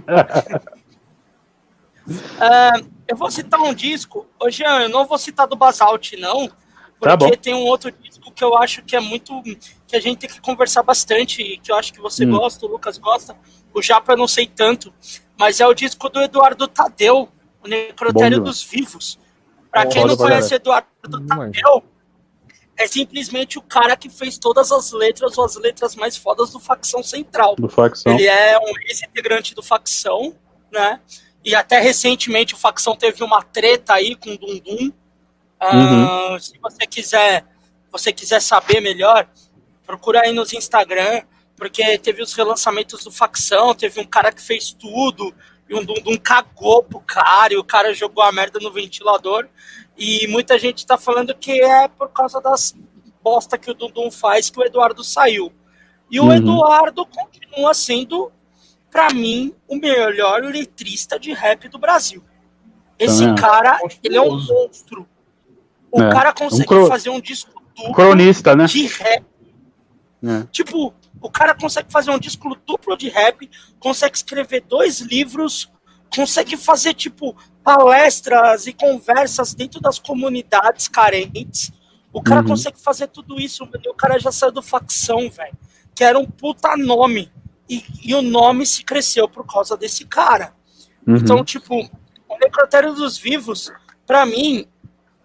Eu vou citar um disco. Ô, Jean, eu não vou citar do Basalt, não. Porque tem um outro disco que eu acho que é muito... que a gente tem que conversar bastante, que eu acho que você gosta, o Lucas gosta. O Japa eu não sei tanto, mas é o disco do Eduardo Tadeu, o Necrotério dos Vivos. Pra quem não conhece Eduardo Tadeu, é simplesmente o cara que fez todas as letras, ou as letras mais fodas do Facção Central. Ele é um ex-integrante do Facção, né? E até recentemente o Facção teve uma treta aí com o Dundum. Se você quiser saber melhor, procura aí nos Instagram, porque teve os relançamentos do Facção, teve um cara que fez tudo, e um Dundum cagou pro cara, e o cara jogou a merda no ventilador, e muita gente tá falando que é por causa das bosta que o Dundum faz que o Eduardo saiu. E o Eduardo continua sendo, pra mim, o melhor letrista de rap do Brasil. Esse cara, ele é um monstro. O cara consegue fazer um disco duplo cronista, né? de rap. Tipo, o cara consegue fazer um disco duplo de rap, consegue escrever 2 livros, consegue fazer, tipo, palestras e conversas dentro das comunidades carentes. O cara consegue fazer tudo isso, e o cara já saiu do Facção, velho, que era um puta nome. E o nome se cresceu por causa desse cara. Então, tipo, o Necrotério dos Vivos, pra mim,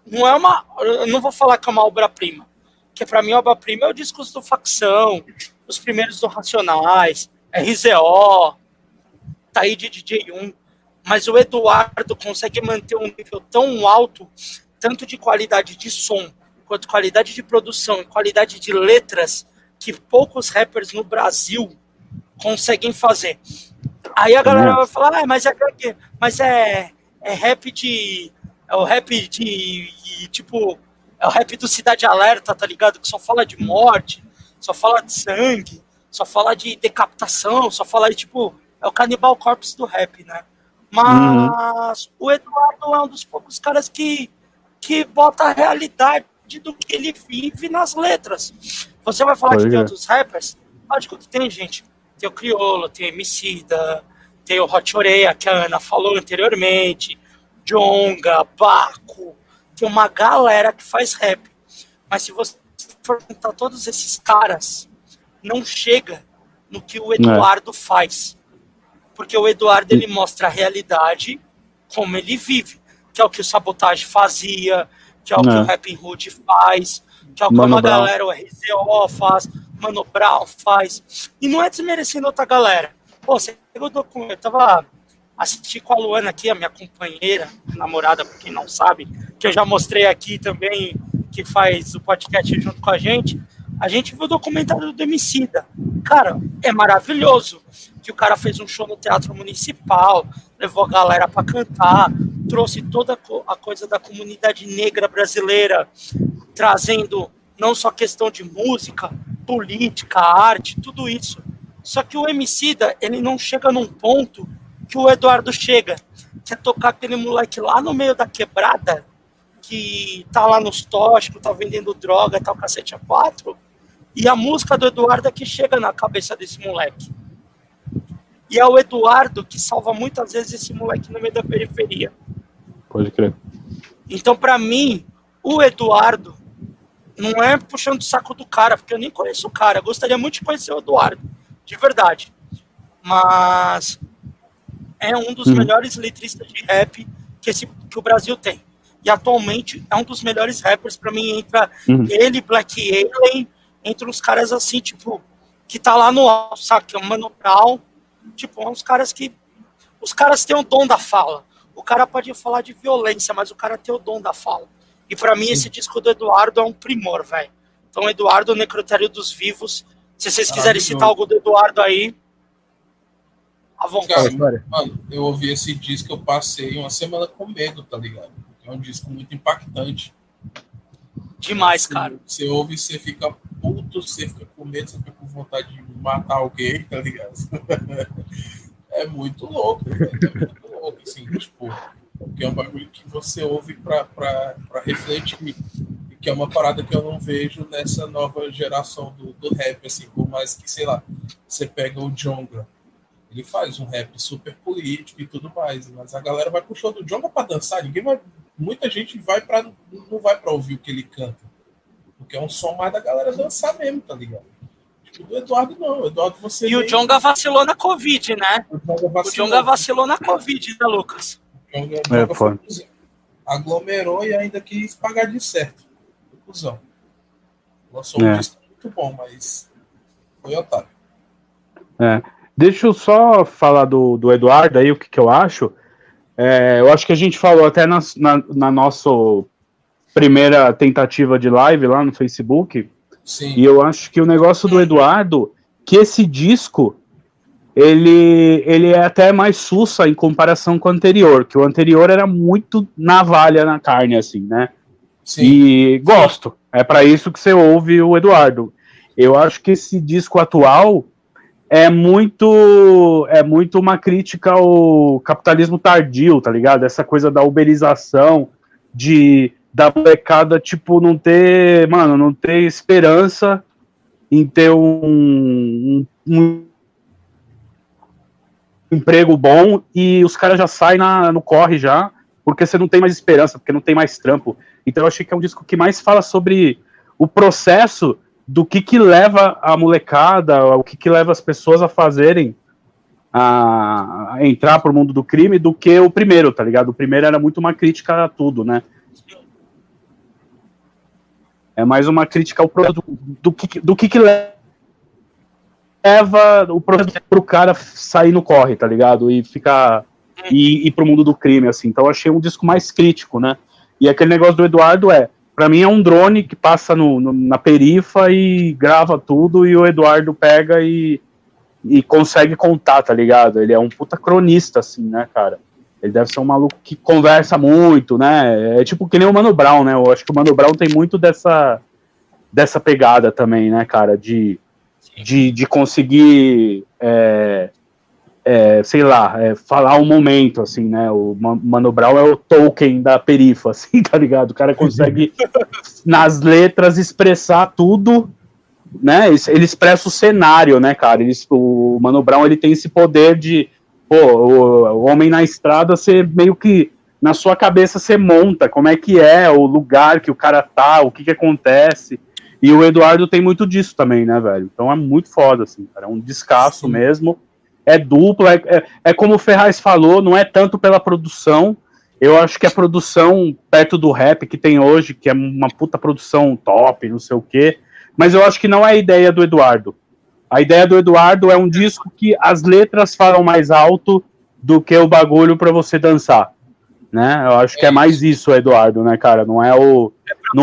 não é uma... Eu não vou falar que é uma obra-prima, porque pra mim a obra-prima é o Discos do Facção, os primeiros do Racionais, RZO, tá aí de DJ1, mas o Eduardo consegue manter um nível tão alto, tanto de qualidade de som, quanto qualidade de produção e qualidade de letras, que poucos rappers no Brasil conseguem fazer. Aí a galera vai falar, mas é rap de... É o rap de... Tipo, é o rap do Cidade Alerta, tá ligado? Que só fala de morte, só fala de sangue, só fala de decapitação, só fala de, tipo... É o Cannibal Corpse do rap, né? Mas o Eduardo é um dos poucos caras que bota a realidade do que ele vive nas letras. Você vai falar que tem outros rappers? Lógico que tem, gente. Tem o Criolo, tem o Emicida, tem o Hot Oreia, que a Ana falou anteriormente, Djonga, Baco, tem uma galera que faz rap. Mas se você for contar todos esses caras, não chega no que o Eduardo faz. Porque o Eduardo, ele mostra a realidade como ele vive, que é o que o Sabotage fazia, que é o que o Rapping Hood faz, que é o que uma galera, o RZO faz, Mano Brown faz. E não é desmerecendo outra galera. Pô, você pegou o documento, eu tava assistindo com a Luana aqui, a minha companheira, namorada, pra quem não sabe, que eu já mostrei aqui também, que faz o podcast junto com a gente viu o documentário do Emicida. Cara, é maravilhoso que o cara fez um show no Teatro Municipal, levou a galera para cantar, trouxe toda a coisa da comunidade negra brasileira, trazendo não só questão de música, política, arte, tudo isso. Só que o Emicida, ele não chega num ponto que o Eduardo chega, que é tocar aquele moleque lá no meio da quebrada, que tá lá nos tóxicos, tá vendendo droga, tá o cacete a 4, e a música do Eduardo é que chega na cabeça desse moleque. E é o Eduardo que salva muitas vezes esse moleque no meio da periferia. Pode crer. Então, pra mim, o Eduardo não é puxando o saco do cara, porque eu nem conheço o cara. Eu gostaria muito de conhecer o Eduardo, de verdade. Mas é um dos melhores letristas de rap que o Brasil tem. E atualmente é um dos melhores rappers. Pra mim, entra ele, Black Alien, entre uns caras assim, tipo, que tá lá no alto, sabe? Que é o Mano Brown. Tipo, uns caras que... Os caras têm o dom da fala. O cara pode falar de violência, mas o cara tem o dom da fala. E pra mim, esse disco do Eduardo é um primor, velho. Então, Eduardo, o Necrotério dos Vivos. Se vocês quiserem citar algo do Eduardo aí, à vontade. Cara, mano, eu ouvi esse disco, eu passei uma semana com medo, tá ligado? É um disco muito impactante. Demais, cara. Você ouve, você fica puto, você fica com medo, você fica com vontade de matar alguém, tá ligado? É muito louco, velho. É muito louco, assim, tipo, que é um bagulho que você ouve pra refletir, e que é uma parada que eu não vejo nessa nova geração do rap, assim, por mais que, sei lá, você pega o Djonga, ele faz um rap super político e tudo mais, mas a galera vai pro show do Djonga pra dançar, muita gente não vai pra ouvir o que ele canta, porque é um som mais da galera dançar mesmo, tá ligado? Tipo, do Eduardo não, o Eduardo você... E o Djonga vacilou na Covid, né? O Djonga vacilou na Covid, né, Lucas? O Djonga aglomerou e ainda quis pagar de certo. Cusão. Lançou um disco muito bom, mas foi otário. Deixa eu só falar do Eduardo aí, o que eu acho. Eu acho que a gente falou até na nossa primeira tentativa de live lá no Facebook. Sim. E eu acho que o negócio do Eduardo, que esse disco, ele é até mais sussa em comparação com o anterior, que o anterior era muito navalha na carne, assim, né? Sim. E gosto. É para isso que você ouve o Eduardo. Eu acho que esse disco atual é muito uma crítica ao capitalismo tardio, tá ligado? Essa coisa da uberização, da molecada, tipo, não ter esperança em ter um emprego bom, e os caras já saem no corre já, porque você não tem mais esperança, porque não tem mais trampo. Então eu achei que é um disco que mais fala sobre o processo do que leva a molecada, o que leva as pessoas a fazerem, a entrar pro mundo do crime, do que o primeiro, tá ligado? O primeiro era muito uma crítica a tudo, né? É mais uma crítica ao produto, do que leva o produto pro cara sair no corre, tá ligado? E ficar... E ir pro mundo do crime, assim. Então eu achei um disco mais crítico, né? E aquele negócio do Eduardo pra mim é um drone que passa na perifa e grava tudo, e o Eduardo pega e consegue contar, tá ligado? Ele é um puta cronista, assim, né, cara? Ele deve ser um maluco que conversa muito, né? É tipo que nem o Mano Brown, né? Eu acho que o Mano Brown tem muito dessa pegada também, né, cara? De conseguir, sei lá, falar um momento, assim, né? O Mano Brown é o Tolkien da perifa, assim, tá ligado? O cara consegue, nas letras, expressar tudo, né? Ele expressa o cenário, né, cara? O Mano Brown, ele tem esse poder de... o homem na estrada, você meio que, na sua cabeça, você monta como é que é o lugar que o cara tá, o que acontece. E o Eduardo tem muito disso também, né, velho? Então é muito foda, assim, cara. É um descasso mesmo. É duplo, é como o Ferraz falou, não é tanto pela produção. Eu acho que a produção, perto do rap que tem hoje, que é uma puta produção top, não sei o quê, mas eu acho que não é a ideia do Eduardo. A ideia do Eduardo é um disco que as letras falam mais alto do que o bagulho pra você dançar, né? Eu acho que é mais isso, Eduardo, né, cara? Não é o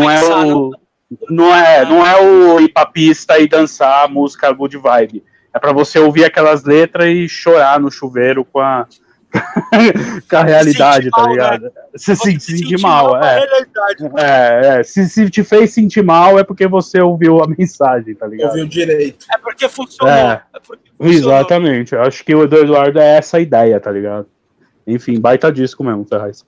ir pra pista e dançar a música good vibe. É pra você ouvir aquelas letras e chorar no chuveiro com a realidade, tá ligado? Né? Se sentir mal, Se te fez sentir mal, é porque você ouviu a mensagem, tá ligado? Ouviu direito. É porque funcionou. Exatamente. Eu acho que o Eduardo é essa ideia, tá ligado? Enfim, baita disco mesmo, Ferraz.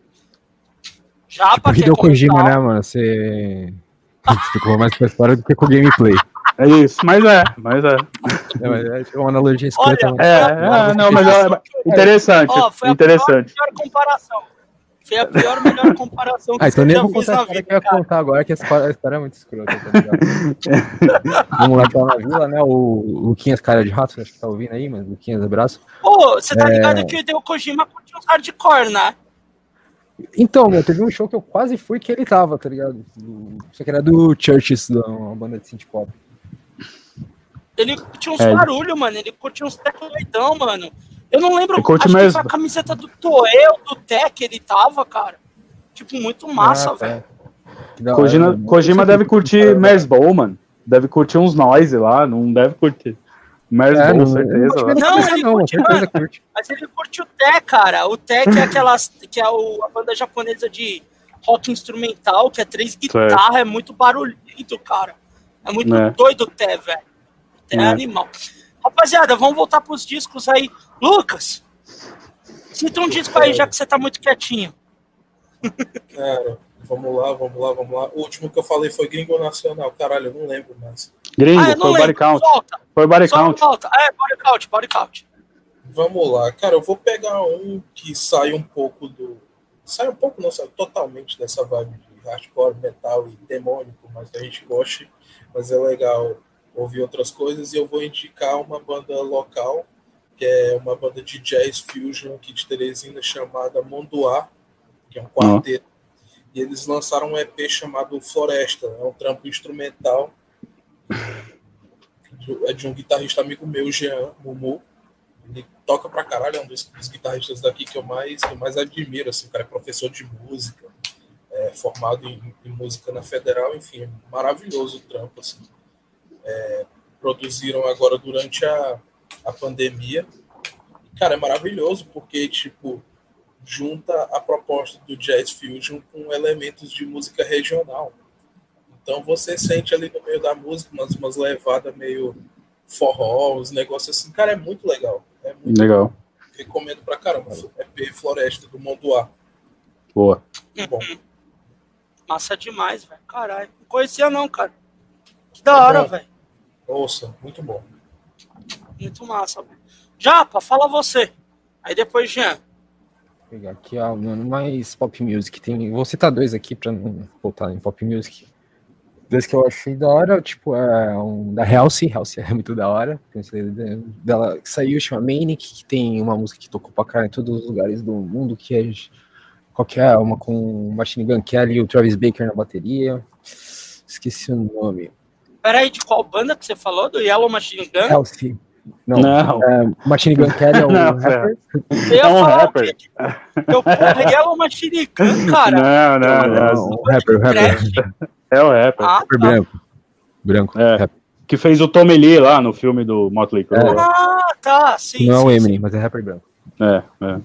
Já tipo Hideo Kojima, né, mano? Você ficou mais pra história do que com o gameplay. É isso, mas é. É uma analogia escrita. Interessante. Foi interessante. Foi a melhor comparação que então você nem já vou fez contar na vida. Que eu ia contar agora, que a história é muito escrota, tá ligado? Vamos lá, tá na vila, né? O Luquinhas Cara de Rato, acho que tá ouvindo aí, mas Luquinhas, abraço. Você tá ligado que o Hideo Kojima curtiu uns hardcore, né? Então, teve um show que eu quase fui que ele tava, tá ligado? Só que era do Churches, uma banda de synth pop. Ele curtiu uns barulhos, mano. Ele curtiu uns tecos doidão, mano. Eu não lembro, acho mesmo. que foi a camiseta do Toei, do Tech, ele tava, cara. Tipo, muito massa, velho. Kojima deve curtir Merzbow, mano. Deve curtir uns noise lá, não deve curtir. Merzbow, certeza. Mas ele curte o Tech, cara. O Tech é a banda japonesa de rock instrumental, que é 3 guitarras, é muito barulhento, cara. É muito doido o Tech, velho. É animal. Rapaziada, vamos voltar pros discos aí. Lucas, cita um disco aí, já que você tá muito quietinho. Cara, vamos lá. O último que eu falei foi Gringo Nacional. Caralho, eu não lembro mais. Gringo, foi o Body Count. Foi o Body Count. Body Count. Vamos lá. Cara, eu vou pegar um que sai um pouco, sai totalmente dessa vibe de hardcore, metal e demônico, mas a gente gosta, mas é legal ouvir outras coisas, e eu vou indicar uma banda local, que é uma banda de jazz fusion aqui de Teresina, chamada Mondoá, que é um quarteto, e eles lançaram um EP chamado Floresta, é um trampo instrumental, é de um guitarrista amigo meu, Jean Mumu. Ele toca pra caralho, é um dos guitarristas daqui que eu mais admiro, assim, o cara é professor de música, formado em música na Federal, enfim, maravilhoso o trampo, assim. Produziram agora durante a pandemia. Cara, é maravilhoso porque, tipo, junta a proposta do Jazz Fusion com elementos de música regional. Então você sente ali no meio da música umas levadas meio forró, uns negócios assim. Cara, é muito legal. É muito legal. Recomendo pra caramba. EP Floresta do Mondoá. Boa. Bom. Massa demais, velho. Caralho. Não conhecia não, cara. Que da hora, velho. Nossa, muito bom. Muito massa, velho. Japa, fala você. Aí depois, Jean. Vou pegar aqui, mais pop music. Vou citar 2 aqui pra não voltar em pop music. 2 que eu achei da hora, tipo, um da Halsey é muito da hora. Dela que saiu, chama Manic, que tem uma música que tocou pra caralho em todos os lugares do mundo, que é qualquer uma com Machine Gun Kelly e o Travis Baker na bateria. Esqueci o nome. Peraí, de qual banda que você falou? Do Yellow Machine Gun? Hellsing. Não. Machine Gun Kelly é o rapper. É um rapper. Porra, Yellow Machine Gun, cara. Não. O rapper. É o rapper. Rapper branco. É. Que fez o Tommy Lee lá no filme do Motley Crue. Ah, tá, sim. Não é o Eminem, mas é rapper branco. É.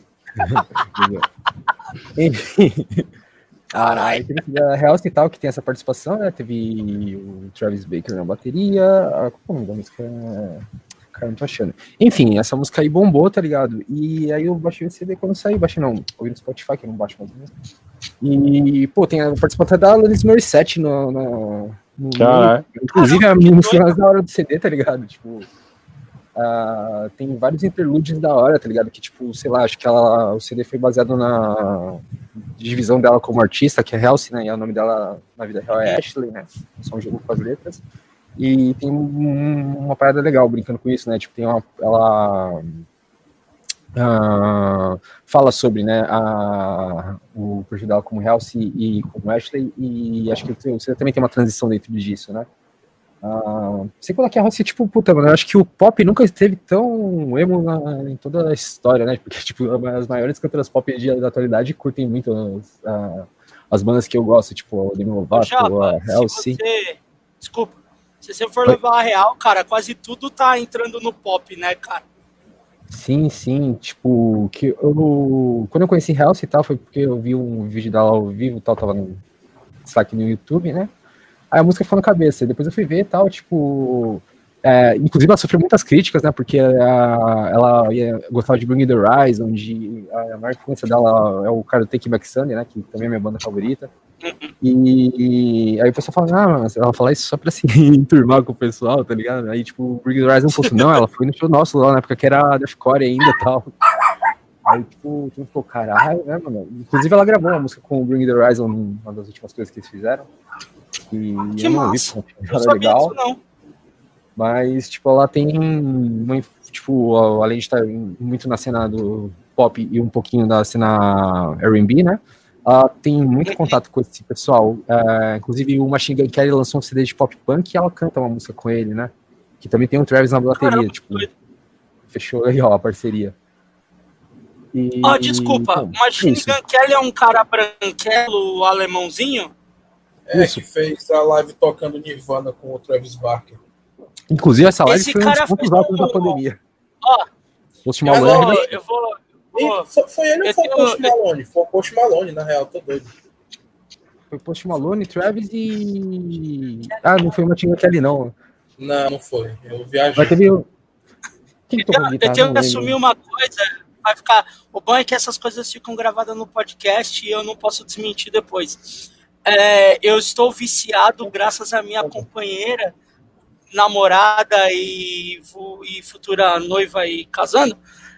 Enfim. Caralho. A Hellsing e tal, que tem essa participação, né? Teve o Travis Baker na bateria. Como é o nome da música? Cara, não tô achando. Enfim, essa música aí bombou, tá ligado? E aí eu baixei o CD quando saiu. Baixei não, ouvi no Spotify, que eu não baixo mais música. E, pô, tem a participação da Alanis Morissette no inclusive a música mais da hora do CD, tá ligado? Tipo, tem vários interlúdios da hora, tá ligado? Que, tipo, sei lá, acho que o CD foi baseado na divisão dela como artista, que é Hellsing, né? E o nome dela na vida real é Ashley, né? Só um jogo com as letras. E tem uma parada legal brincando com isso, né? Tipo, ela fala sobre, né, o perfil dela como Hellsing e como Ashley, e acho que você também tem uma transição dentro disso, né? Sei qual é que é a Hellsing, tipo, puta, mano, eu acho que o pop nunca esteve tão emo em toda a história, né? Porque, tipo, as maiores cantoras pop da atualidade curtem muito as bandas que eu gosto, tipo, a Demi Lovato, a Hellsing. Desculpa. Se você for levar a real, cara, quase tudo tá entrando no pop, né, cara? Sim, tipo, quando eu conheci Hellsing e tal, foi porque eu vi um vídeo dela ao vivo e tal, tava no destaque no YouTube, né? Aí a música ficou na cabeça, depois eu fui ver e tal, tipo... inclusive ela sofreu muitas críticas, né, porque ela gostava de Bring the Rise, onde a maior influência dela é o cara do Take Back Sunday, né, que também é minha banda favorita. E aí o pessoal fala, ela fala isso só pra se enturmar com o pessoal, tá ligado? Aí, tipo, Bring the Rise não fosse, não, ela foi no show nosso lá na época que era deathcore ainda e tal. Aí, tipo, tudo ficou caralho, né, mano? Inclusive ela gravou uma música com o Bring the Rise, uma das últimas coisas que eles fizeram. E que eu não vi, não sabia legal. Disso, não. Mas, tipo, ela tem tipo, além de estar muito na cena do pop e um pouquinho da cena R&B, né? Ela tem muito contato com esse pessoal. Inclusive, o Machine Gun Kelly lançou um CD de pop punk e ela canta uma música com ele, né? Que também tem o Travis na bateria. Caramba, tipo, fechou aí, ó, a parceria. Desculpa, o Machine Gun Kelly é um cara branquelo, alemãozinho? Que fez a live tocando Nirvana com o Travis Barker. Inclusive, essa live foi um dos pontos altos da pandemia. Post Malone. Foi ele ou foi o Post Malone? Foi o Post Malone, na real, tô doido. Foi Post Malone, Travis e... não foi o Machine Gun Kelly, não. Não foi. Eu viajei. Vai ter... Eu tenho que assumir uma coisa, vai ficar... O bom é que essas coisas ficam gravadas no podcast e eu não posso desmentir depois. Eu estou viciado graças à minha companheira, namorada e futura noiva e casando.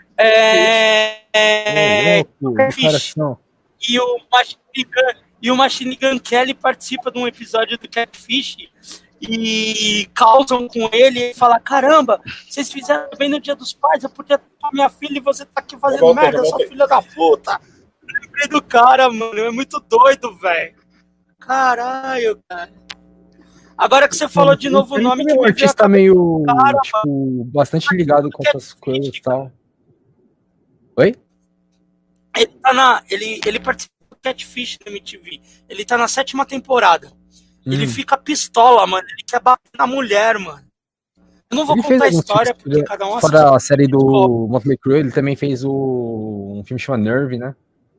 E o Machine Gun Kelly participa de um episódio do Catfish e causam com ele e fala: caramba, vocês fizeram bem no Dia dos Pais, eu podia ter minha filha e você tá aqui fazendo merda, sua filha da puta. Lembrei do cara, mano, é muito doido, velho. Caralho, cara. Agora que você falou de novo o nome... que um artista meio, tipo, bastante ligado com essas coisas e tal. Oi? Ele participa do Catfish na MTV. Ele tá na 7ª temporada. Ele fica pistola, mano. Ele quer bater na mulher, mano. Eu não vou contar a história, porque cada um assiste. Fora a série do Motley Crue, ele também fez um filme chamado Nerve, né?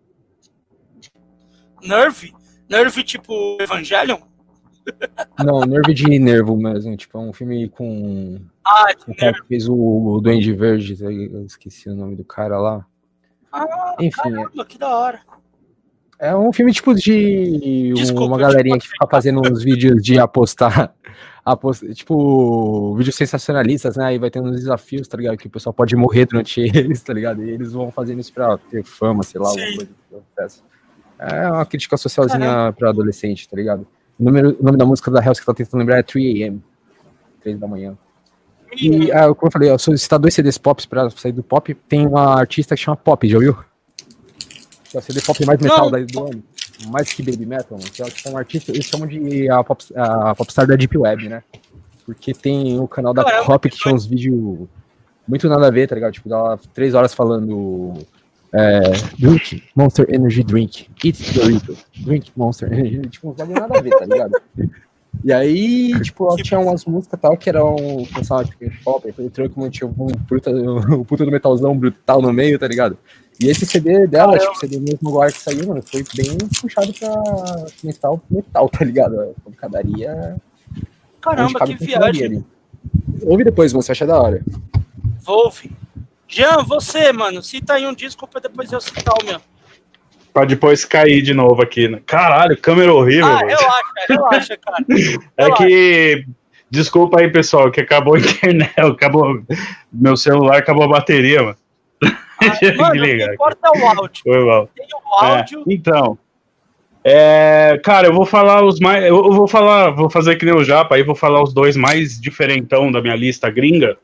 Nerve? Nerve tipo Evangelion? Não, Nerve de nervo mesmo. Tipo, é um filme com... o cara que fez o Duende Verde. Eu esqueci o nome do cara lá. Enfim, caramba, que da hora. É um filme tipo de uma galerinha que fica fazendo uns vídeos de apostar, tipo, vídeos sensacionalistas, né? Aí vai tendo uns desafios, tá ligado? Que o pessoal pode morrer durante eles, tá ligado? E eles vão fazendo isso pra ter fama, sei lá, alguma coisa que acontece. É uma crítica socialzinha pra adolescente, tá ligado? O nome da música da Hellsing que eu tô tentando lembrar é 3 AM, 3 da manhã. E, como eu falei, eu sou citar 2 CDs pop pra sair do pop. Tem uma artista que chama Pop, já ouviu? É o CD pop mais metal do ano. mais que baby metal, mano, que é um artista, eles chamam de a popstar da Deep Web, né? Porque tem o canal da Cop que tinha uns vídeos muito nada a ver, tá ligado? Tipo, dá 3 horas falando drink, Monster Energy Drink, eat Dorito, drink Monster Energy, tipo, uns bagulho nada a ver, tá ligado? E aí, tipo, ela tinha umas músicas tal que eram, pensava, tipo, pop, aí foi o Truckman, tinha o puta do metalzão brutal no meio, tá ligado? E esse CD dela, tipo, CD mesmo lugar que saiu, mano, foi bem puxado pra metal, tá ligado? A pancadaria. Caramba, que viagem. Ali. Ouve depois, você acha da hora. Vou ouvir. Jean, você, mano, cita aí um disco pra depois eu citar o meu. Pra depois cair de novo aqui, né? Caralho, câmera horrível. Relaxa, cara. Que... Desculpa aí, pessoal, que acabou a internet, meu celular acabou a bateria, mano. Mano, o que importa é o áudio. Foi mal. Tem o áudio. Então, cara, eu vou falar os mais... vou fazer que nem o Japa, aí vou falar os 2 mais diferentão da minha lista gringa.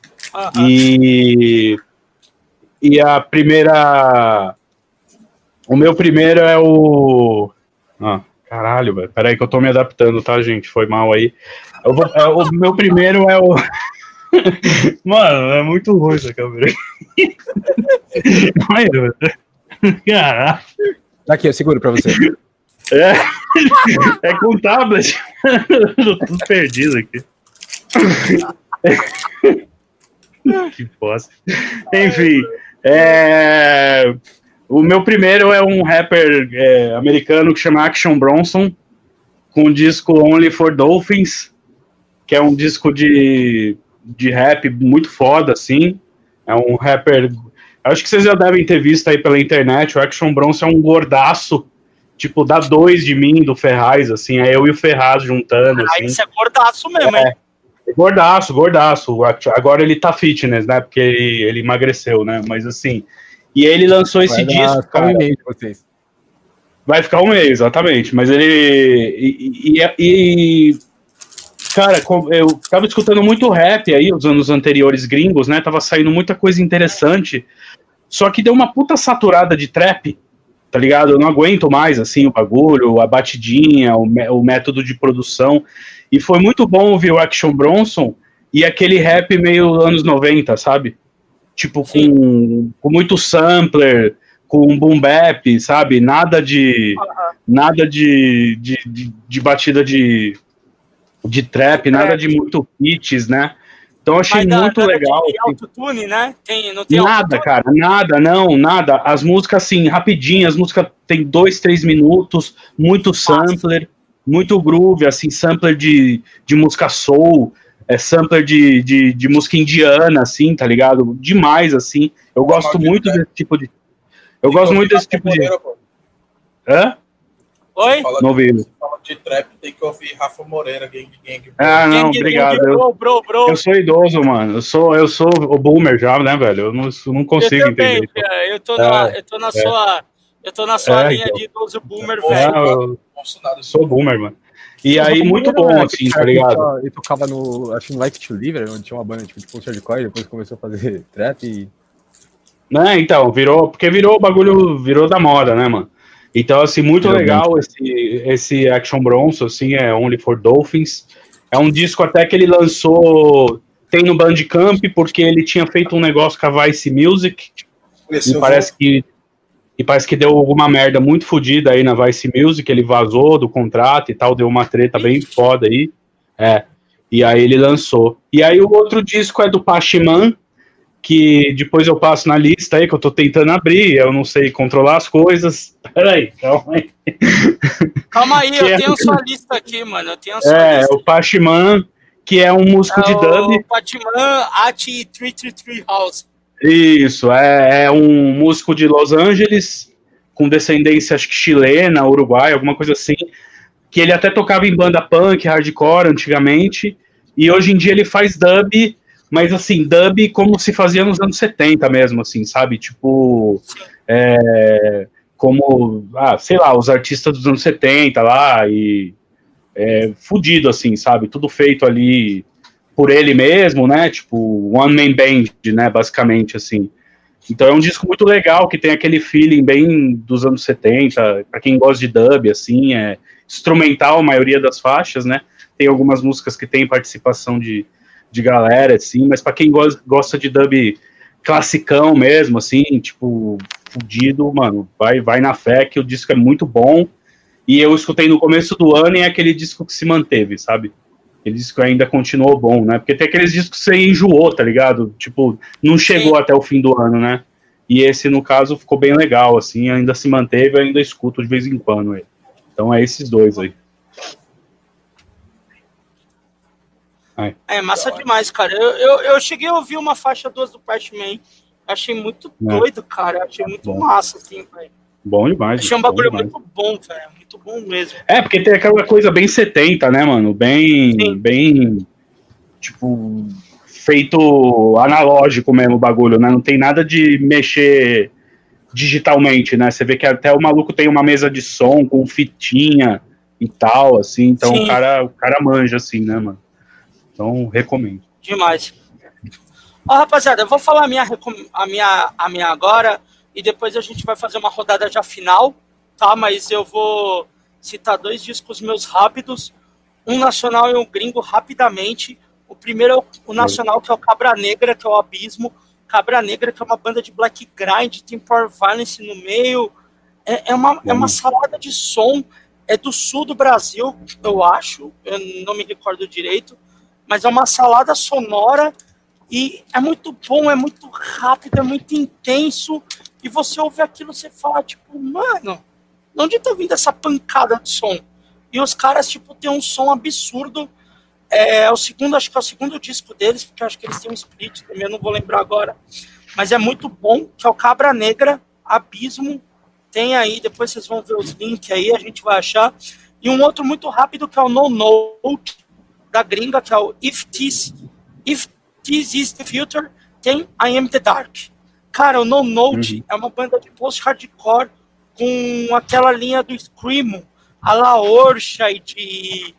E a primeira... O meu primeiro é o... caralho, velho. Peraí que eu tô me adaptando, tá, gente? Foi mal aí. O meu primeiro é o... Mano, é muito ruim essa câmera. Caralho. Aqui, eu seguro pra você. É com tablet. Eu tô tudo perdido aqui. Que bosta. Enfim, o meu primeiro é um rapper americano que chama Action Bronson, com o disco Only for Dolphins, que é um disco de rap muito foda, assim. É um rapper... Acho que vocês já devem ter visto aí pela internet. O Action Bronson é um gordaço, tipo, dá 2 de mim, do Ferraz, assim. É eu e o Ferraz juntando, assim. Isso é gordaço mesmo, hein? Gordaço. Agora ele tá fitness, né? Porque ele emagreceu, né? Mas assim... E ele lançou esse disco, cara. Um mês de vocês. Vai ficar um mês, exatamente. Mas ele... Cara, eu tava escutando muito rap aí, os anos anteriores gringos, né? Tava saindo muita coisa interessante. Só que deu uma puta saturada de trap, tá ligado? Eu não aguento mais, assim, o bagulho, a batidinha, o método de produção. E foi muito bom ouvir o Action Bronson e aquele rap meio anos 90, sabe? Tipo, com muito sampler, com boom bap, sabe? Nada de batida de trap, nada de muito hits, né? Então achei muito legal. Tem autotune, né? Não tem nada, autotune? cara, nada. As músicas, assim, rapidinhas, as músicas tem 2-3 minutos, muito sampler, muito groove, assim, sampler de música soul, sampler de música indiana, assim, tá ligado? Demais, assim. Eu gosto muito desse tipo de... Eu gosto muito desse tipo de... Hã? Oi? Não vi. Fala de trap, tem que ouvir Rafa Moreira, Gang. Não, obrigado. Bro. Eu sou idoso, mano. Eu sou o boomer já, né, velho? Eu não consigo entender. Eu tô na sua linha de idoso boomer, velho. Eu sou boomer, mano. E aí, muito bom, assim, tá ligado? Ele tocava acho que no Like to Live, onde tinha uma banda tipo de post-hardcore, depois começou a fazer trap e... Então, porque virou o bagulho, virou da moda, né, mano? Então, assim, muito legal esse Action Bronson, assim, é Only for Dolphins. É um disco até que ele lançou, tem no Bandcamp, porque ele tinha feito um negócio com a Vice Music, e parece que deu alguma merda muito fodida aí na Vice Music, ele vazou do contrato e tal, deu uma treta bem foda aí. E aí ele lançou. E aí o outro disco é do Pachiman, que depois eu passo na lista aí, que eu tô tentando abrir, eu não sei controlar as coisas. Peraí, calma aí. Calma aí, eu tenho sua lista aqui, mano. O Pachiman, que é um músico de dub. O Pachiman at 333 House. Isso, é um músico de Los Angeles, com descendência, acho que chilena, uruguaia, alguma coisa assim, que ele até tocava em banda punk, hardcore, antigamente, e hoje em dia ele faz dub, mas assim, dub como se fazia nos anos 70 mesmo, assim, sabe? Tipo, como, sei lá, os artistas dos anos 70 lá, e fudido, assim, sabe? Tudo feito ali por ele mesmo, né? Tipo, one man band, né? Basicamente, assim. Então é um disco muito legal, que tem aquele feeling bem dos anos 70, pra quem gosta de dub, assim, é instrumental a maioria das faixas, né? Tem algumas músicas que tem participação de galera, assim, mas pra quem gosta de dub classicão mesmo, assim, tipo, fudido, mano, vai na fé que o disco é muito bom, e eu escutei no começo do ano e é aquele disco que se manteve, sabe? Aquele disco ainda continuou bom, né? Porque tem aqueles discos que você enjoou, tá ligado? Tipo, não chegou até o fim do ano, né? E esse, no caso, ficou bem legal, assim, ainda se manteve, eu ainda escuto de vez em quando ele. Então é esses dois aí. É massa demais, cara. Eu cheguei a ouvir uma faixa 2 do Partman. Achei muito doido, cara. Achei muito massa, assim, velho. Bom demais. Achei um bagulho muito bom, velho. Muito bom mesmo. É, porque tem aquela coisa bem 70, né, mano? Bem, tipo, feito analógico mesmo o bagulho, né? Não tem nada de mexer digitalmente, né? Você vê que até o maluco tem uma mesa de som com fitinha e tal, assim. Então o cara manja, assim, né, mano? Então, recomendo. Demais. Ó, rapaziada, eu vou falar a minha agora e depois a gente vai fazer uma rodada já final, tá? Mas eu vou citar 2 discos meus rápidos, um nacional e um gringo rapidamente. O primeiro é o nacional, que é o Cabra Negra, que é o Abismo. Cabra Negra, que é uma banda de black grind, tem Power Violence no meio. É uma salada de som. É do sul do Brasil, eu acho. Eu não me recordo direito. Mas é uma salada sonora e é muito bom, é muito rápido, é muito intenso. E você ouve aquilo, você fala, tipo, mano, de onde tá vindo essa pancada de som? E os caras, tipo, tem um som absurdo. Acho que é o segundo disco deles, porque acho que eles têm um split também, eu não vou lembrar agora. Mas é muito bom, que é o Cabra Negra, Abismo. Tem aí, depois vocês vão ver os links aí, a gente vai achar. E um outro muito rápido, que é o No Note, da gringa, que é o If This Is The Future, tem I Am The Dark. Cara, o No Note é uma banda de post-hardcore com aquela linha do Screamo, a La Orcha e de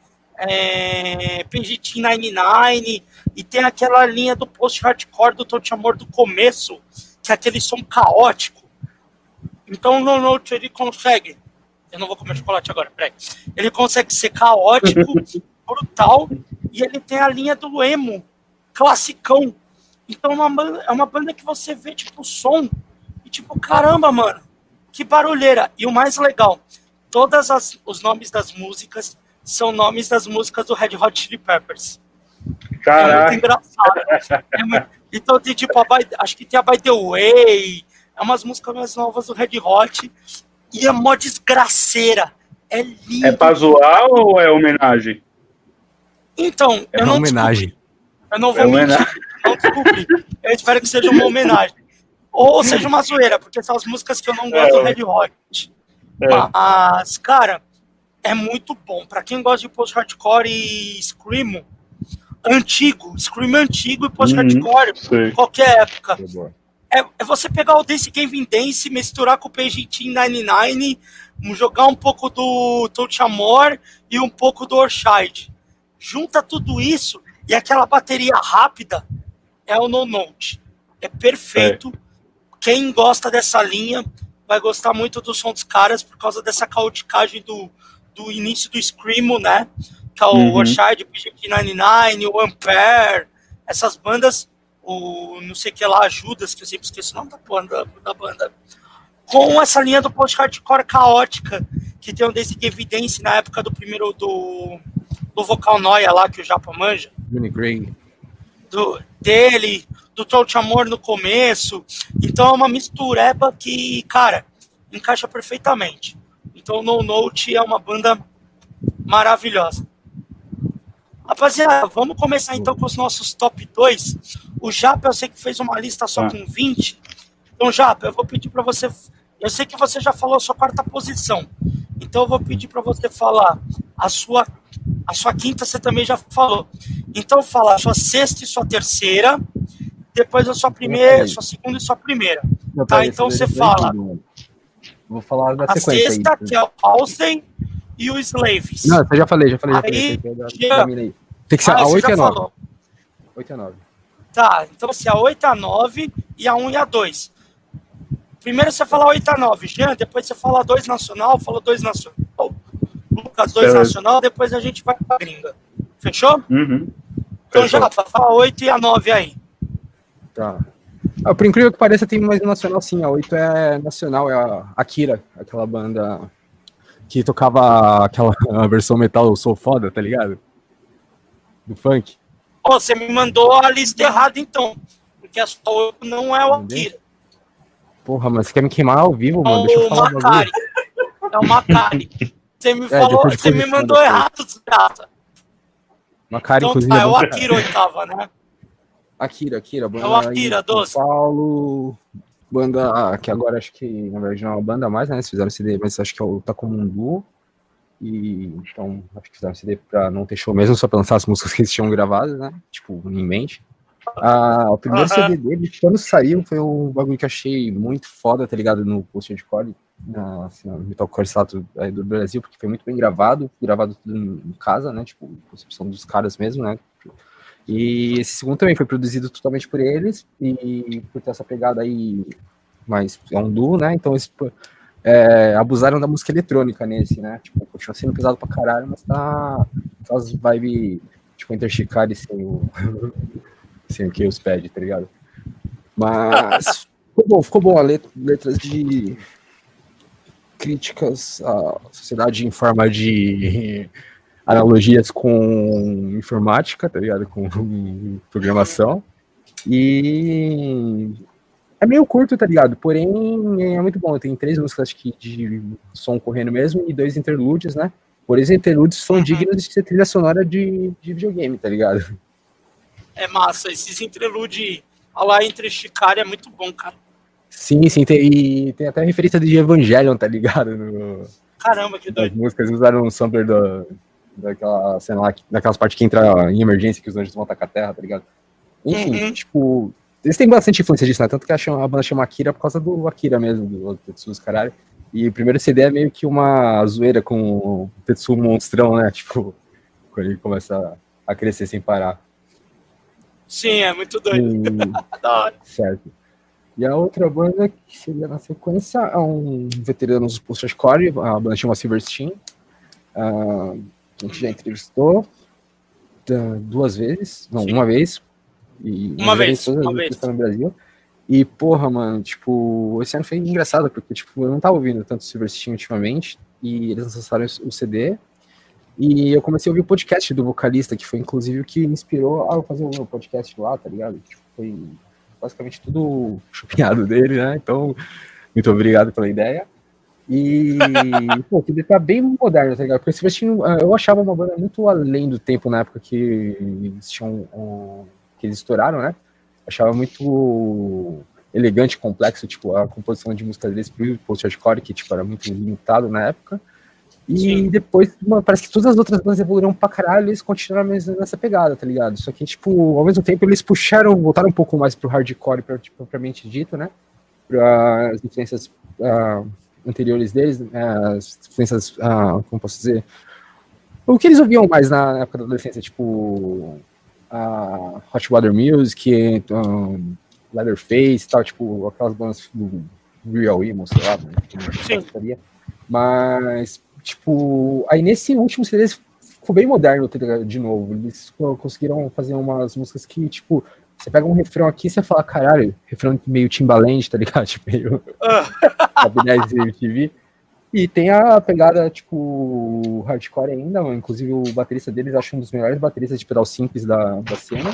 PGT 99, e tem aquela linha do post-hardcore do Touch Amor do começo, que é aquele som caótico. Então o No Note, ele consegue... Eu não vou comer chocolate agora, peraí. Ele consegue ser caótico, brutal, e ele tem a linha do emo, classicão. Então é uma banda que você vê, tipo, o som, e tipo, caramba, mano, que barulheira. E o mais legal, os nomes das músicas são nomes das músicas do Red Hot Chili Peppers. Caraca. É muito engraçado. Então tem tipo, acho que tem a By The Way, é umas músicas mais novas do Red Hot, e é mó desgraceira. É lindo. É pra zoar ou é homenagem? Então, eu não homenagem. Descobri. Eu não vou mentir, não descobri. Eu espero que seja uma homenagem. Ou seja uma zoeira, porque são as músicas que eu não gosto do Red Hot. Mas, cara, é muito bom. Pra quem gosta de post-hardcore e Screamo antigo e post-hardcore, qualquer época. É você pegar o Dance Game Dance, misturar com o PGT 99, jogar um pouco do Touch Amor e um pouco do Orchid. Junta tudo isso e aquela bateria rápida é o No Note. É perfeito. Quem gosta dessa linha vai gostar muito do som dos caras por causa dessa caoticagem do início do Screamo, né? Que é o Orchid, o PGT 99, o Ampere, essas bandas, o não sei o que lá, Judas, que eu sempre esqueço o nome da banda. Com essa linha do post-hardcore caótica, que tem um desse evidência na época do primeiro do Vocal Noia lá, que o Japa manja. Do Touch Amor no começo. Então é uma mistureba que, cara, encaixa perfeitamente. Então No Note é uma banda maravilhosa. Rapaziada, vamos começar então com os nossos top 2. O Japa, eu sei que fez uma lista só com 20. Então, Japa, eu vou pedir para você... Eu sei que você já falou a sua quarta posição. Então, eu vou pedir para você falar a sua quinta, você também já falou. Então, fala a sua sexta e sua terceira. Depois a sua primeira, sua segunda e sua primeira. Tá? Então, você fala... Vou falar na sequência. A sexta, que é o Halsey e o Slaves. Não, eu já falei. Aí, tem que ser a 8 e a 9. Falou. 8 e a 9. Tá, então assim, a 8 e a 9 e a 1 e a 2. Primeiro você fala 8 a 9, Jean, depois você fala 2 nacional, fala 2 nacional, Lucas 2 nacional, depois a gente vai pra gringa. Fechou? Uhum. Então Fechou. já fala 8 e a 9 aí. Tá. Por incrível que pareça, tem mais nacional sim. A 8 é nacional, é a Akira, aquela banda que tocava aquela versão metal Eu Sou Foda, tá ligado? Do funk. Você me mandou a lista errada então. Porque a sua 8 não é o Akira. Porra, mas você quer me queimar ao vivo, mano? Deixa eu falar. Macari. É o Macari. Você me falou, você me mandou errado, desgraça. Macari, então tá, é o Akira oitava, né? Akira, banda é o Akira, de São Paulo, banda que agora acho que, na verdade, não é uma banda mais, né? Eles fizeram CD, mas acho que tá como um duo. E então, acho que fizeram CD pra não ter show mesmo, só pra lançar as músicas que eles tinham gravadas, né? Tipo, em mente. O primeiro CD dele, quando saiu, foi um bagulho que eu achei muito foda, tá ligado? No post de core, no metalcore status do Brasil, porque foi muito bem gravado tudo em casa, né? Tipo, concepção dos caras mesmo, né? E esse segundo também foi produzido totalmente por eles, e por ter essa pegada aí, mas é um duo, né? Então eles abusaram da música eletrônica nesse, né? Tipo, continua sendo pesado pra caralho, mas tá as vibes, tipo, Interchicari sem o sem o que os pede, tá ligado? Mas ficou bom a letras de críticas à sociedade em forma de analogias com informática, tá ligado? Com programação. E é meio curto, tá ligado? Porém, é muito bom. Tem 3 músicas, acho que de som correndo mesmo, e 2 interlúdios, né? Por esses interlúdios são dignos de ser trilha sonora de videogame, tá ligado? É massa, esses interlude lá entre Chicari é muito bom, cara. Sim, e tem até referência de Evangelion, tá ligado? Caramba, que doido. As músicas usaram um sampler daquela cena lá, daquelas partes que entra em emergência, que os anjos vão atacar a terra, tá ligado? Enfim, tipo, eles têm bastante influência disso, né? Tanto que a banda chama Akira por causa do Akira mesmo, do Tetsuo, caralho. E o primeiro CD é meio que uma zoeira com o Tetsuo monstrão, né? Tipo, quando ele começa a crescer sem parar. Sim, é muito doido. Da hora. Certo. E a outra banda que seria na sequência é um veterano dos post-hardcore, a banda chama Silverstein. A gente já entrevistou 2 vezes, não, uma vez. E uma vez no Brasil. E, porra, mano, tipo, esse ano foi engraçado, porque, tipo, eu não tava ouvindo tanto Silverstein ultimamente, e eles lançaram o CD, e eu comecei a ouvir o podcast do vocalista, que foi, inclusive, o que me inspirou a fazer o meu podcast lá, tá ligado? Tipo, foi basicamente tudo chupinhado dele, né? Então, muito obrigado pela ideia. E, pô, ele tá bem moderno, tá ligado? Porque Silverstein, eu achava uma banda muito além do tempo na época que eles tinham, que eles estouraram, né? Achava muito elegante, complexo, tipo, a composição de músicas deles pro post-hardcore, que, tipo, era muito limitado na época. E sim, depois, parece que todas as outras bandas evoluíram pra caralho e eles continuaram mesmo nessa pegada, tá ligado? Só que, tipo, ao mesmo tempo eles voltaram um pouco mais pro hardcore, propriamente dito, né? Para as influências anteriores deles, as influências, como posso dizer, o que eles ouviam mais na época da adolescência, tipo, Hot Water Music, Leatherface e tal, tipo, aquelas bandas do Real Emo, sei lá, né? Mas, tipo, aí nesse último CD ficou bem moderno, tá ligado? De novo. Eles conseguiram fazer umas músicas que, tipo, você pega um refrão aqui e você fala, caralho, refrão meio Timbaland, tá ligado? Tipo, meio Top 10 MTV. E tem a pegada, tipo, hardcore ainda, mano. Inclusive o baterista deles, acho um dos melhores bateristas de pedal simples da cena.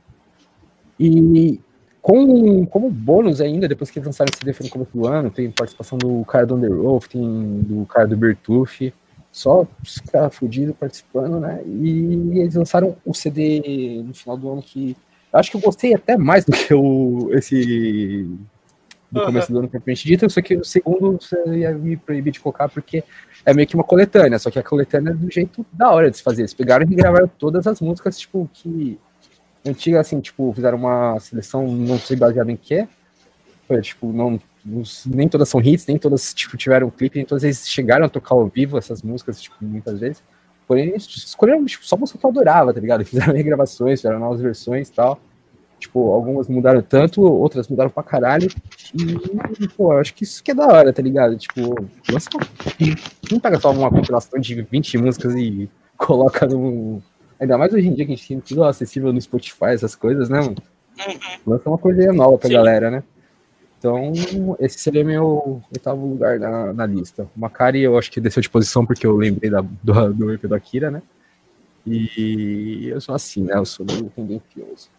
E como bônus ainda, depois que eles lançaram esse CD foi no começo do ano, tem participação do cara do Underoath, tem do cara do Bertuf, só os caras fudidos participando, né? E eles lançaram o CD no final do ano que eu acho que eu gostei até mais do que esse do começo do ano propriamente dito, só que o segundo você ia me proibir de colocar porque é meio que uma coletânea, só que a coletânea é do jeito da hora de se fazer. Eles pegaram e gravaram todas as músicas, tipo, que antiga, assim, tipo, fizeram uma seleção, não sei baseada em quê, foi, tipo, nem todas são hits, nem todas, tipo, tiveram um clipe, nem todas eles chegaram a tocar ao vivo essas músicas, tipo, muitas vezes, porém eles escolheram, tipo, só música que eu adorava, tá ligado? Fizeram regravações, fizeram novas versões e tal, Tipo, algumas mudaram tanto, outras mudaram pra caralho. E, pô, eu acho que isso que é da hora, tá ligado? Tipo, não pega só uma compilação de 20 músicas e coloca no... Ainda mais hoje em dia que a gente tem tudo acessível no Spotify, essas coisas, né, mano? Lança uma coisa nova pra galera, né? Então, esse seria meu 8º lugar na lista. O Makari, eu acho que desceu de posição porque eu lembrei do EP do Akira, né? E eu sou assim, né? Eu sou meio tendencioso.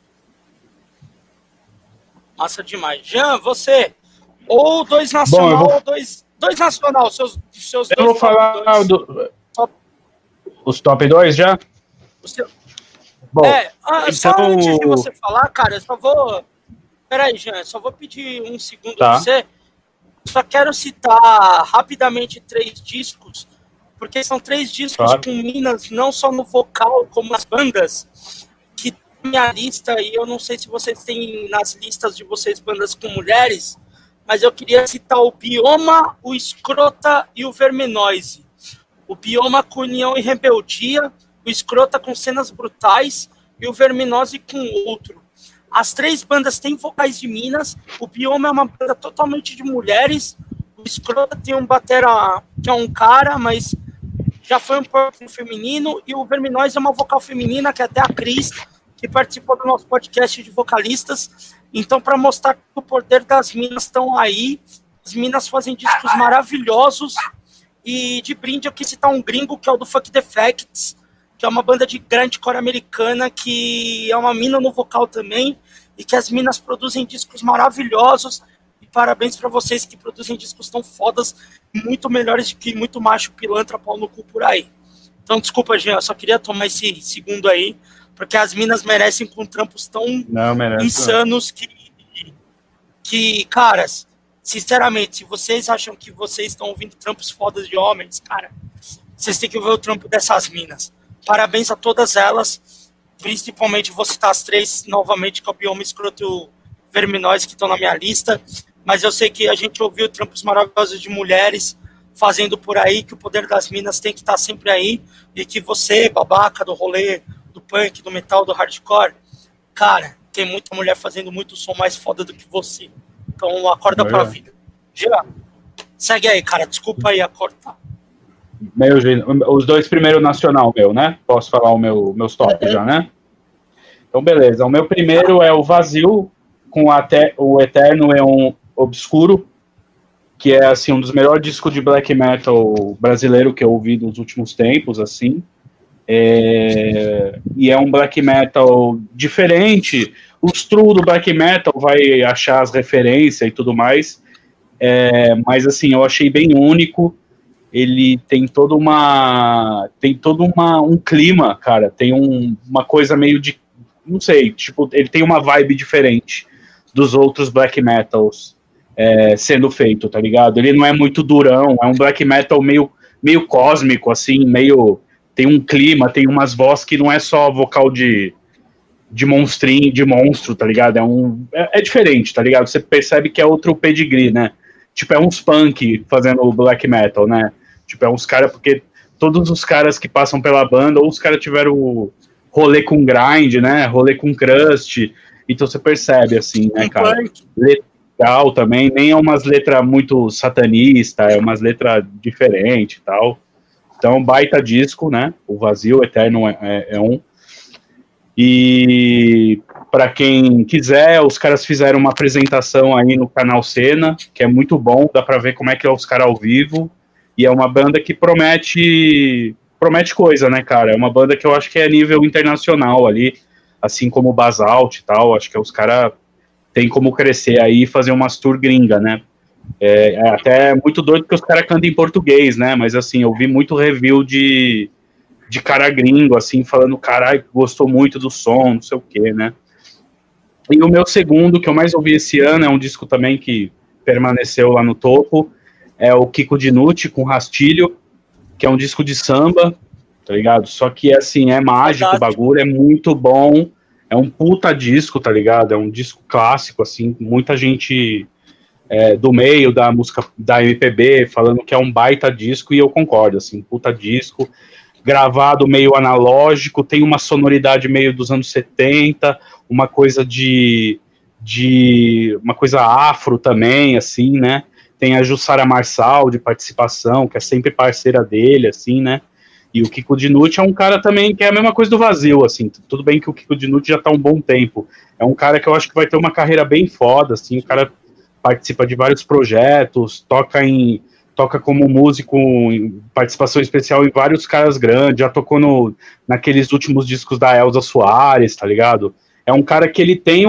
Massa demais. Jean, você? Ou 2 nacional, ou 2 nacional, seus eu dois. Vou falar os top 2 já? Bom, então... Só antes de você falar, cara, eu só vou... Peraí, Jean, só vou pedir um segundo pra você. Só quero citar rapidamente 3 discos, porque são 3 discos com minas, não só no vocal, como nas bandas, que minha lista, e eu não sei se vocês têm nas listas de vocês bandas com mulheres, mas eu queria citar o Bioma, o Escrota e o Verminoise. O Bioma com União e Rebeldia, o Escrota com cenas brutais e o Verminoise com outro. As 3 bandas têm vocais de minas, o Bioma é uma banda totalmente de mulheres, o Escrota tem um batera que é um cara, mas já foi um pouco feminino, e o Verminoise é uma vocal feminina, que é até a Cris, que participou do nosso podcast de vocalistas. Então, para mostrar que o poder das minas estão aí, as minas fazem discos maravilhosos, e de brinde eu quis citar um gringo, que é o do Fuck the Facts, que é uma banda de grindcore americana, que é uma mina no vocal também, e que as minas produzem discos maravilhosos, e parabéns para vocês que produzem discos tão fodas, muito melhores do que muito macho pilantra pau no cu por aí. Então, desculpa, Jean, eu só queria tomar esse segundo aí, porque as minas merecem com trampos tão insanos que, caras, sinceramente, se vocês acham que vocês estão ouvindo trampos fodas de homens, cara, vocês têm que ver o trampo dessas minas. Parabéns a todas elas, principalmente vou citar as 3 novamente, que é o Bioma, Escroto e o Verminoise, que estão na minha lista, mas eu sei que a gente ouviu trampos maravilhosos de mulheres fazendo por aí, que o poder das minas tem que estar sempre aí, e que você, babaca do rolê, do punk, do metal, do hardcore, cara, tem muita mulher fazendo muito som mais foda do que você. Então acorda pra vida. Já. Segue aí, cara, desculpa aí acordar. Os 2 primeiros nacional, né? Posso falar meus top já, né? Então, beleza. O meu primeiro é o Vazio, com o Eterno é um Obscuro, que é, assim, um dos melhores discos de black metal brasileiro que eu ouvi nos últimos tempos, assim. E é um black metal diferente. Os true do black metal vai achar as referências e tudo mais. Mas, assim, eu achei bem único. Ele tem todo um clima, cara, tem uma coisa meio de, não sei, tipo, ele tem uma vibe diferente dos outros black metals sendo feito, tá ligado? Ele não é muito durão, é um black metal meio cósmico, assim, tem um clima, tem umas vozes que não é só vocal de monstrinho, de monstro, tá ligado? É diferente, tá ligado? Você percebe que é outro pedigree, né? Tipo, é uns punk fazendo black metal, né? Tipo, é uns caras, porque todos os caras que passam pela banda, ou os caras tiveram rolê com grind, né? Rolê com crust. Então você percebe, assim, né, cara? Legal também, nem é umas letras muito satanistas, é umas letras diferentes e tal. Então, baita disco, né? O Vazio, o Eterno é um. E para quem quiser, os caras fizeram uma apresentação aí no canal Cena, que é muito bom, dá para ver como é que é os caras ao vivo. E é uma banda que promete coisa, né, cara? É uma banda que eu acho que é nível internacional ali, assim como o Basalt e tal. Acho que os caras têm como crescer aí e fazer umas tour gringa, né? É até muito doido porque os caras cantam em português, né? Mas, assim, eu vi muito review de cara gringo, assim, falando, caralho, gostou muito do som, não sei o quê, né? E o meu segundo, que eu mais ouvi esse ano, é um disco também que permaneceu lá no topo, é o Kiko Dinucci com Rastilho, que é um disco de samba, tá ligado? Só que, assim, é mágico o bagulho, é muito bom, é um puta disco, tá ligado? É um disco clássico, assim, muita gente do meio da música, da MPB, falando que é um baita disco, e eu concordo, assim, puta disco, gravado meio analógico, tem uma sonoridade meio dos anos 70, uma coisa de uma coisa afro também, assim, né? Tem a Jussara Marçal de participação, que é sempre parceira dele, assim, né? E o Kiko Dinucci é um cara também que é a mesma coisa do Vazio, assim. Tudo bem que o Kiko Dinucci já tá há um bom tempo. É um cara que eu acho que vai ter uma carreira bem foda, assim. O cara participa de vários projetos, toca como músico em participação especial em vários caras grandes, já tocou naqueles últimos discos da Elza Soares, tá ligado? É um cara que ele tem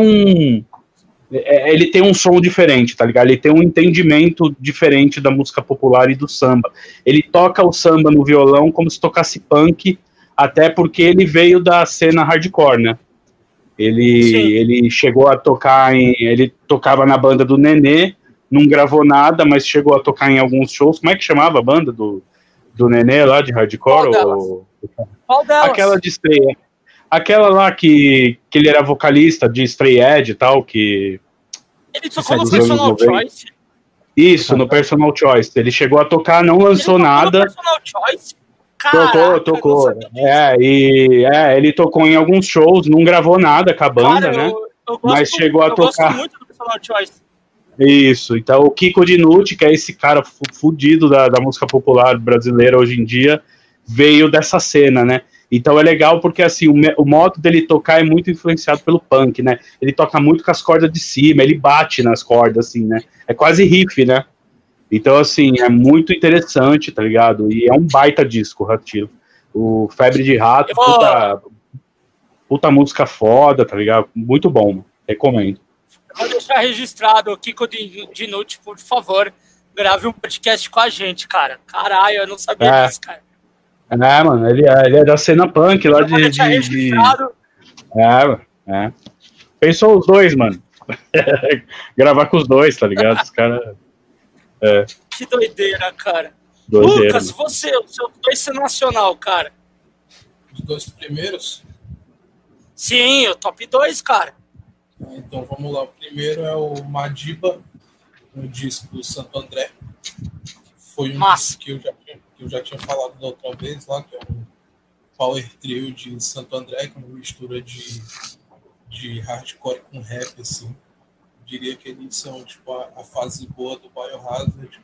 um som diferente, tá ligado? Ele tem um entendimento diferente da música popular e do samba. Ele toca o samba no violão como se tocasse punk, até porque ele veio da cena hardcore, né? Ele chegou a tocar ele tocava na banda do Nenê, não gravou nada, mas chegou a tocar em alguns shows. Como é que chamava a banda do Nenê lá, de hardcore? Qual delas? Aquela de estreia. Aquela lá que ele era vocalista de Stray Edge e tal, que... Ele tocou no Personal Choice? Isso, no Personal Choice. Ele chegou a tocar, não lançou nada. No Personal Choice? Caraca, tocou. Ele tocou em alguns shows, não gravou nada com a banda, né? Mas chegou a tocar... Eu gosto muito do Personal Choice. Isso, então o Kiko Dinucci, que é esse cara fudido da música popular brasileira hoje em dia, veio dessa cena, né? Então é legal porque, assim, o modo dele tocar é muito influenciado pelo punk, né? Ele toca muito com as cordas de cima, ele bate nas cordas, assim, né? É quase riff, né? Então, assim, é muito interessante, tá ligado? E é um baita disco, Ratinho. O Febre de Rato, puta música foda, tá ligado? Muito bom, recomendo. Vou deixar registrado, Kiko Dinucci, por favor, grave um podcast com a gente, cara. Caralho, eu não sabia disso, cara. Mano, ele é da cena punk lá de... Pensou os dois, mano. Gravar com os dois, tá ligado? Os caras... Que doideira, cara. Doideira, Lucas, mano. Você, o seu 2 nacional, cara. Os 2 primeiros? Sim, o top 2, cara. Então vamos lá. O primeiro é o Madiba, um disco do Santo André. Foi um disco que eu já tinha falado da outra vez lá, que é um power trio de Santo André, com uma mistura de hardcore com rap, assim. Eu diria que eles são tipo a fase boa do Biohazard,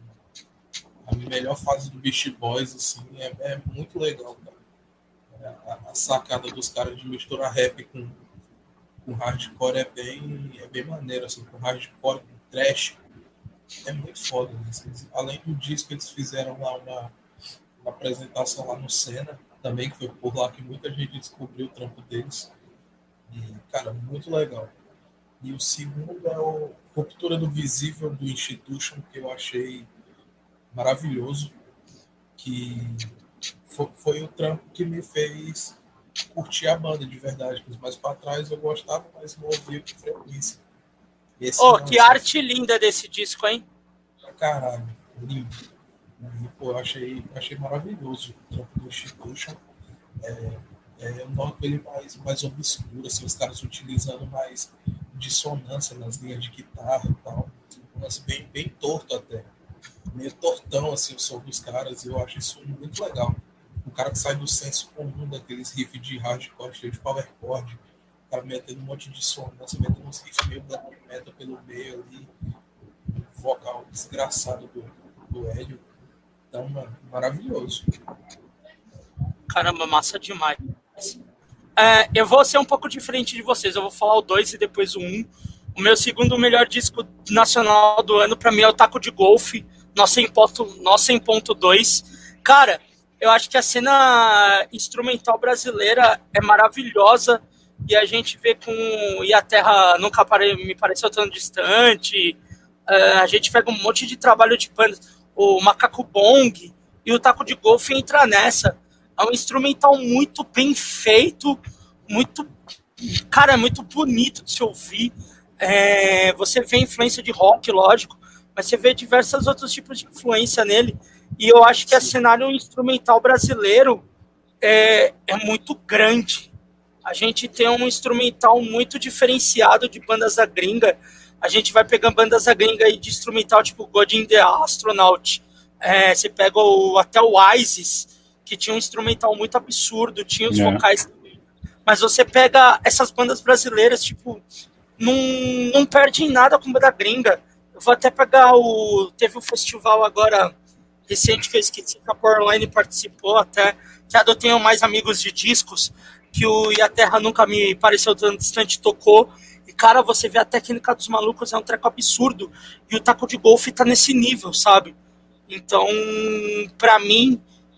a melhor fase do Beastie Boys, assim. É muito legal, cara. A sacada dos caras de misturar rap com hardcore é bem maneiro, assim, com hardcore, com trash. É muito foda. Além do disco, eles fizeram lá uma apresentação lá no Senna, também, que foi por lá que muita gente descobriu o trampo deles. E, cara, muito legal. E o segundo é o Ruptura do Visível, do Institution, que eu achei maravilhoso, que foi o trampo que me fez curtir a banda de verdade, porque mais para trás eu gostava, mas não ouvia com frequência. Que arte linda desse disco, hein? Caralho, lindo. E, pô, eu achei maravilhoso o trampo do Institution. Eu noto ele mais obscuro, assim, os caras utilizando mais dissonância nas linhas de guitarra e tal. Um lance bem torto até. Meio tortão, assim, o som dos caras. E eu acho isso muito legal. O cara que sai do senso comum daqueles riffs de hardcore, cheio de power chord, o cara metendo um monte de dissonância, metendo uns riffs meio black metal pelo meio ali, um vocal desgraçado do Hélio. Então, mano, maravilhoso. Caramba, massa demais. Eu vou ser um pouco diferente de vocês. Eu vou falar o 2 e depois o 1. O meu segundo melhor disco nacional do ano, pra mim, é o Taco de Golfe, Nossa em Ponto 2. Cara, eu acho que a cena instrumental brasileira é maravilhosa e a gente vê E a Terra Nunca Me Pareceu Tão Distante. A gente pega um monte de trabalho de bandas, o Macaco Bong e o Taco de Golfe entra nessa. É um instrumental muito bem feito, cara, é muito bonito de se ouvir. Você vê influência de rock, lógico, mas você vê diversos outros tipos de influência nele. E eu acho que o cenário instrumental brasileiro é muito grande. A gente tem um instrumental muito diferenciado de bandas da gringa. A gente vai pegando bandas da gringa aí de instrumental, tipo God in the Astronaut. Você pega até o Isis, que tinha um instrumental muito absurdo, tinha os vocais também. Mas você pega essas bandas brasileiras, tipo, não perde em nada com banda gringa. Eu vou até pegar teve um festival agora recente que eu esqueci que a Powerline participou até, que eu tenho mais amigos de discos, que o E a Terra Nunca Me Pareceu Tão Distante tocou. E, cara, você vê a técnica dos malucos, é um treco absurdo. E o taco de golfe tá nesse nível, sabe? Então, pra mim,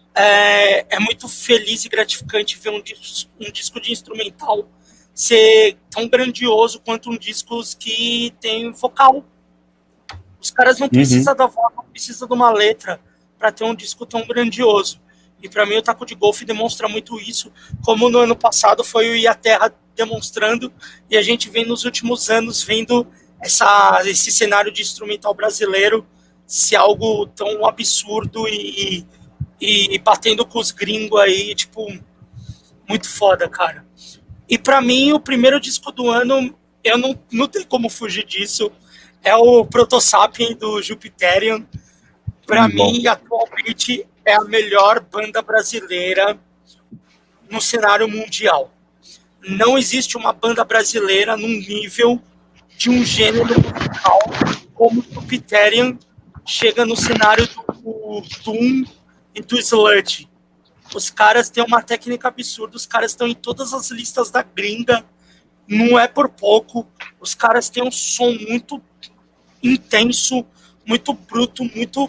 é muito feliz e gratificante ver um disco de instrumental ser tão grandioso quanto um disco que tem vocal. Os caras não precisam da voz, não precisam de uma letra para ter um disco tão grandioso. E para mim o Taco de Golfe demonstra muito isso, como no ano passado foi o E a Terra demonstrando, e a gente vem nos últimos anos vendo esse cenário de instrumental brasileiro ser algo tão absurdo e batendo com os gringos aí, tipo, muito foda, cara. E para mim o primeiro disco do ano, eu não tenho como fugir disso, é o Protosapien do Jupiterian. Para mim, atualmente, é a melhor banda brasileira no cenário mundial. Não existe uma banda brasileira num nível de um gênero musical como o Jupiterian chega no cenário do Doom e do Sludge. Os caras têm uma técnica absurda, os caras estão em todas as listas da gringa, não é por pouco. Os caras têm um som muito intenso, muito bruto, muito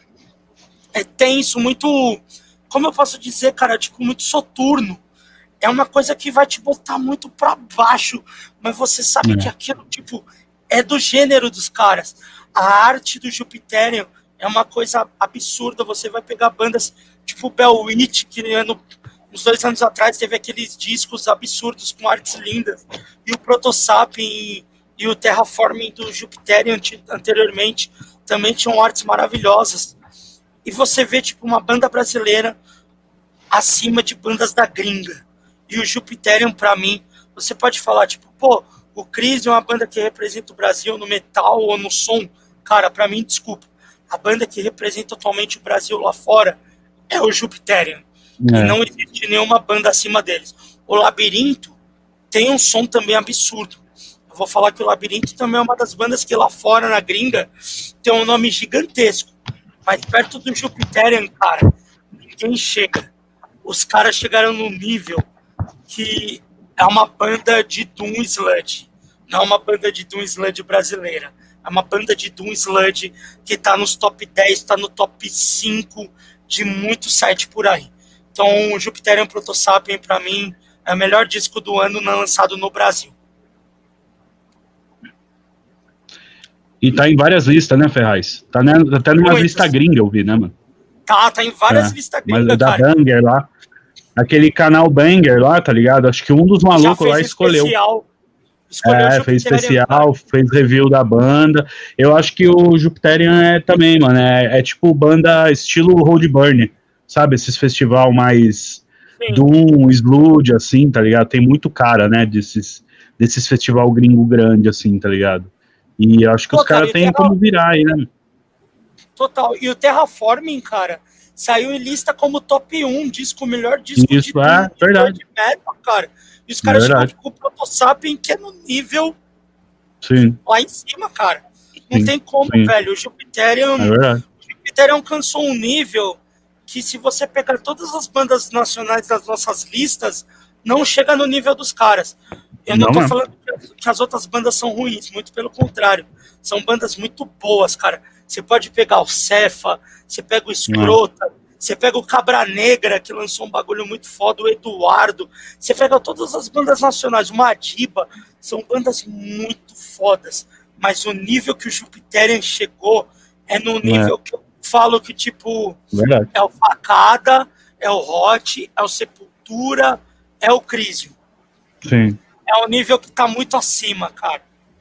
tenso, muito, como eu posso dizer, cara, tipo, muito soturno. É uma coisa que vai te botar muito pra baixo, mas você sabe que aquilo, tipo, é do gênero dos caras. A arte do Jupiterian é uma coisa absurda. Você vai pegar bandas tipo Bell Witch, que uns 2 anos atrás teve aqueles discos absurdos com artes lindas, e o Protosapien e o Terraforming do Jupiterian anteriormente também tinham artes maravilhosas. E você vê, tipo, uma banda brasileira acima de bandas da gringa. E o Jupiterian, pra mim, você pode falar, tipo, pô, o Cris é uma banda que representa o Brasil no metal ou no som. Cara, pra mim, desculpa. A banda que representa atualmente o Brasil lá fora é o Jupiterian. E não existe nenhuma banda acima deles. O Labirinto tem um som também absurdo. Eu vou falar que o Labirinto também é uma das bandas que lá fora, na gringa, tem um nome gigantesco. Mas perto do Jupiterian, cara, ninguém chega. Os caras chegaram num nível que é uma banda de Doom Sludge. Não é uma banda de Doom Sludge brasileira. É uma banda de Doom Sludge que tá nos top 10, tá no top 5 de muito site por aí. Então, o Jupiterian Protosapien, pra mim, é o melhor disco do ano lançado no Brasil. E tá em várias listas, né, Ferraz? Tá até numa lista gringa, eu vi, né, mano? Tá em várias listas gringas, mas da Banger lá. Aquele canal Banger lá, tá ligado? Acho que um dos malucos lá escolheu. Fez especial, fez review da banda. Eu acho que o Jupiterian também, mano. É tipo banda estilo Road Burn, sabe? Esses festival mais Doom, Sludge, assim, tá ligado? Tem muito cara, né? Desses festival gringo grande, assim, tá ligado? E acho que os caras têm como virar aí, né? Total. E o Terraforming, cara, saiu em lista como top 1, melhor disco de verdade. De metal, cara. E os caras chegam com o Protosapien, que é no nível lá em cima, cara. Não tem como, velho. O Jupiterian alcançou um nível que, se você pegar todas as bandas nacionais das nossas listas, não chega no nível dos caras. Eu não tô falando que as outras bandas são ruins, muito pelo contrário. São bandas muito boas, cara. Você pode pegar o Cefa, você pega o Escrota, você pega o Cabra Negra, que lançou um bagulho muito foda, o Eduardo. Você pega todas as bandas nacionais, o Madiba, são bandas muito fodas. Mas o nível que o Jupiterian chegou é no nível que eu falo que, tipo, é o Facada, é o Hot, é o Sepultura, é o Crisium. Sim. É um nível que tá muito acima, cara.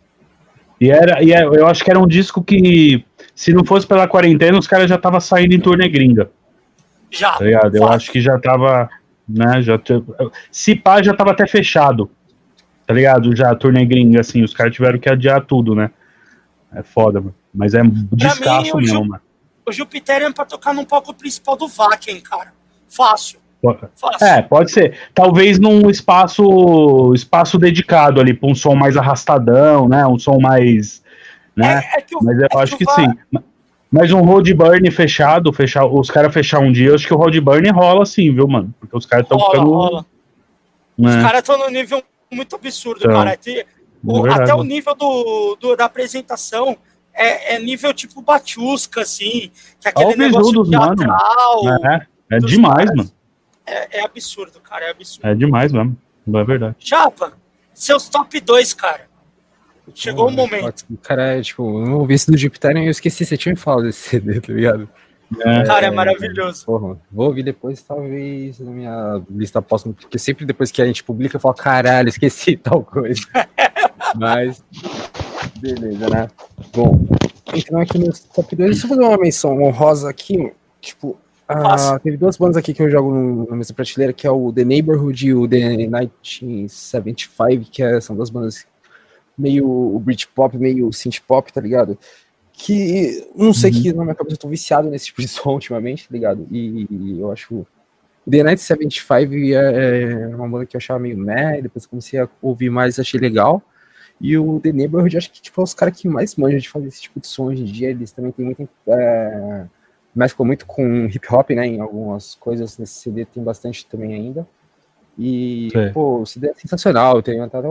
Eu acho que era um disco que, se não fosse pela quarentena, os caras já estavam saindo em turnê gringa. Já. Tá ligado? Eu acho que já tava, né, se pá, já tava até fechado, tá ligado? Já a turnê gringa, assim, os caras tiveram que adiar tudo, né? É foda, mano. Mas é descasso mesmo, mano. O Jupiterian pra tocar no palco principal do Wacken, cara. Fácil. Pode ser. Talvez num espaço dedicado ali, para um som mais arrastadão, né? Um som mais... Né? Mas eu acho que sim. Mas um road burn fechado, os caras fechar um dia, eu acho que o road burn rola sim, viu, mano? Porque os caras estão ficando... Rola. Os caras estão num nível muito absurdo, cara. Até o nível da apresentação é nível tipo Batiusca, assim. Que é aquele negócio teatral. É demais, mano. É absurdo, cara. É absurdo. É demais mesmo. É verdade. Chapa, seus top 2, cara. Chegou o momento. Cara, tipo, eu não ouvi esse do Jupiter e eu esqueci, você tinha me falado desse CD, tá ligado? Cara, é maravilhoso. Porra, vou ouvir depois, talvez, na minha lista próxima, porque sempre depois que a gente publica eu falo, caralho, esqueci tal coisa. Mas, beleza, né? Bom, então aqui nos top 2, deixa eu fazer uma menção honrosa aqui, tipo, teve duas bandas aqui que eu jogo na mesma prateleira, que é o The Neighborhood e o The 1975, que são duas bandas meio Britpop, meio synth-pop, tá ligado? Que, não sei que na minha cabeça eu tô viciado nesse tipo de som ultimamente, tá ligado? E eu acho... O The 1975 é uma banda que eu achava meio depois comecei a ouvir mais, achei legal. E o The Neighborhood, acho que tipo, é os caras que mais manjam de fazer esse tipo de som hoje em dia, eles também tem muito... mesclam muito com hip-hop, né, em algumas coisas nesse CD, tem bastante também ainda. E, pô, o CD é sensacional, tem até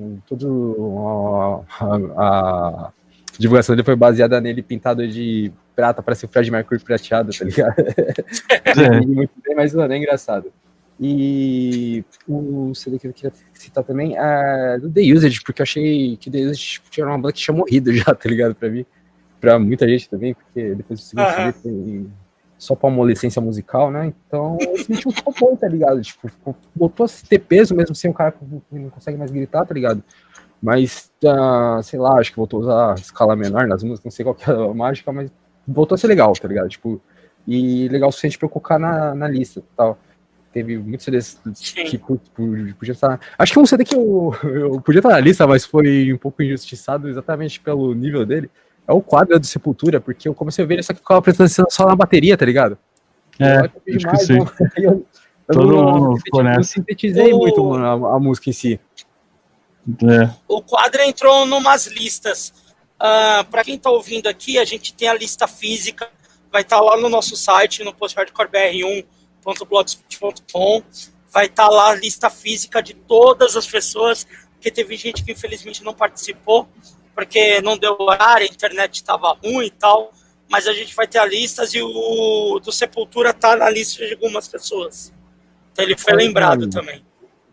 a divulgação dele foi baseada nele pintado de prata, parece o Fred Mercury prateado, tá ligado? Muito bem, mas mano, é engraçado. E o CD que eu queria citar também é do The Used, porque eu achei que The Used tinha uma banda que tinha morrido já, tá ligado, pra mim. Pra muita gente também, porque depois do segundo CD tem só pra uma licença musical, né? Então, esse ritmo ficou bom, tá ligado? Tipo, botou a ter peso mesmo sem um cara que não consegue mais gritar, tá ligado? Mas, sei lá, acho que voltou a usar escala menor nas músicas, não sei qual que é a mágica, mas voltou a ser legal, tá ligado? Tipo, e legal o suficiente pra eu colocar na lista e tal. Teve muitos CDs que podia estar... Acho que um CD que eu podia estar na lista, mas foi um pouco injustiçado exatamente pelo nível dele. É o Quadra do Sepultura, porque eu comecei a ver ele, só que ficava prestando atenção só na bateria, tá ligado? Acho que sim. Eu não sintetizei muito, mano, a música em si. O Quadra entrou numas listas. Para quem tá ouvindo aqui, a gente tem a lista física, vai estar lá no nosso site, no posthardcorebr1.blogspot.com. Vai estar lá a lista física de todas as pessoas, porque teve gente que infelizmente não participou, porque não deu horário, a internet estava ruim e tal, mas a gente vai ter a listas e o do Sepultura tá na lista de algumas pessoas. Então ele foi lembrado também.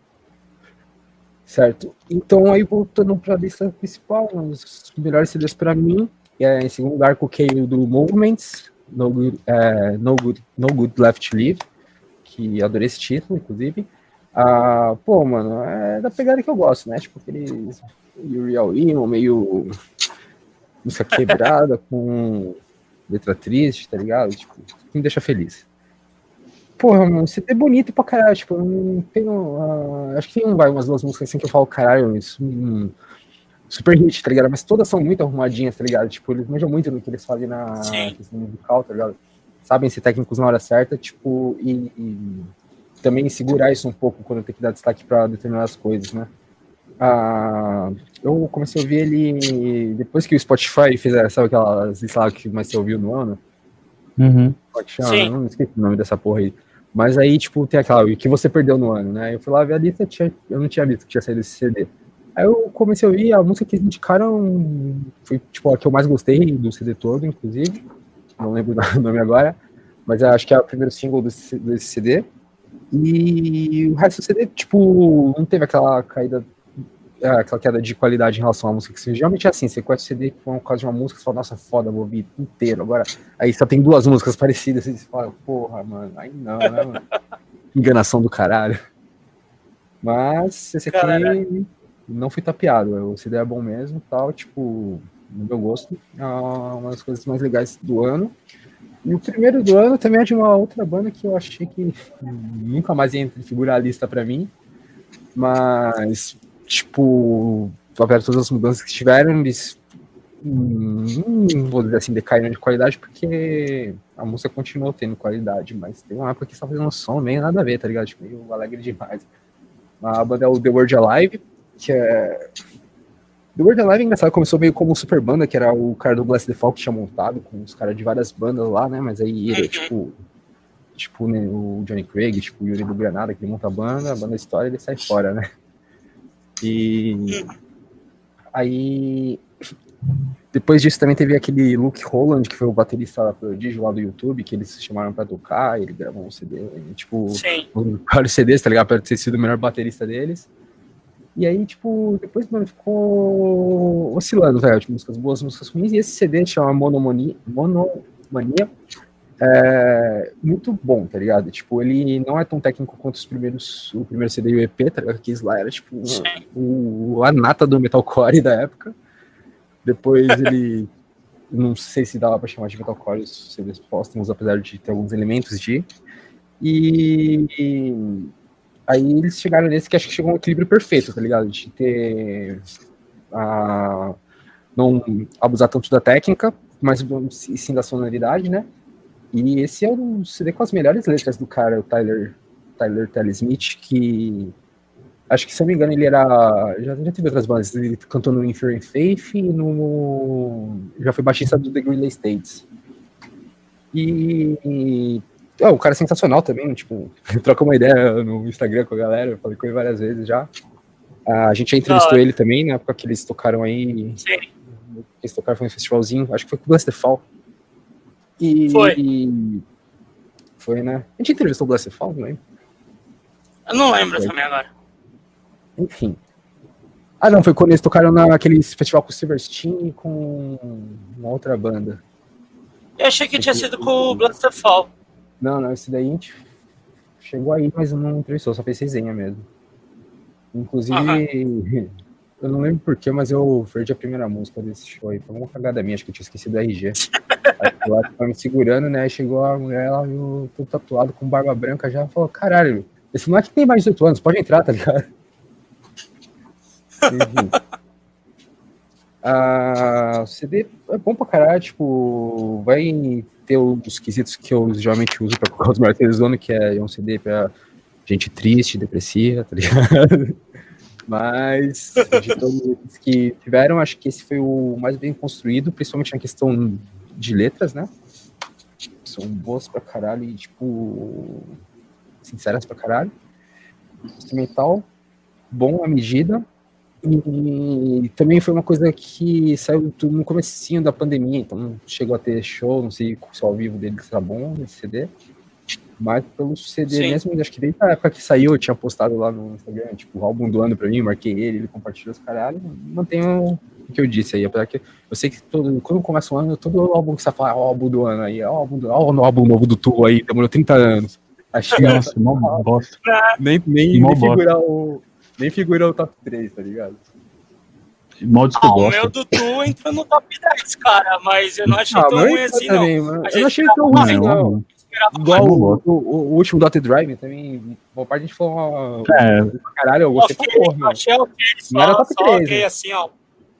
Certo. Então aí voltando para a lista principal, os melhores CDs para mim, em segundo lugar coloquei o do Movements, No Good Left to Live, que adorei esse título, inclusive. Pô, mano, é da pegada que eu gosto, né? Tipo aqueles Real Emo, meio música quebrada, com letra triste, tá ligado? Tipo, me deixa feliz. Porra, mano, CD bonito pra caralho, tipo, eu não tenho... acho que tem umas duas músicas assim que eu falo, caralho, isso super hit, tá ligado? Mas todas são muito arrumadinhas, tá ligado? Tipo, eles manjam muito no que eles fazem na questão musical, tá ligado? Sabem ser técnicos na hora certa, tipo, e também segurar isso um pouco quando tem que dar destaque pra determinadas coisas, né? Eu comecei a ouvir ele depois que o Spotify fez, sabe aquelas listas que mais você ouviu no ano? Eu não esqueci o nome dessa porra aí. Mas aí, tipo, tem aquela, o que você perdeu no ano, né? Eu fui lá ver a lista, eu não tinha visto que tinha saído esse CD. Aí eu comecei a ouvir, a música que eles indicaram foi, tipo, a que eu mais gostei do CD todo, inclusive. Não lembro o nome agora, mas acho que é o primeiro single desse CD. E o resto do CD, tipo, não teve aquela queda de qualidade em relação à música, que geralmente é assim, você conhece o CD por causa de uma música, você fala, nossa, foda, vou ouvir inteiro, agora, aí só tem duas músicas parecidas, e você fala, porra, mano, aí não, né, mano? Enganação do caralho. Mas, esse aqui não fui tapeado, o CD é bom mesmo, tal, tipo, no meu gosto, é uma das coisas mais legais do ano. E o primeiro do ano também é de uma outra banda que eu achei que nunca mais ia figurar a lista pra mim, mas... tipo, apesar de todas as mudanças que tiveram, eles não vou dizer assim, decaindo de qualidade, porque a música continuou tendo qualidade, mas tem uma época que você tá fazendo um som meio nada a ver, tá ligado? Tipo, meio alegre demais. A banda é o The Word Alive, que é... The Word Alive, engraçado, começou meio como super banda, que era o cara do Bless the Fall que tinha montado, com os caras de várias bandas lá, né? Mas aí ele, tipo né, o Johnny Craig, tipo o Yuri do Granada, que ele monta a banda história, ele sai fora, né? E aí... Depois disso também teve aquele Luke Holland, que foi o baterista da Prodigy lá do YouTube, que eles chamaram pra tocar, ele gravou um CD, tipo, vários CDs, tá ligado? Pra ter sido o melhor baterista deles. E aí, tipo, depois, mano, ficou oscilando, velho, tipo, músicas boas, músicas ruins, e esse CD chama Monomania, muito bom, tá ligado? Tipo, ele não é tão técnico quanto o primeiro CD e o EP, tá ligado? Que lá era, tipo, a nata do metalcore da época. Depois ele, não sei se dava pra chamar de metalcore os CDs póstumos, apesar de ter alguns elementos de... E aí eles chegaram nesse que acho que chegou a um equilíbrio perfeito, tá ligado? De ter... não abusar tanto da técnica, mas sim da sonoridade, né? E esse é um CD com as melhores letras do cara, o Tyler Smith, que... Acho que, se eu não me engano, ele era... Já teve outras bandas. Ele cantou no In Fear and Faith e já foi baixista do The Greeley States. O cara é sensacional também, tipo, troca uma ideia no Instagram com a galera, eu falei com ele várias vezes já. A gente já entrevistou ele também, na época que eles tocaram aí. Sim. Eles tocaram, foi um festivalzinho, acho que foi com o Bless the Fall. Foi, né? A gente entrevistou o Bless the Fall, não lembro? Eu não lembro também agora. Enfim. Não, foi quando eles tocaram naquele festival com o Silverstein e com uma outra banda. Eu achei que tinha sido com o Bless the Fall. Não, esse daí a gente chegou aí, mas não entrevistou, só fez resenha mesmo. Inclusive, eu não lembro porquê, mas eu perdi a primeira música desse show aí. Foi uma cagada minha, acho que eu tinha esquecido o RG. Aí eu tava me segurando, né? Aí chegou a mulher lá, eu tô tatuado com barba branca já, falou: caralho, esse moleque tem mais de 18 anos, pode entrar, tá ligado? O CD é bom pra caralho, tipo, vai ter os quesitos que eu geralmente uso pra colocar os martelos do ano, que é um CD pra gente triste, depressiva, tá ligado? Mas de todos os que tiveram, acho que esse foi o mais bem construído, principalmente na questão de letras, né? São boas pra caralho e, tipo, sinceras pra caralho. Instrumental, bom à medida. E também foi uma coisa que saiu no comecinho da pandemia, então não chegou a ter show, não sei se o ao vivo dele tá bom, esse CD, mas pelo CD Sim. mesmo, acho que desde a época que saiu, eu tinha postado lá no Instagram, tipo, o álbum do ano pra mim, marquei ele compartilhou os caralho, mantenho o que eu disse aí, apesar que eu sei que quando começa o ano, todo álbum que você fala, o álbum do ano aí, o álbum novo do Tu aí, demorou 30 anos. Acho que nem figura o top 3, tá ligado? O meu do Tu entrou no top 10, cara, mas eu não achei tão ruim assim, também, não. Eu não achei tão ruim, não. Igual o último Dotted Drive também, uma parte a gente falou caralho, eu gostei pra porra, mano. Achei ok, não era top 3, ok, assim, ó.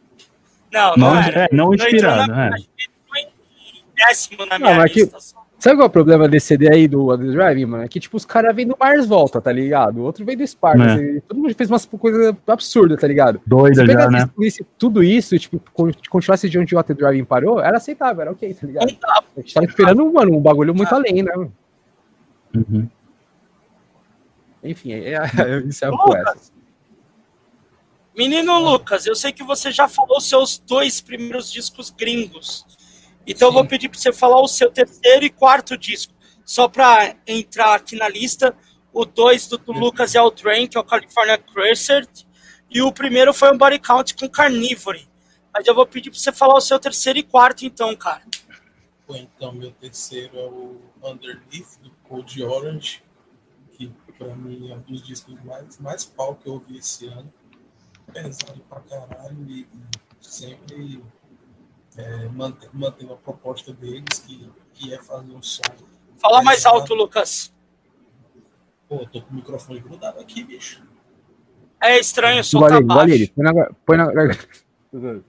Não inspirado, Décimo na minha lista. Sabe qual é o problema desse CD aí do Dotted Drive, mano? É que, tipo, os caras vêm do Mars Volta, tá ligado? O outro vem do Spark. Assim, todo mundo fez umas coisas absurdas, tá ligado? Doida já, né? Tudo isso, tipo, continuasse de onde o Dotted Drive parou, era aceitável, era ok, tá ligado? A gente tava esperando, mano, um bagulho muito além, né? Uhum. Enfim, isso é o essa. Menino Lucas, eu sei que você já falou seus 2 primeiros discos gringos. Então eu vou pedir para você falar o seu 3º e 4º disco. Só para entrar aqui na lista, o 2 do Lucas é o Drain, que é o California Crescent, e o primeiro foi um Body Count com Carnivore. Mas eu vou pedir para você falar o seu 3º e 4º, então, cara. Então, meu 3º é o Underneath, do Code Orange, que para mim é um dos discos mais pau que eu ouvi esse ano. Pesado pra caralho e sempre... mantendo a proposta deles, que é fazer um som. Fala mais alto, Lucas. Pô, tô com o microfone grudado aqui, bicho. É estranho, o som tá baixo. Põe na...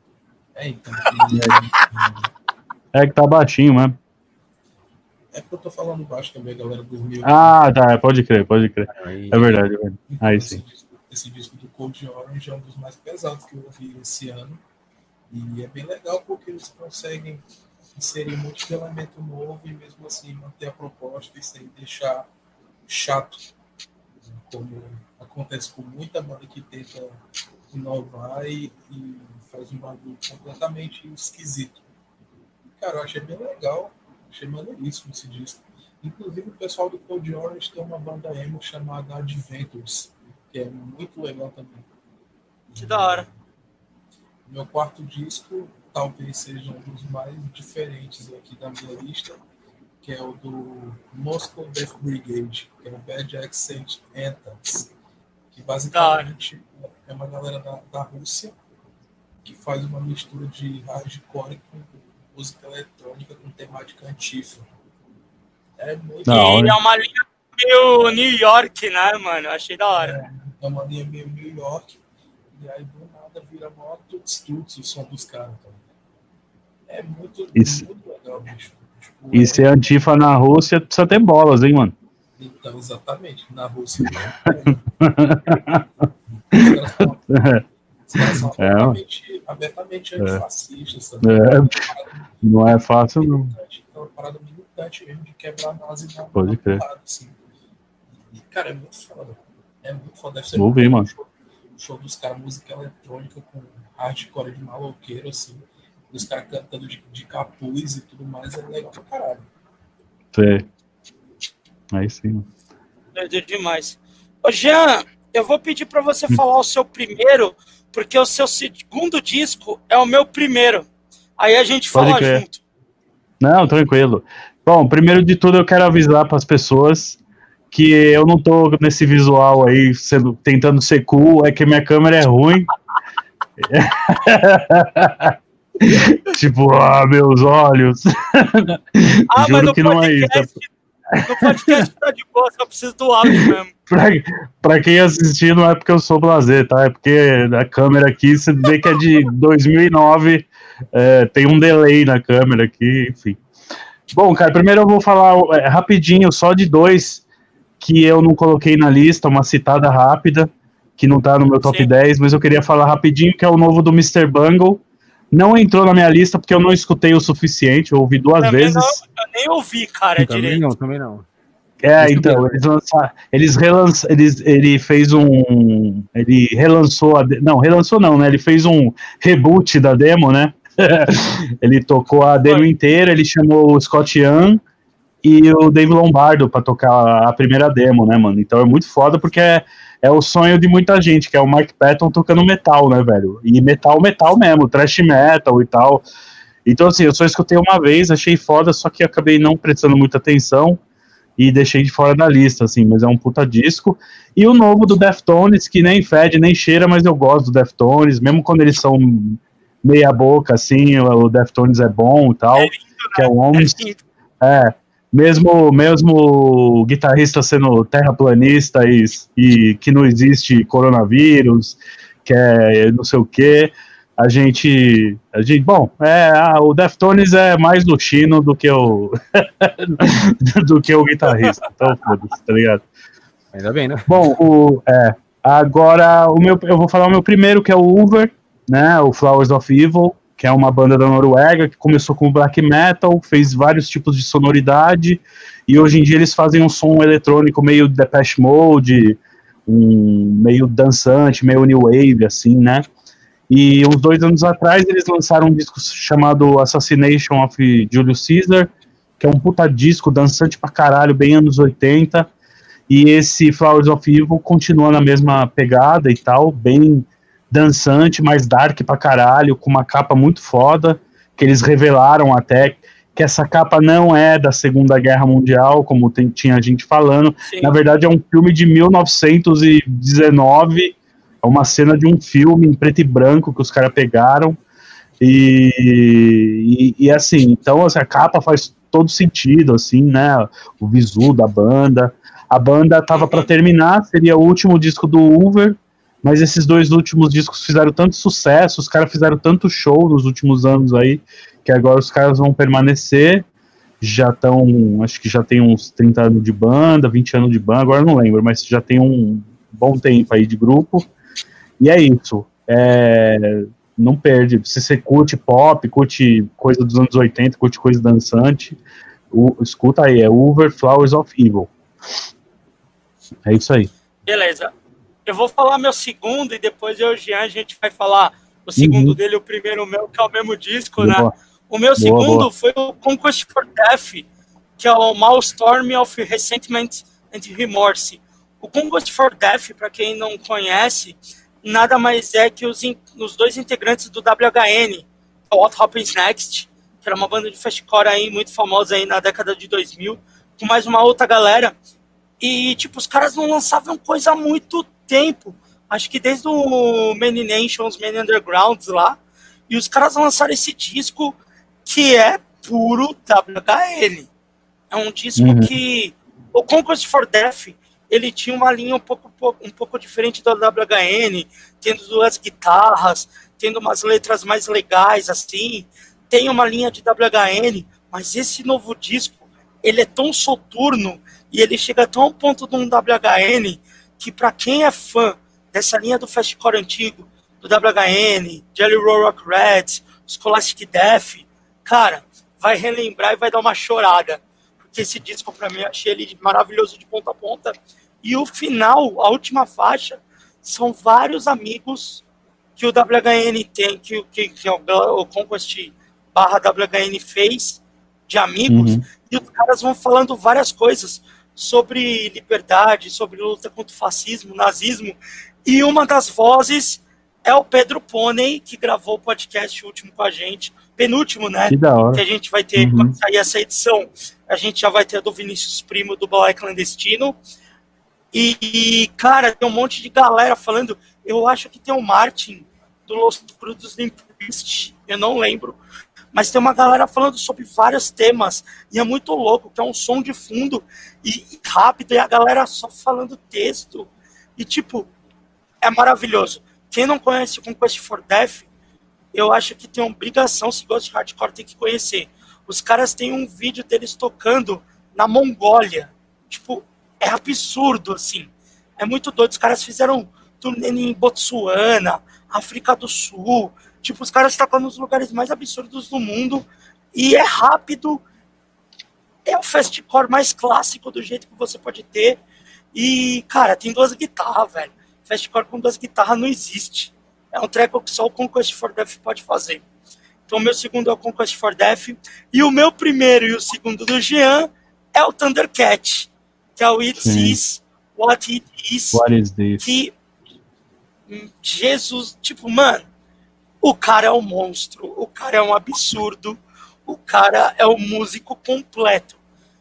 Então. É que tá baixinho, né? É porque eu tô falando baixo também, a galera dormiu. Ah, tá, pode crer. É verdade. Então, Aí sim. Esse disco do Code Orange é um dos mais pesados que eu ouvi esse ano. E é bem legal porque eles conseguem inserir muito de elemento novo e mesmo assim manter a proposta e sem deixar chato, como acontece com muita banda que tenta inovar e faz um bagulho completamente esquisito. Cara, eu achei bem legal, achei maneiríssimo esse disco. Inclusive o pessoal do Code Orange tem uma banda emo chamada Adventures, que é muito legal também. Que da hora. Meu quarto disco talvez seja um dos mais diferentes aqui da minha lista, que é o do Moscow Death Brigade, que é o Bad Accent Anthems, que basicamente é uma galera da Rússia que faz uma mistura de hardcore com música eletrônica com temática antifa. É muito... E é uma linha meio New York, né, mano? Eu achei da hora. É uma linha meio New York, e aí do nada vira mó tuts o som dos caras. Então. É muito legal, bicho. Tipo, e ser antifa na Rússia precisa ter bolas, hein, mano? Então, exatamente. Na Rússia. Os caras são abertamente antifascistas. Sabe? Não é fácil, não. É uma parada militante mesmo de quebrar nazi na Pode crer. Assim. E, cara, é muito foda. É muito foda. Deve ser Vou ver, mano. O show dos caras, música eletrônica com hardcore de maloqueiro, assim. Os caras cantando de capuz e tudo mais, é legal pra caralho. Aí sim, mano. É demais. Ô, Jean, eu vou pedir pra você falar o seu primeiro, porque o seu segundo disco é o meu primeiro. Aí a gente fala junto. Não, tranquilo. Bom, primeiro de tudo eu quero avisar pras pessoas que eu não tô nesse visual aí tentando ser cool, é que minha câmera é ruim. Tipo, meus olhos. Juro que não é isso. No podcast tá de boa, só preciso do áudio mesmo. Pra quem assistir, não é porque eu sou blasé, tá? É porque a câmera aqui, você vê que é de 2009, tem um delay na câmera aqui, enfim. Bom, cara, primeiro eu vou falar rapidinho, só de dois que eu não coloquei na lista, uma citada rápida, que não tá no meu top 10, mas eu queria falar rapidinho, que é o novo do Mr. Bungle. Não entrou na minha lista porque eu não escutei o suficiente, eu ouvi duas vezes. Eu nem ouvi, cara, direito. Também não. Então, eles lançaram, ele fez um, ele relançou, né, ele fez um reboot da demo, né, ele tocou a demo inteira, ele chamou o Scott Young e o Dave Lombardo pra tocar a primeira demo, né, mano, então é muito foda porque é o sonho de muita gente, que é o Mike Patton tocando metal, né, velho, e metal mesmo, thrash metal e tal, então assim, eu só escutei uma vez, achei foda, só que acabei não prestando muita atenção, e deixei de fora da lista, assim, mas é um puta disco. E o novo do Deftones, que nem fede, nem cheira, mas eu gosto do Deftones, mesmo quando eles são meia boca, assim, o Deftones é bom e tal, que é o Holmes. Mesmo o guitarrista sendo terraplanista e que não existe coronavírus, que é não sei o quê, a gente bom, o Deftones é mais do Chino do que o do que o guitarrista, então foda-se, tá ligado? Ainda bem, né? Bom, agora eu vou falar o meu primeiro, que é o Ulver, né, o Flowers of Evil, que é uma banda da Noruega, que começou com black metal, fez vários tipos de sonoridade, e hoje em dia eles fazem um som eletrônico meio Depeche Mode, meio dançante, meio new wave, assim, né? E uns 2 anos atrás eles lançaram um disco chamado Assassination of Julius Caesar, que é um puta disco dançante pra caralho, bem anos 80, e esse Flowers of Evil continua na mesma pegada e tal, bem dançante, mais dark pra caralho, com uma capa muito foda, que eles revelaram até que essa capa não é da Segunda Guerra Mundial, como tinha gente falando. Sim. Na verdade é um filme de 1919, é uma cena de um filme em preto e branco que os caras pegaram, e assim, então assim, a capa faz todo sentido, assim, né, o visu da banda. A banda tava para terminar, seria o último disco do Ulver, mas esses 2 últimos discos fizeram tanto sucesso, os caras fizeram tanto show nos últimos anos aí, que agora os caras vão permanecer, já estão, acho que já tem uns 30 anos de banda, 20 anos de banda, agora eu não lembro, mas já tem um bom tempo aí de grupo, e é isso, não perde, se você curte pop, curte coisa dos anos 80, curte coisa dançante, escuta aí, é Over Flowers of Evil. É isso aí. Beleza. Eu vou falar meu segundo e depois eu e o Jean, a gente vai falar o segundo dele, o primeiro meu, que é o mesmo disco, né? O meu segundo foi o Conquest for Death, que é o Maelstrom of Resentment and Remorse. O Conquest for Death, para quem não conhece, nada mais é que os 2 integrantes do WHN, o What Happens Next, que era uma banda de fastcore aí muito famosa aí na década de 2000, com mais uma outra galera. E, tipo, os caras não lançavam coisa há muito tempo. Acho que desde o Many Nations, Many Undergrounds lá. E os caras lançaram esse disco que é puro WHL. É um disco que... O Conquest for Death, ele tinha uma linha um pouco diferente do WHN, tendo 2 guitarras, tendo umas letras mais legais, assim. Tem uma linha de WHN, mas esse novo disco, ele é tão soturno e ele chega tão ao ponto de um WHN que, para quem é fã dessa linha do fastcore antigo, do WHN, Jelly Roll Rock Reds, Scholastic Death, cara, vai relembrar e vai dar uma chorada. Porque esse disco, para mim, achei ele maravilhoso de ponta a ponta. E o final, a última faixa, são vários amigos que o WHN tem, que o Conquest /WHN fez, de amigos, e os caras vão falando várias coisas sobre liberdade, sobre luta contra o fascismo, nazismo, e uma das vozes é o Pedro Pônei, que gravou o podcast último com a gente, penúltimo, né? Que da hora. Que a gente vai ter, quando sair essa edição, a gente já vai ter a do Vinícius Primo, do Balai Clandestino, e, cara, tem um monte de galera falando, eu acho que tem o Martin, do Los Crudos Limpistes, eu não lembro, mas tem uma galera falando sobre vários temas, e é muito louco, que é um som de fundo, e rápido, e a galera só falando texto, e tipo, é maravilhoso. Quem não conhece o Conquest for Death, eu acho que tem uma obrigação, se gosta de hardcore, tem que conhecer. Os caras têm um vídeo deles tocando na Mongólia, tipo, é absurdo, assim, é muito doido, os caras fizeram turnê em Botsuana, África do Sul, tipo, os caras tocam nos lugares mais absurdos do mundo, e é rápido, é o fastcore mais clássico do jeito que você pode ter, e, cara, tem 2 guitarras, velho, fastcore com 2 guitarras não existe, é um treco que só o Conquest for Death pode fazer. Então o meu segundo é o Conquest for Death, e o meu primeiro e o segundo do Jean é o Thundercat, que é o It Is What It Is, que, Jesus, tipo, mano, o cara é um monstro, o cara é um absurdo, o cara é um músico completo.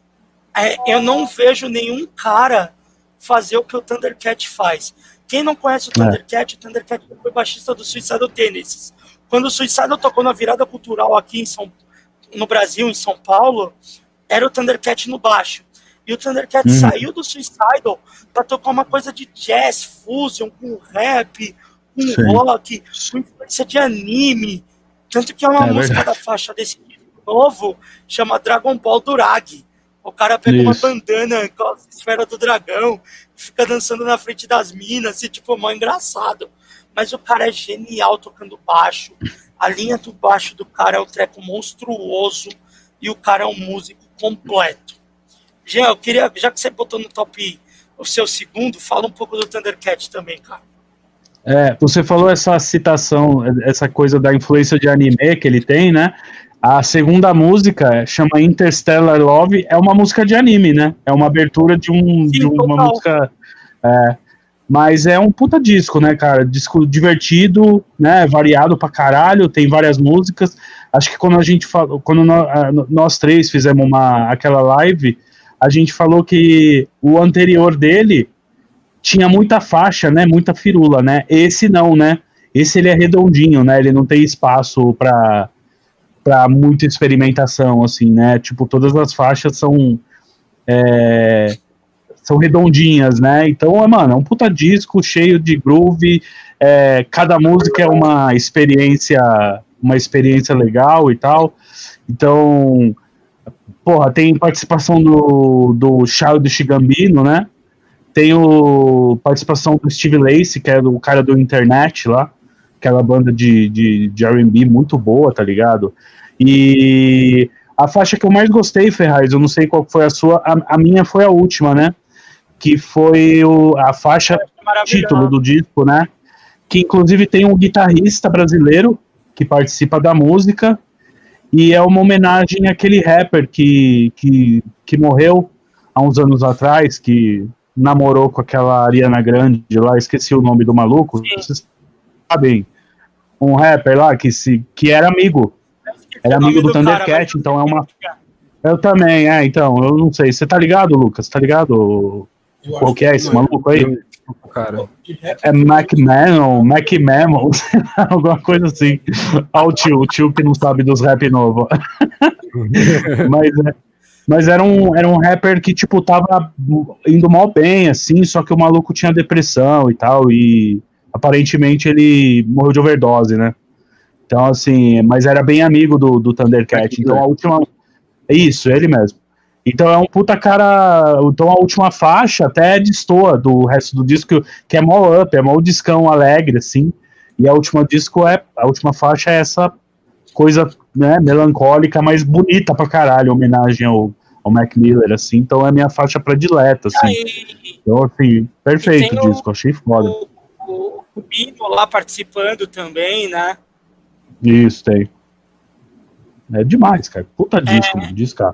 Eu não vejo nenhum cara fazer o que o Thundercat faz. Quem não conhece o Thundercat foi baixista do Suicidal Tendencies. Quando o Suicidal tocou na virada cultural aqui no Brasil, em São Paulo, era o Thundercat no baixo. E o Thundercat saiu do Suicidal para tocar uma coisa de jazz, fusion, com rap, com rock, com influência de anime. Tanto que é uma música da faixa desse disco novo, chama Dragon Ball Durag. O cara pega uma bandana com a esfera do dragão, fica dançando na frente das minas, e tipo, mó engraçado. Mas o cara é genial tocando baixo. A linha do baixo do cara é um treco monstruoso, e o cara é um músico completo. Jean, eu queria, já que você botou no top o seu segundo, fala um pouco do Thundercat também, cara. Você falou essa citação, essa coisa da influência de anime que ele tem, né? A segunda música chama Interstellar Love, é uma música de anime, né? É uma abertura de uma música... mas é um puta disco, né, cara? Disco divertido, né? Variado pra caralho, tem várias músicas. Acho que quando a gente falou, quando nós 3 fizemos aquela live, a gente falou que o anterior dele tinha muita faixa, né? Muita firula, né? Esse não, né? Esse ele é redondinho, né? Ele não tem espaço pra muita experimentação, assim, né? Tipo, todas as faixas são redondinhas, né? Então, mano, é um puta disco cheio de groove, cada música é uma experiência legal e tal. Então, porra, tem participação do Childish Gambino, né? Tem participação do Steve Lacy, que é o cara do Internet lá, aquela banda de R&B muito boa, tá ligado? E a faixa que eu mais gostei, Ferraz, eu não sei qual foi a sua, a minha foi a última, né? Que foi a faixa título do disco, né? Que inclusive tem um guitarrista brasileiro que participa da música, e é uma homenagem àquele rapper que morreu há uns anos atrás, que namorou com aquela Ariana Grande lá, esqueci o nome do maluco. Sim. Vocês sabem, um rapper lá que era amigo. Era amigo do Thundercat, então é uma... Eu também, então, eu não sei. Você tá ligado, Lucas? Tá ligado? Qual que é esse maluco aí? Cara. É McMahon, alguma coisa assim. Olha o tio que não sabe dos rap novo. Mas era um rapper que, tipo, tava indo mal bem, assim, só que o maluco tinha depressão e tal, e aparentemente ele morreu de overdose, né? Então, assim, mas era bem amigo do Thundercat. Então, a última... Isso, ele mesmo. Então, é um puta cara... Então, a última faixa até destoa do resto do disco, que é mó up, é mó discão alegre, assim. E a última faixa é essa coisa, né, melancólica, mas bonita pra caralho, homenagem ao Mac Miller, assim. Então, é a minha faixa predileta, assim. Então, assim, perfeito o disco, achei foda. O Bino lá participando também, né? Isso, tem. É demais, cara. Puta disco, mano. Discaço.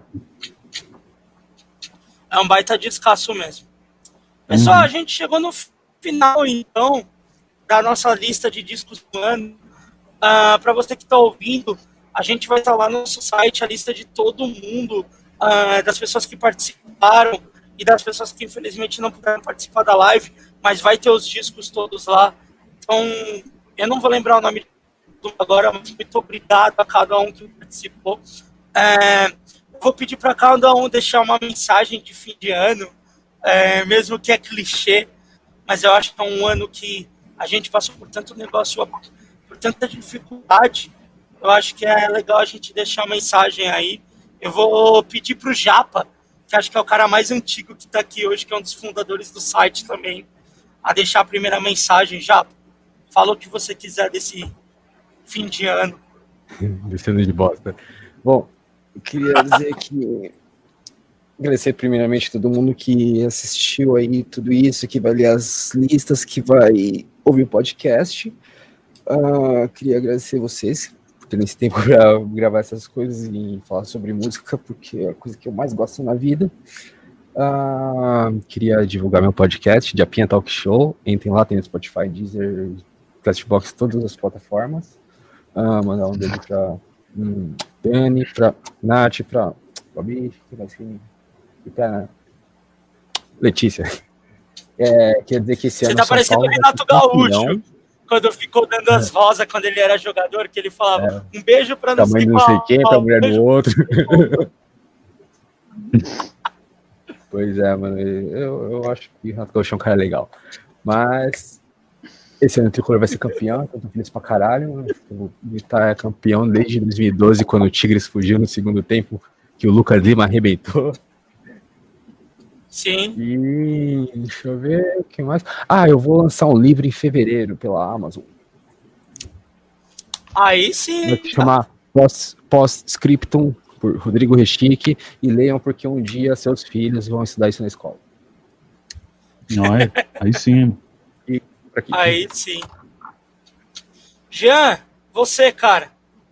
É um baita discaço mesmo. Pessoal, a gente chegou no final, então, da nossa lista de discos do ano. Para você que está ouvindo, a gente vai estar lá no nosso site, a lista de todo mundo, das pessoas que participaram e das pessoas que infelizmente não puderam participar da live, mas vai ter os discos todos lá. Então, eu não vou lembrar o nome agora, mas muito obrigado a cada um que participou. Vou pedir para cada um deixar uma mensagem de fim de ano, mesmo que é clichê, mas eu acho que é um ano que a gente passou por tanto negócio, por tanta dificuldade. Eu acho que é legal a gente deixar uma mensagem aí. Eu vou pedir para o Japa, que acho que é o cara mais antigo que está aqui hoje, que é um dos fundadores do site também, a deixar a primeira mensagem. Japa, fala o que você quiser desse fim de ano. Descendo de bosta. Bom, eu queria dizer que agradecer primeiramente todo mundo que assistiu aí tudo isso, que vai ler as listas, que vai ouvir o podcast. Queria agradecer vocês por terem esse tempo para gravar essas coisas e falar sobre música, porque é a coisa que eu mais gosto na vida. Queria divulgar meu podcast, Japinha Talk Show. Entrem lá, tem no Spotify, Deezer, Castbox, todas as plataformas. Mandar um beijo pra Dani, pra Nath, pra Babi, e pra Letícia. Quer dizer que esse ano você tá parecendo o Renato Gaúcho, quando ficou dando as vozes quando ele era jogador, que ele falava um beijo pra não sei quem, pra mulher do outro. Pois é, mano, eu acho que o Renato Gaúcho é um cara legal. Mas esse ano o Tricolor vai ser campeão, então eu tô feliz pra caralho. Ele tá campeão desde 2012, quando o Tigres fugiu no segundo tempo, que o Lucas Lima arrebentou. Sim. E deixa eu ver o que mais. Eu vou lançar um livro em fevereiro pela Amazon. Aí sim. Vai se chamar Post-Scriptum, por Rodrigo Rechique, e leiam porque um dia seus filhos vão estudar isso na escola. Não é? Aí sim. Aí sim. Jean, você, cara.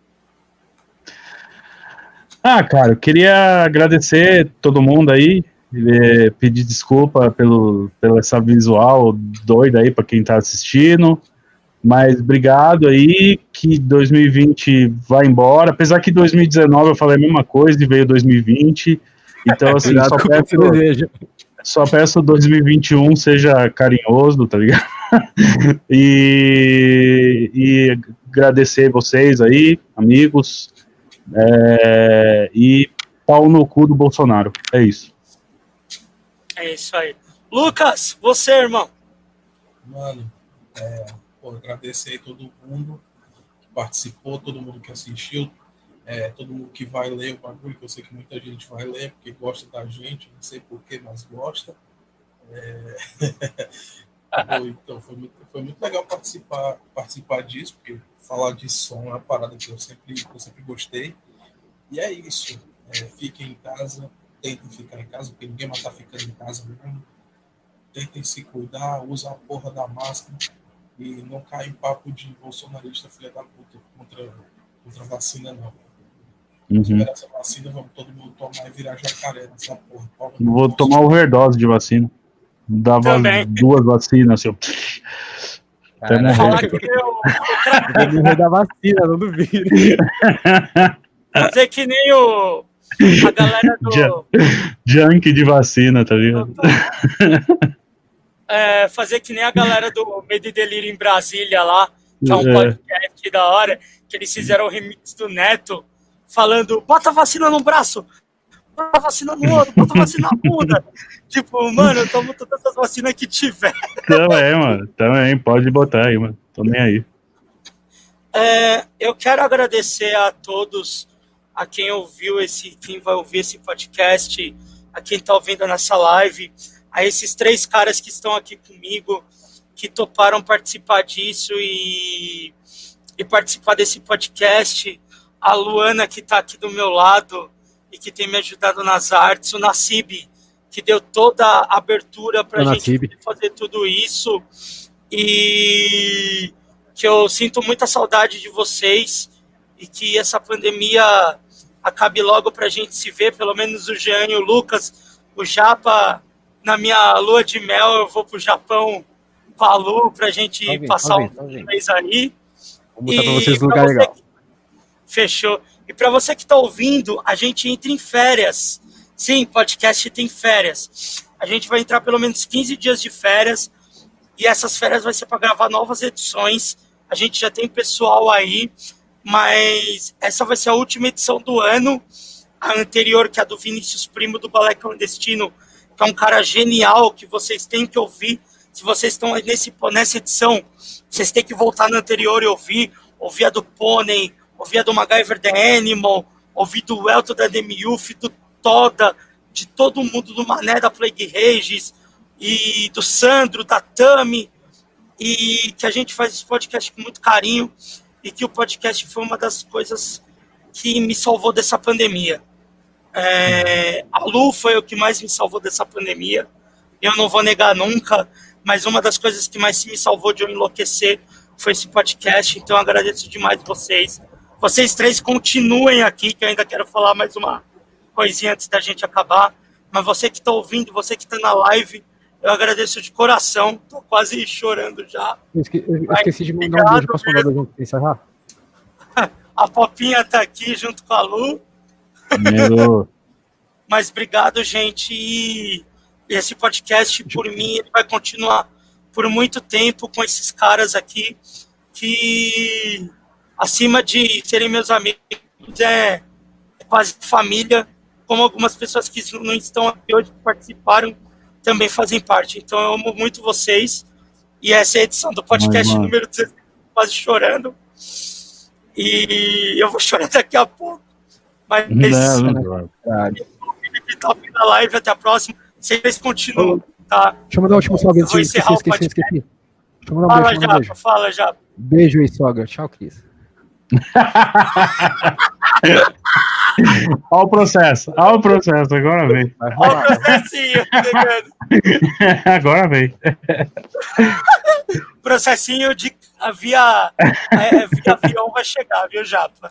Cara, eu queria agradecer todo mundo aí, pedir desculpa pela essa visual doida aí para quem tá assistindo, mas obrigado aí, que 2020 vai embora, apesar que 2019 eu falei a mesma coisa e veio 2020, então assim, só peço 2021 seja carinhoso, tá ligado? e agradecer vocês aí, amigos, e pau no cu do Bolsonaro, é isso. É isso aí. Lucas, você, irmão. Mano, agradecer aí todo mundo que participou, todo mundo que assistiu, todo mundo que vai ler o bagulho, que eu sei que muita gente vai ler, porque gosta da gente, não sei porquê, mas gosta. Então, foi muito legal participar disso, porque falar de som é uma parada que eu sempre gostei. E é isso. Fiquem em casa, tentem ficar em casa, porque ninguém mais tá ficando em casa mesmo. Tentem se cuidar, usem a porra da máscara e não caia em papo de bolsonarista filha da puta contra a vacina, não. Esperar essa vacina, vamos todo mundo tomar e virar jacaré nessa porra. Vou tomar overdose de vacina. Dava 2 vacinas, seu. Até morrer. Eu morrer da vacina, não duvido. Fazer que nem a galera do... Junk de vacina, tá ligado? Fazer que nem a galera do Medo e Delírio em Brasília lá, que é um podcast da hora, que eles fizeram o remix do Neto, falando, bota a vacina no braço, bota a vacina no outro, bota a vacina na bunda. Tipo, mano, eu tomo todas as vacinas que tiver. Também, mano. Também, pode botar aí, mano. Tô nem aí. Eu quero agradecer a todos, a quem quem vai ouvir esse podcast, a quem tá ouvindo nessa live, a esses 3 caras que estão aqui comigo, que toparam participar disso e participar desse podcast, a Luana, que tá aqui do meu lado e que tem me ajudado nas artes, o Nassib, que deu toda a abertura pra gente fazer tudo isso, e que eu sinto muita saudade de vocês e que essa pandemia acabe logo pra gente se ver, pelo menos o Jean e o Lucas, o Japa, na minha lua de mel eu vou pro Japão com a Lu pra gente passar um mês aí. Vou botar pra vocês no lugar legal. Fechou. E pra você que tá ouvindo, a gente entra em férias. Sim, podcast tem férias. A gente vai entrar pelo menos 15 dias de férias e essas férias vai ser para gravar novas edições. A gente já tem pessoal aí, mas essa vai ser a última edição do ano. A anterior, que é a do Vinícius Primo, do Balé Clandestino, que é um cara genial, que vocês têm que ouvir. Se vocês estão nessa edição, vocês têm que voltar na anterior e ouvir a do Pônei, ouvir a do MacGyver The Animal, ouvir do Elton da Demiuf, do Toda, de todo mundo, do Mané da Plague Regis, e do Sandro, da Tami, e que a gente faz esse podcast com muito carinho, e que o podcast foi uma das coisas que me salvou dessa pandemia. A Lu foi o que mais me salvou dessa pandemia, eu não vou negar nunca, mas uma das coisas que mais me salvou de eu enlouquecer foi esse podcast, então eu agradeço demais vocês. Vocês 3 continuem aqui, que eu ainda quero falar mais uma coisinha antes da gente acabar, mas você que está ouvindo, você que está na live, eu agradeço de coração, tô quase chorando já. Eu esqueci de mandar um beijo, posso mandar pra gente encerrar? A Popinha tá aqui junto com a Lu. Mas obrigado, gente, e esse podcast, por mim, ele vai continuar por muito tempo com esses caras aqui, que acima de serem meus amigos, é quase família, como algumas pessoas que não estão aqui hoje, que participaram, também fazem parte. Então eu amo muito vocês, e essa é a edição do podcast número 16, quase chorando, e eu vou chorar daqui a pouco, mas que tá ouvindo a live, até a próxima, vocês continuam, tá? Deixa eu mandar um último salve antes de esqueci. Deixa eu mandar um beijo. Fala, Japa. Beijo aí, sogra. Tchau, Cris. Olha o processo, agora vem. Olha o processinho, agora vem. Processinho de via avião vai chegar, viu, Japa?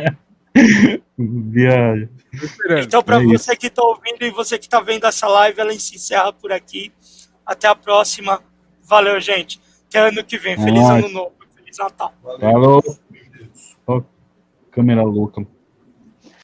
Então, para você que está ouvindo e você que está vendo essa live, ela se encerra por aqui. Até a próxima. Valeu, gente. Até ano que vem. Feliz ano novo. Feliz Natal. Falou. Câmera louca.